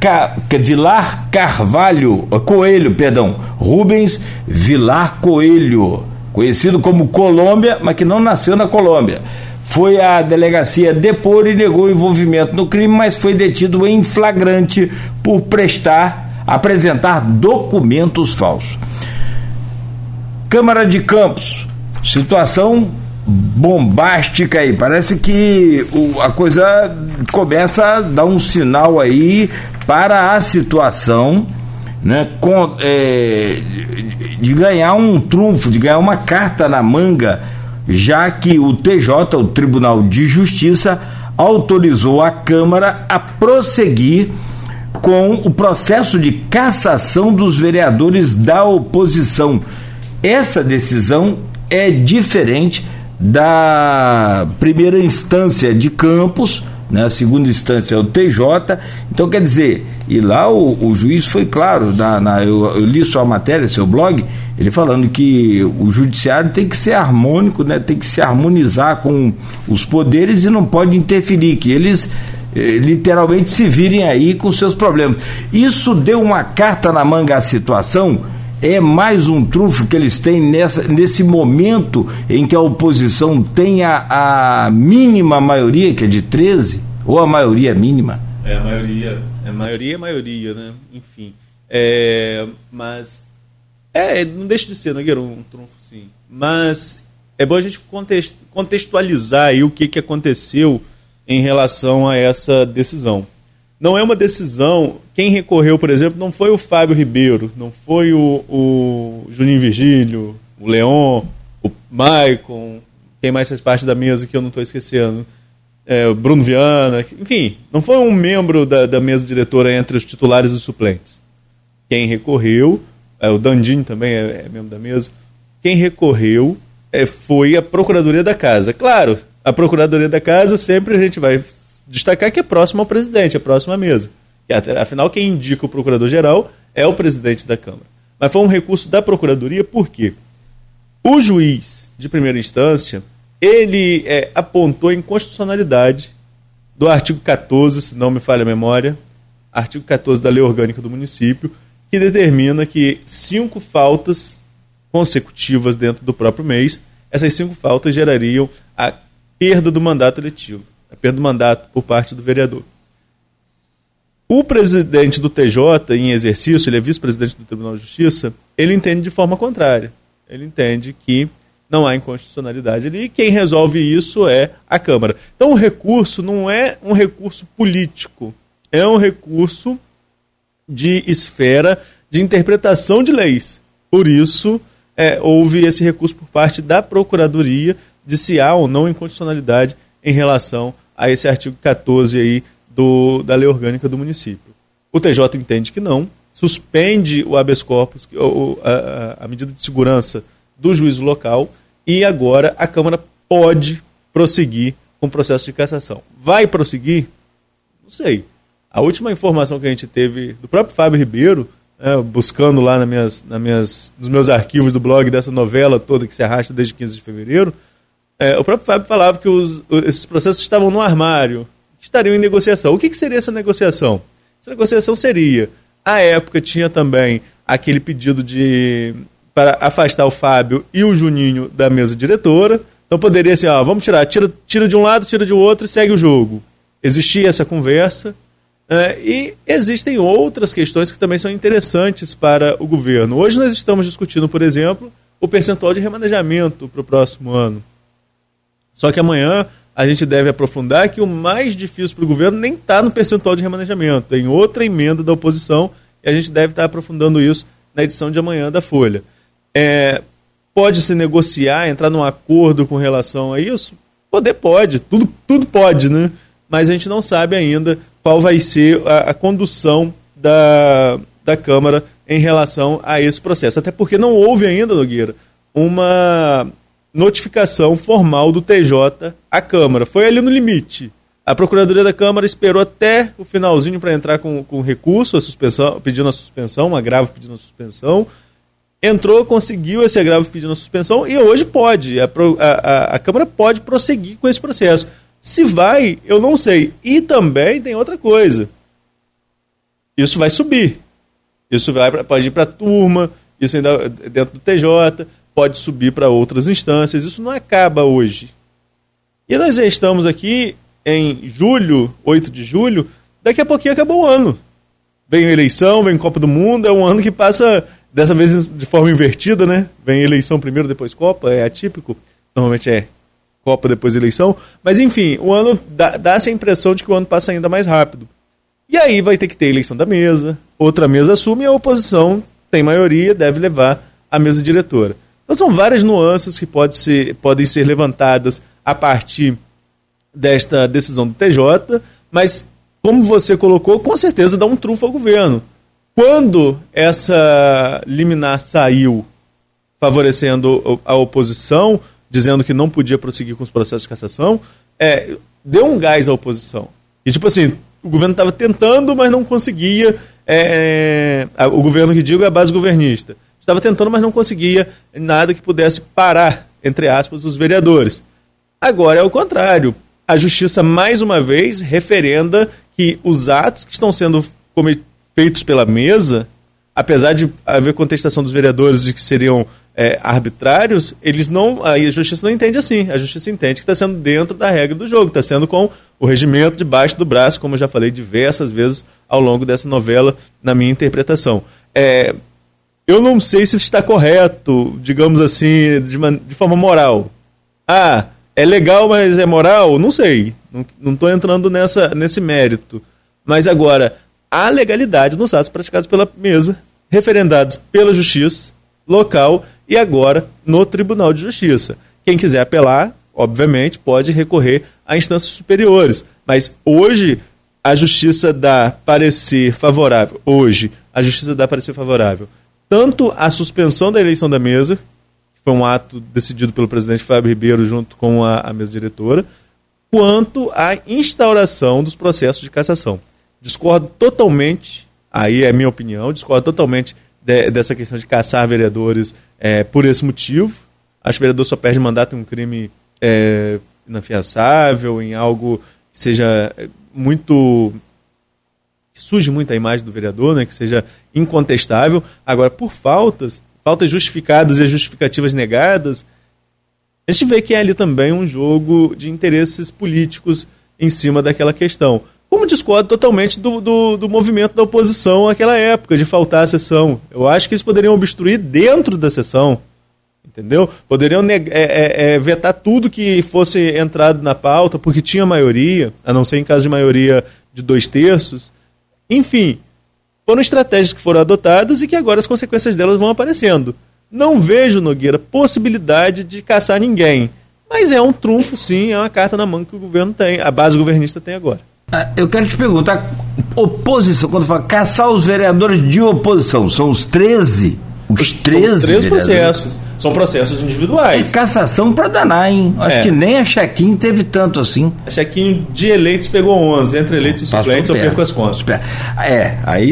Coelho, Rubens Vilar Coelho, conhecido como Colômbia, mas que não nasceu na Colômbia. Foi à delegacia depor e negou envolvimento no crime, mas foi detido em flagrante por apresentar documentos falsos. Câmara de Campos, situação bombástica aí, parece que a coisa começa a dar um sinal aí para a situação, né, de ganhar um trunfo, de ganhar uma carta na manga, já que o TJ, o Tribunal de Justiça, autorizou a Câmara a prosseguir com o processo de cassação dos vereadores da oposição. Essa decisão é diferente da primeira instância de Campos, né? A segunda instância é o TJ. Então, quer dizer, e lá o juiz foi claro, eu li sua matéria, seu blog, ele falando que o judiciário tem que ser harmônico, né? Tem que se harmonizar com os poderes e não pode interferir, que eles literalmente se virem aí com seus problemas. Isso deu uma carta na manga à situação. É mais um trunfo que eles têm nesse momento em que a oposição tem a mínima maioria, que é de 13, ou a maioria mínima? A maioria, né? Enfim. Mas não deixa de ser, Nogueira, um trunfo, sim. Mas é bom a gente contextualizar aí o que aconteceu em relação a essa decisão. Não é uma decisão, quem recorreu, por exemplo, não foi o Fábio Ribeiro, não foi o Juninho Virgílio, o Leon, o Maicon, quem mais faz parte da mesa que eu não estou esquecendo, o Bruno Viana, enfim, não foi um membro da mesa diretora entre os titulares e os suplentes. Quem recorreu, o Dandini também é membro da mesa, quem recorreu foi a Procuradoria da Casa. Claro, a Procuradoria da Casa sempre a gente vai destacar que é próximo ao presidente, é próximo à mesa. E afinal, quem indica o procurador-geral é o presidente da Câmara. Mas foi um recurso da Procuradoria, por quê? O juiz de primeira instância, ele apontou a inconstitucionalidade do artigo 14, se não me falha a memória, artigo 14 da Lei Orgânica do Município, que determina que 5 faltas consecutivas dentro do próprio mês, essas 5 faltas gerariam a perda do mandato eletivo. A perda do mandato por parte do vereador. O presidente do TJ, em exercício, ele é vice-presidente do Tribunal de Justiça, ele entende de forma contrária. Ele entende que não há inconstitucionalidade ali e quem resolve isso é a Câmara. Então o recurso não é um recurso político, é um recurso de esfera de interpretação de leis. Por isso, houve esse recurso por parte da Procuradoria de se há ou não inconstitucionalidade em relação a esse artigo 14 aí da Lei Orgânica do Município. O TJ entende que não, suspende o habeas corpus, a medida de segurança do juízo local, e agora a Câmara pode prosseguir com o processo de cassação. Vai prosseguir? Não sei. A última informação que a gente teve do próprio Fábio Ribeiro, buscando lá nos meus arquivos do blog dessa novela toda que se arrasta desde 15 de fevereiro, o próprio Fábio falava que esses processos estavam no armário, que estariam em negociação. O que seria essa negociação? Essa negociação seria, à época tinha também aquele pedido para afastar o Fábio e o Juninho da mesa diretora, então poderia ser, vamos tira de um lado, tira de outro e segue o jogo. Existia essa conversa, e existem outras questões que também são interessantes para o governo. Hoje nós estamos discutindo, por exemplo, o percentual de remanejamento para o próximo ano. Só que amanhã a gente deve aprofundar que o mais difícil para o governo nem está no percentual de remanejamento, em outra emenda da oposição, e a gente deve estar aprofundando isso na edição de amanhã da Folha. Pode-se negociar, entrar num acordo com relação a isso? Pode, tudo pode, né? Mas a gente não sabe ainda qual vai ser a condução da Câmara em relação a esse processo. Até porque não houve ainda, Nogueira, uma notificação formal do TJ à Câmara. Foi ali no limite. A Procuradoria da Câmara esperou até o finalzinho para entrar com recurso, a suspensão, pedindo a suspensão, um agravo pedindo a suspensão. Entrou, conseguiu esse agravo pedindo a suspensão e hoje pode. A Câmara pode prosseguir com esse processo. Se vai, eu não sei. E também tem outra coisa. Isso vai subir. Isso pode ir para a turma, isso ainda dentro do TJ, pode subir para outras instâncias. Isso não acaba hoje. E nós já estamos aqui em julho, 8 de julho, daqui a pouquinho acabou o ano. Vem eleição, vem Copa do Mundo, é um ano que passa, dessa vez de forma invertida, né? Vem eleição primeiro, depois Copa, é atípico. Normalmente é Copa, depois eleição. Mas enfim, o ano dá-se a impressão de que o ano passa ainda mais rápido. E aí vai ter que ter eleição da mesa, outra mesa assume e a oposição tem maioria, deve levar a mesa diretora. Então são várias nuances que podem ser levantadas a partir desta decisão do TJ, mas, como você colocou, com certeza dá um trunfo ao governo. Quando essa liminar saiu favorecendo a oposição, dizendo que não podia prosseguir com os processos de cassação, deu um gás à oposição. E tipo assim, o governo estava tentando, mas não conseguia, o governo que digo é a base governista, estava tentando, mas não conseguia nada que pudesse parar, entre aspas, os vereadores. Agora é o contrário. A justiça, mais uma vez, referenda que os atos que estão sendo feitos pela mesa, apesar de haver contestação dos vereadores de que seriam arbitrários, a justiça não entende assim. A justiça entende que está sendo dentro da regra do jogo, está sendo com o regimento debaixo do braço, como eu já falei diversas vezes ao longo dessa novela, na minha interpretação. Eu não sei se está correto, digamos assim, de forma moral. É legal, mas é moral? Não sei. Não estou entrando nesse mérito. Mas agora, há legalidade nos atos praticados pela mesa, referendados pela justiça local e agora no Tribunal de Justiça. Quem quiser apelar, obviamente, pode recorrer a instâncias superiores. Mas hoje, a justiça dá parecer favorável. Tanto a suspensão da eleição da mesa, foi um ato decidido pelo presidente Fábio Ribeiro junto com a mesa diretora, quanto à instauração dos processos de cassação. Discordo totalmente, aí é a minha opinião, dessa questão de cassar vereadores por esse motivo. Acho que o vereador só perde mandato em um crime inafiançável, em algo que seja muito... que suje muito a imagem do vereador, né, que seja incontestável. Agora, por faltas justificadas e justificativas negadas, a gente vê que é ali também um jogo de interesses políticos em cima daquela questão. Como discordo totalmente do movimento da oposição naquela época, de faltar a sessão. Eu acho que eles poderiam obstruir dentro da sessão, entendeu? Poderiam vetar tudo que fosse entrado na pauta, porque tinha maioria, a não ser em caso de maioria de 2/3. Enfim, foram estratégias que foram adotadas e que agora as consequências delas vão aparecendo. Não vejo, Nogueira, possibilidade de caçar ninguém. Mas é um trunfo, sim, é uma carta na mão que o governo tem, a base governista tem agora. Eu quero te perguntar, oposição, quando fala caçar os vereadores de oposição, são os 13? Os 13 são 3 processos. São processos individuais. É cassação pra danar, hein? Acho que nem a Chequinho teve tanto assim. A Chequinho de eleitos pegou 11. Entre eleitos e suplentes eu perco as contas. Aí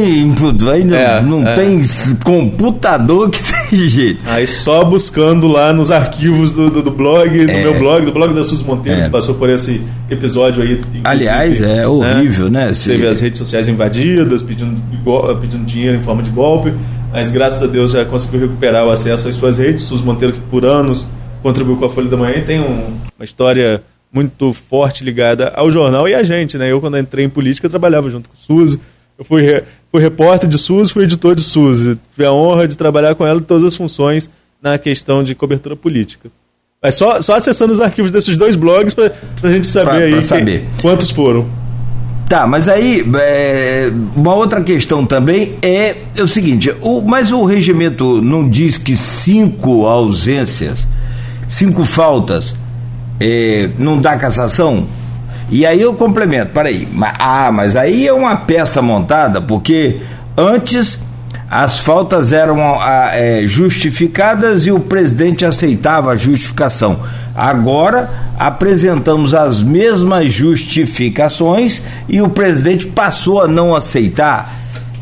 não tem computador que tem jeito. Aí só buscando lá nos arquivos do blog, do meu blog, do blog da Suzy Monteiro, que passou por esse episódio aí. Aliás, é horrível, né? Teve as redes sociais invadidas, pedindo dinheiro em forma de golpe. Mas graças a Deus já conseguiu recuperar o acesso às suas redes. Suzy Monteiro, que por anos contribuiu com a Folha da Manhã, e tem uma história muito forte ligada ao jornal e a gente, né? Eu, quando entrei em política, trabalhava junto com Suzy. Eu fui repórter de Suzy, fui editor de Suzy. Tive a honra de trabalhar com ela em todas as funções na questão de cobertura política. Mas só acessando os arquivos desses 2 blogs pra gente saber quantos foram. Tá, mas aí uma outra questão também é o seguinte, mas o regimento não diz que 5 ausências, 5 faltas não dá cassação? E aí eu complemento, peraí, mas aí é uma peça montada, porque antes as faltas eram justificadas e o presidente aceitava a justificação. Agora apresentamos as mesmas justificações e o presidente passou a não aceitar.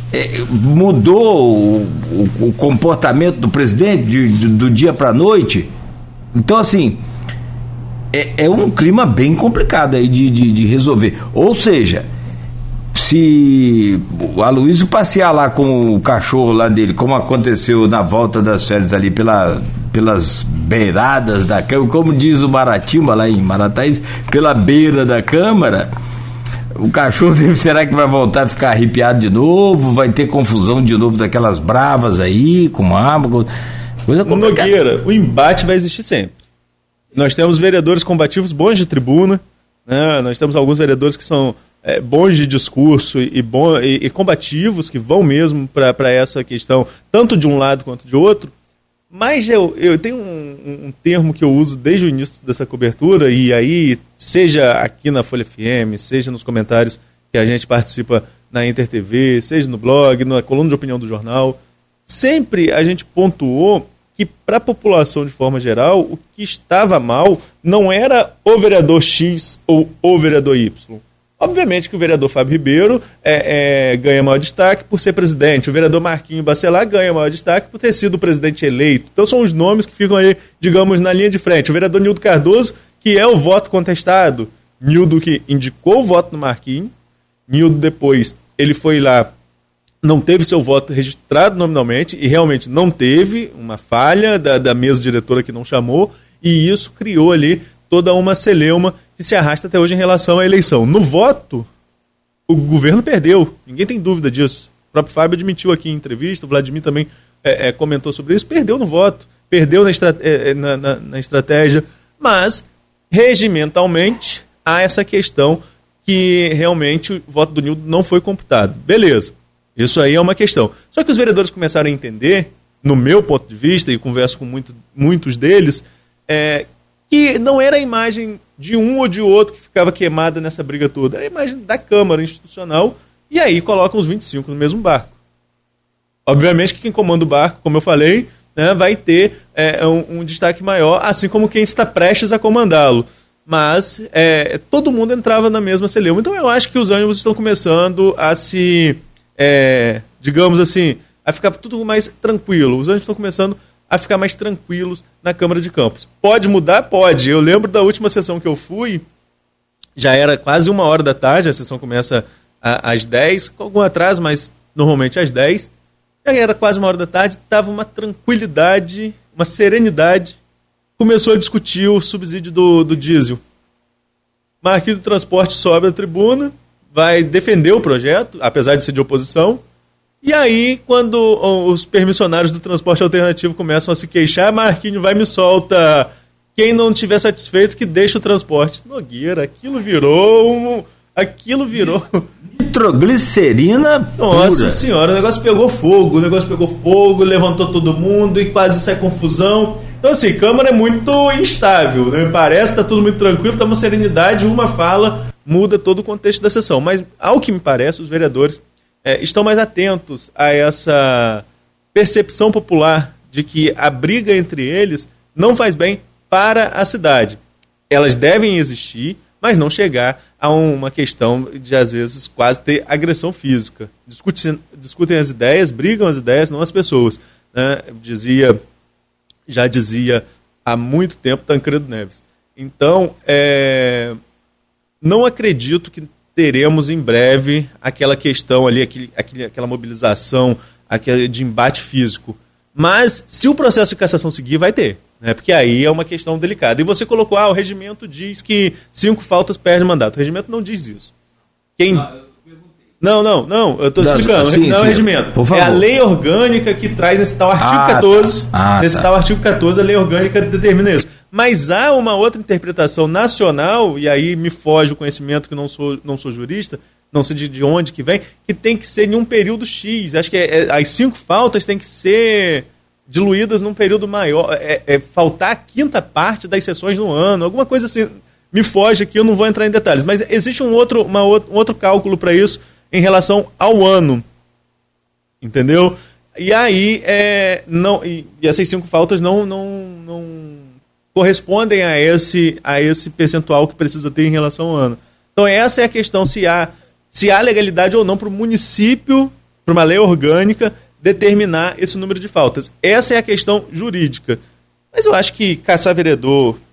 Mudou o comportamento do presidente do dia para a noite. Então, assim, é um clima bem complicado aí de resolver. Ou seja, se o Aloysio passear lá com o cachorro lá dele, como aconteceu na volta das férias ali pelas beiradas da Câmara, como diz o Maratimba lá em Marataízes, pela beira da Câmara, o cachorro dele, será que vai voltar a ficar arrepiado de novo? Vai ter confusão de novo daquelas bravas aí, com água, coisa complicada. Nogueira, o embate vai existir sempre. Nós temos vereadores combativos bons de tribuna, né? Nós temos alguns vereadores que são bons de discurso e combativos, que vão mesmo para essa questão, tanto de um lado quanto de outro. Mas eu tenho um termo que eu uso desde o início dessa cobertura, e aí, seja aqui na Folha FM, seja nos comentários que a gente participa na Inter TV, seja no blog, na coluna de opinião do jornal, sempre a gente pontuou que para a população de forma geral, o que estava mal não era o vereador X ou o vereador Y. Obviamente que o vereador Fábio Ribeiro ganha maior destaque por ser presidente. O vereador Marquinho Bacelar ganha maior destaque por ter sido o presidente eleito. Então são os nomes que ficam aí, digamos, na linha de frente. O vereador Nildo Cardoso, que é o voto contestado. Nildo que indicou o voto no Marquinho. Nildo depois, ele foi lá, não teve seu voto registrado nominalmente, e realmente não teve, uma falha da mesa diretora que não chamou, e isso criou ali toda uma celeuma que se arrasta até hoje em relação à eleição. No voto, o governo perdeu, ninguém tem dúvida disso. O próprio Fábio admitiu aqui em entrevista, o Vladimir também comentou sobre isso, perdeu no voto, perdeu na estratégia, mas regimentalmente há essa questão que realmente o voto do Nildo não foi computado. Beleza, isso aí é uma questão. Só que os vereadores começaram a entender, no meu ponto de vista, e converso com muitos deles, que não era a imagem de um ou de outro que ficava queimada nessa briga toda, era a imagem da Câmara institucional, e aí colocam os 25 no mesmo barco. Obviamente que quem comanda o barco, como eu falei, né, vai ter um destaque maior, assim como quem está prestes a comandá-lo. Mas todo mundo entrava na mesma celeuma. Então eu acho que os ânimos estão começando a se, digamos assim, a ficar tudo mais tranquilo. Os ânimos estão começando a ficar mais tranquilos na Câmara de Campos. Pode mudar? Pode. Eu lembro da última sessão que eu fui, já era quase 1h da tarde, a sessão começa às 10, com algum atraso, mas normalmente às 10. Já era quase 1h da tarde, estava uma tranquilidade, uma serenidade. Começou a discutir o subsídio do diesel. Marquinhos do Transporte sobe à tribuna, vai defender o projeto, apesar de ser de oposição. E aí, quando os permissionários do transporte alternativo começam a se queixar, Marquinhos vai e me solta: quem não estiver satisfeito que deixa o transporte. Nogueira, aquilo virou nitroglicerina pura. Nossa senhora, o negócio pegou fogo, levantou todo mundo e quase sai confusão. Então assim, Câmara é muito instável, né? Parece que está tudo muito tranquilo, está uma serenidade, uma fala muda todo o contexto da sessão. Mas, ao que me parece, os vereadores estão mais atentos a essa percepção popular de que a briga entre eles não faz bem para a cidade. Elas devem existir, mas não chegar a uma questão de, às vezes, quase ter agressão física. Discutem as ideias, brigam as ideias, não as pessoas, né? Já dizia há muito tempo Tancredo Neves. Então, não acredito que teremos em breve aquela questão ali, aquela mobilização de embate físico. Mas, se o processo de cassação seguir, vai ter, né? Porque aí é uma questão delicada. E você colocou, o regimento diz que 5 faltas perde mandato. O regimento não diz isso. Não, eu estou explicando. Não é o regimento. É a lei orgânica que traz nesse tal artigo 14. Tal artigo 14, a lei orgânica determina isso. Mas há uma outra interpretação nacional, e aí me foge o conhecimento, que não sou jurista, não sei de onde que vem, que tem que ser em um período X. Acho que as 5 faltas têm que ser diluídas num período maior. Faltar a 5ª parte das sessões no ano, alguma coisa assim. Me foge aqui, eu não vou entrar em detalhes. Mas existe um outro cálculo para isso em relação ao ano. Entendeu? E aí, e essas 5 faltas não correspondem a esse percentual que precisa ter em relação ao ano. Então essa é a questão, se há legalidade ou não para o município, para uma lei orgânica, determinar esse número de faltas. Essa é a questão jurídica. Mas eu acho que caçar vereador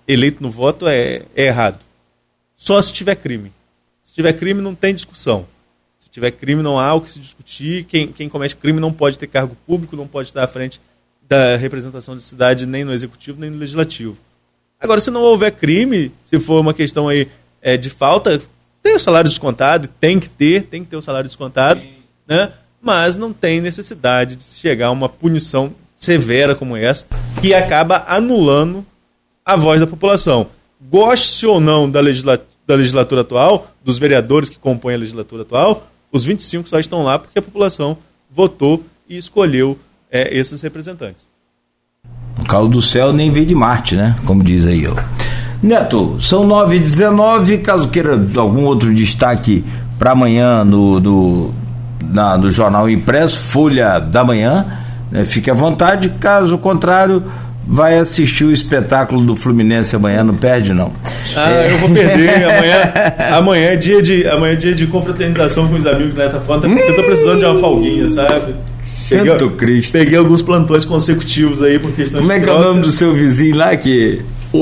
eleito no voto é errado. Só se tiver crime. Se tiver crime, não tem discussão. Se tiver crime, não há o que se discutir. Quem comete crime não pode ter cargo público, não pode estar à frente da representação da cidade, nem no executivo, nem no legislativo. Agora, se não houver crime, se for uma questão aí de falta, tem o salário descontado, tem que ter o salário descontado, né? Mas não tem necessidade de chegar a uma punição severa como essa, que acaba anulando a voz da população. Goste ou não da legislatura atual, dos vereadores que compõem a legislatura atual, os 25 só estão lá porque a população votou e escolheu esses representantes. O caldo do céu nem veio de Marte, né? Como diz aí, ó. Neto, são 9h19, caso queira algum outro destaque para amanhã no Jornal Impresso, Folha da Manhã, né? Fique à vontade, caso contrário, vai assistir o espetáculo do Fluminense amanhã, não perde não. Eu vou perder, amanhã é dia de confraternização com os amigos da Netafone, porque eu tô precisando de uma folguinha, sabe? Santo Cristo. Peguei alguns plantões consecutivos aí por questão Como de é que é o nome do seu vizinho lá que...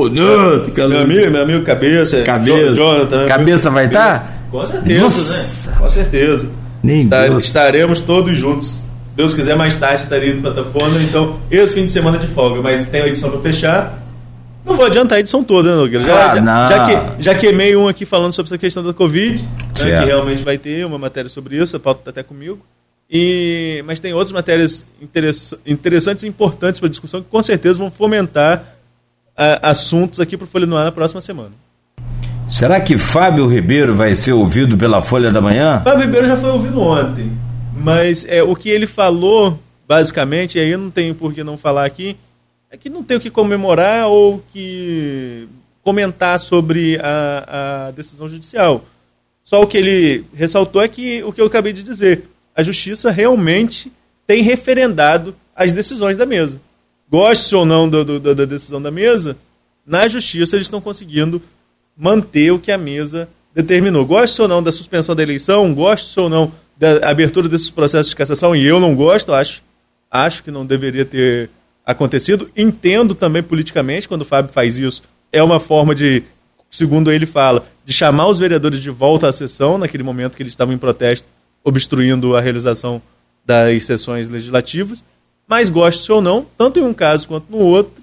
Meu amigo Cabeça. Jonathan. Cabeça vai estar? Com certeza, nossa, né? Com certeza. Estaremos todos juntos. Se Deus quiser, mais tarde estaria indo para Tafona. Então, esse fim de semana de folga, mas tem a edição para fechar. Não vou adiantar a edição toda, né, Nogueira? Já queimei um aqui falando sobre essa questão da Covid, né, que realmente vai ter uma matéria sobre isso, a pauta está até comigo. Mas tem outras matérias interessantes e importantes para discussão que com certeza vão fomentar assuntos aqui para o Folha no Ar na próxima semana. Será que Fábio Ribeiro vai ser ouvido pela Folha da Manhã? Fábio Ribeiro já foi ouvido ontem, mas o que ele falou, basicamente, e aí eu não tenho por que não falar aqui, é que não tem o que comemorar ou que comentar sobre a decisão judicial. Só o que ele ressaltou é que o que eu acabei de dizer, a Justiça realmente tem referendado as decisões da mesa. Goste ou não da decisão da mesa, na Justiça eles estão conseguindo manter o que a mesa determinou. Goste ou não da suspensão da eleição, goste ou não da abertura desses processos de cassação, e eu não gosto, acho que não deveria ter acontecido. Entendo também politicamente, quando o Fábio faz isso, é uma forma de, segundo ele fala, de chamar os vereadores de volta à sessão, naquele momento que eles estavam em protesto, obstruindo a realização das sessões legislativas. Mas goste ou não, tanto em um caso quanto no outro,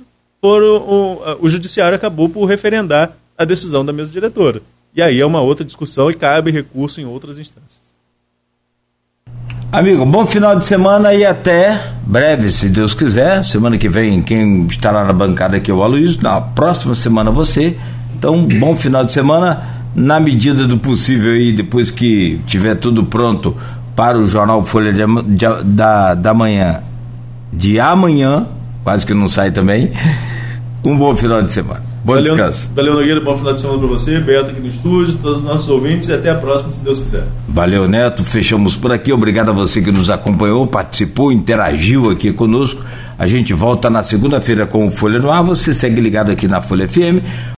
o judiciário acabou por referendar a decisão da mesa diretora. E aí é uma outra discussão e cabe recurso em outras instâncias. Amigo, bom final de semana e até breve, se Deus quiser. Semana que vem, quem estará na bancada aqui é o Aloysio, na próxima semana você. Então, bom final de semana, na medida do possível aí, depois que tiver tudo pronto para o Jornal Folha da Manhã, de amanhã, quase que não sai também, um bom final de semana. Bom descanso. Valeu, Nogueira, bom final de semana para você, Beto aqui no estúdio, todos os nossos ouvintes, e até a próxima, se Deus quiser. Valeu, Neto, fechamos por aqui, obrigado a você que nos acompanhou, participou, interagiu aqui conosco. A gente volta na segunda-feira com o Folha no Ar, você segue ligado aqui na Folha FM.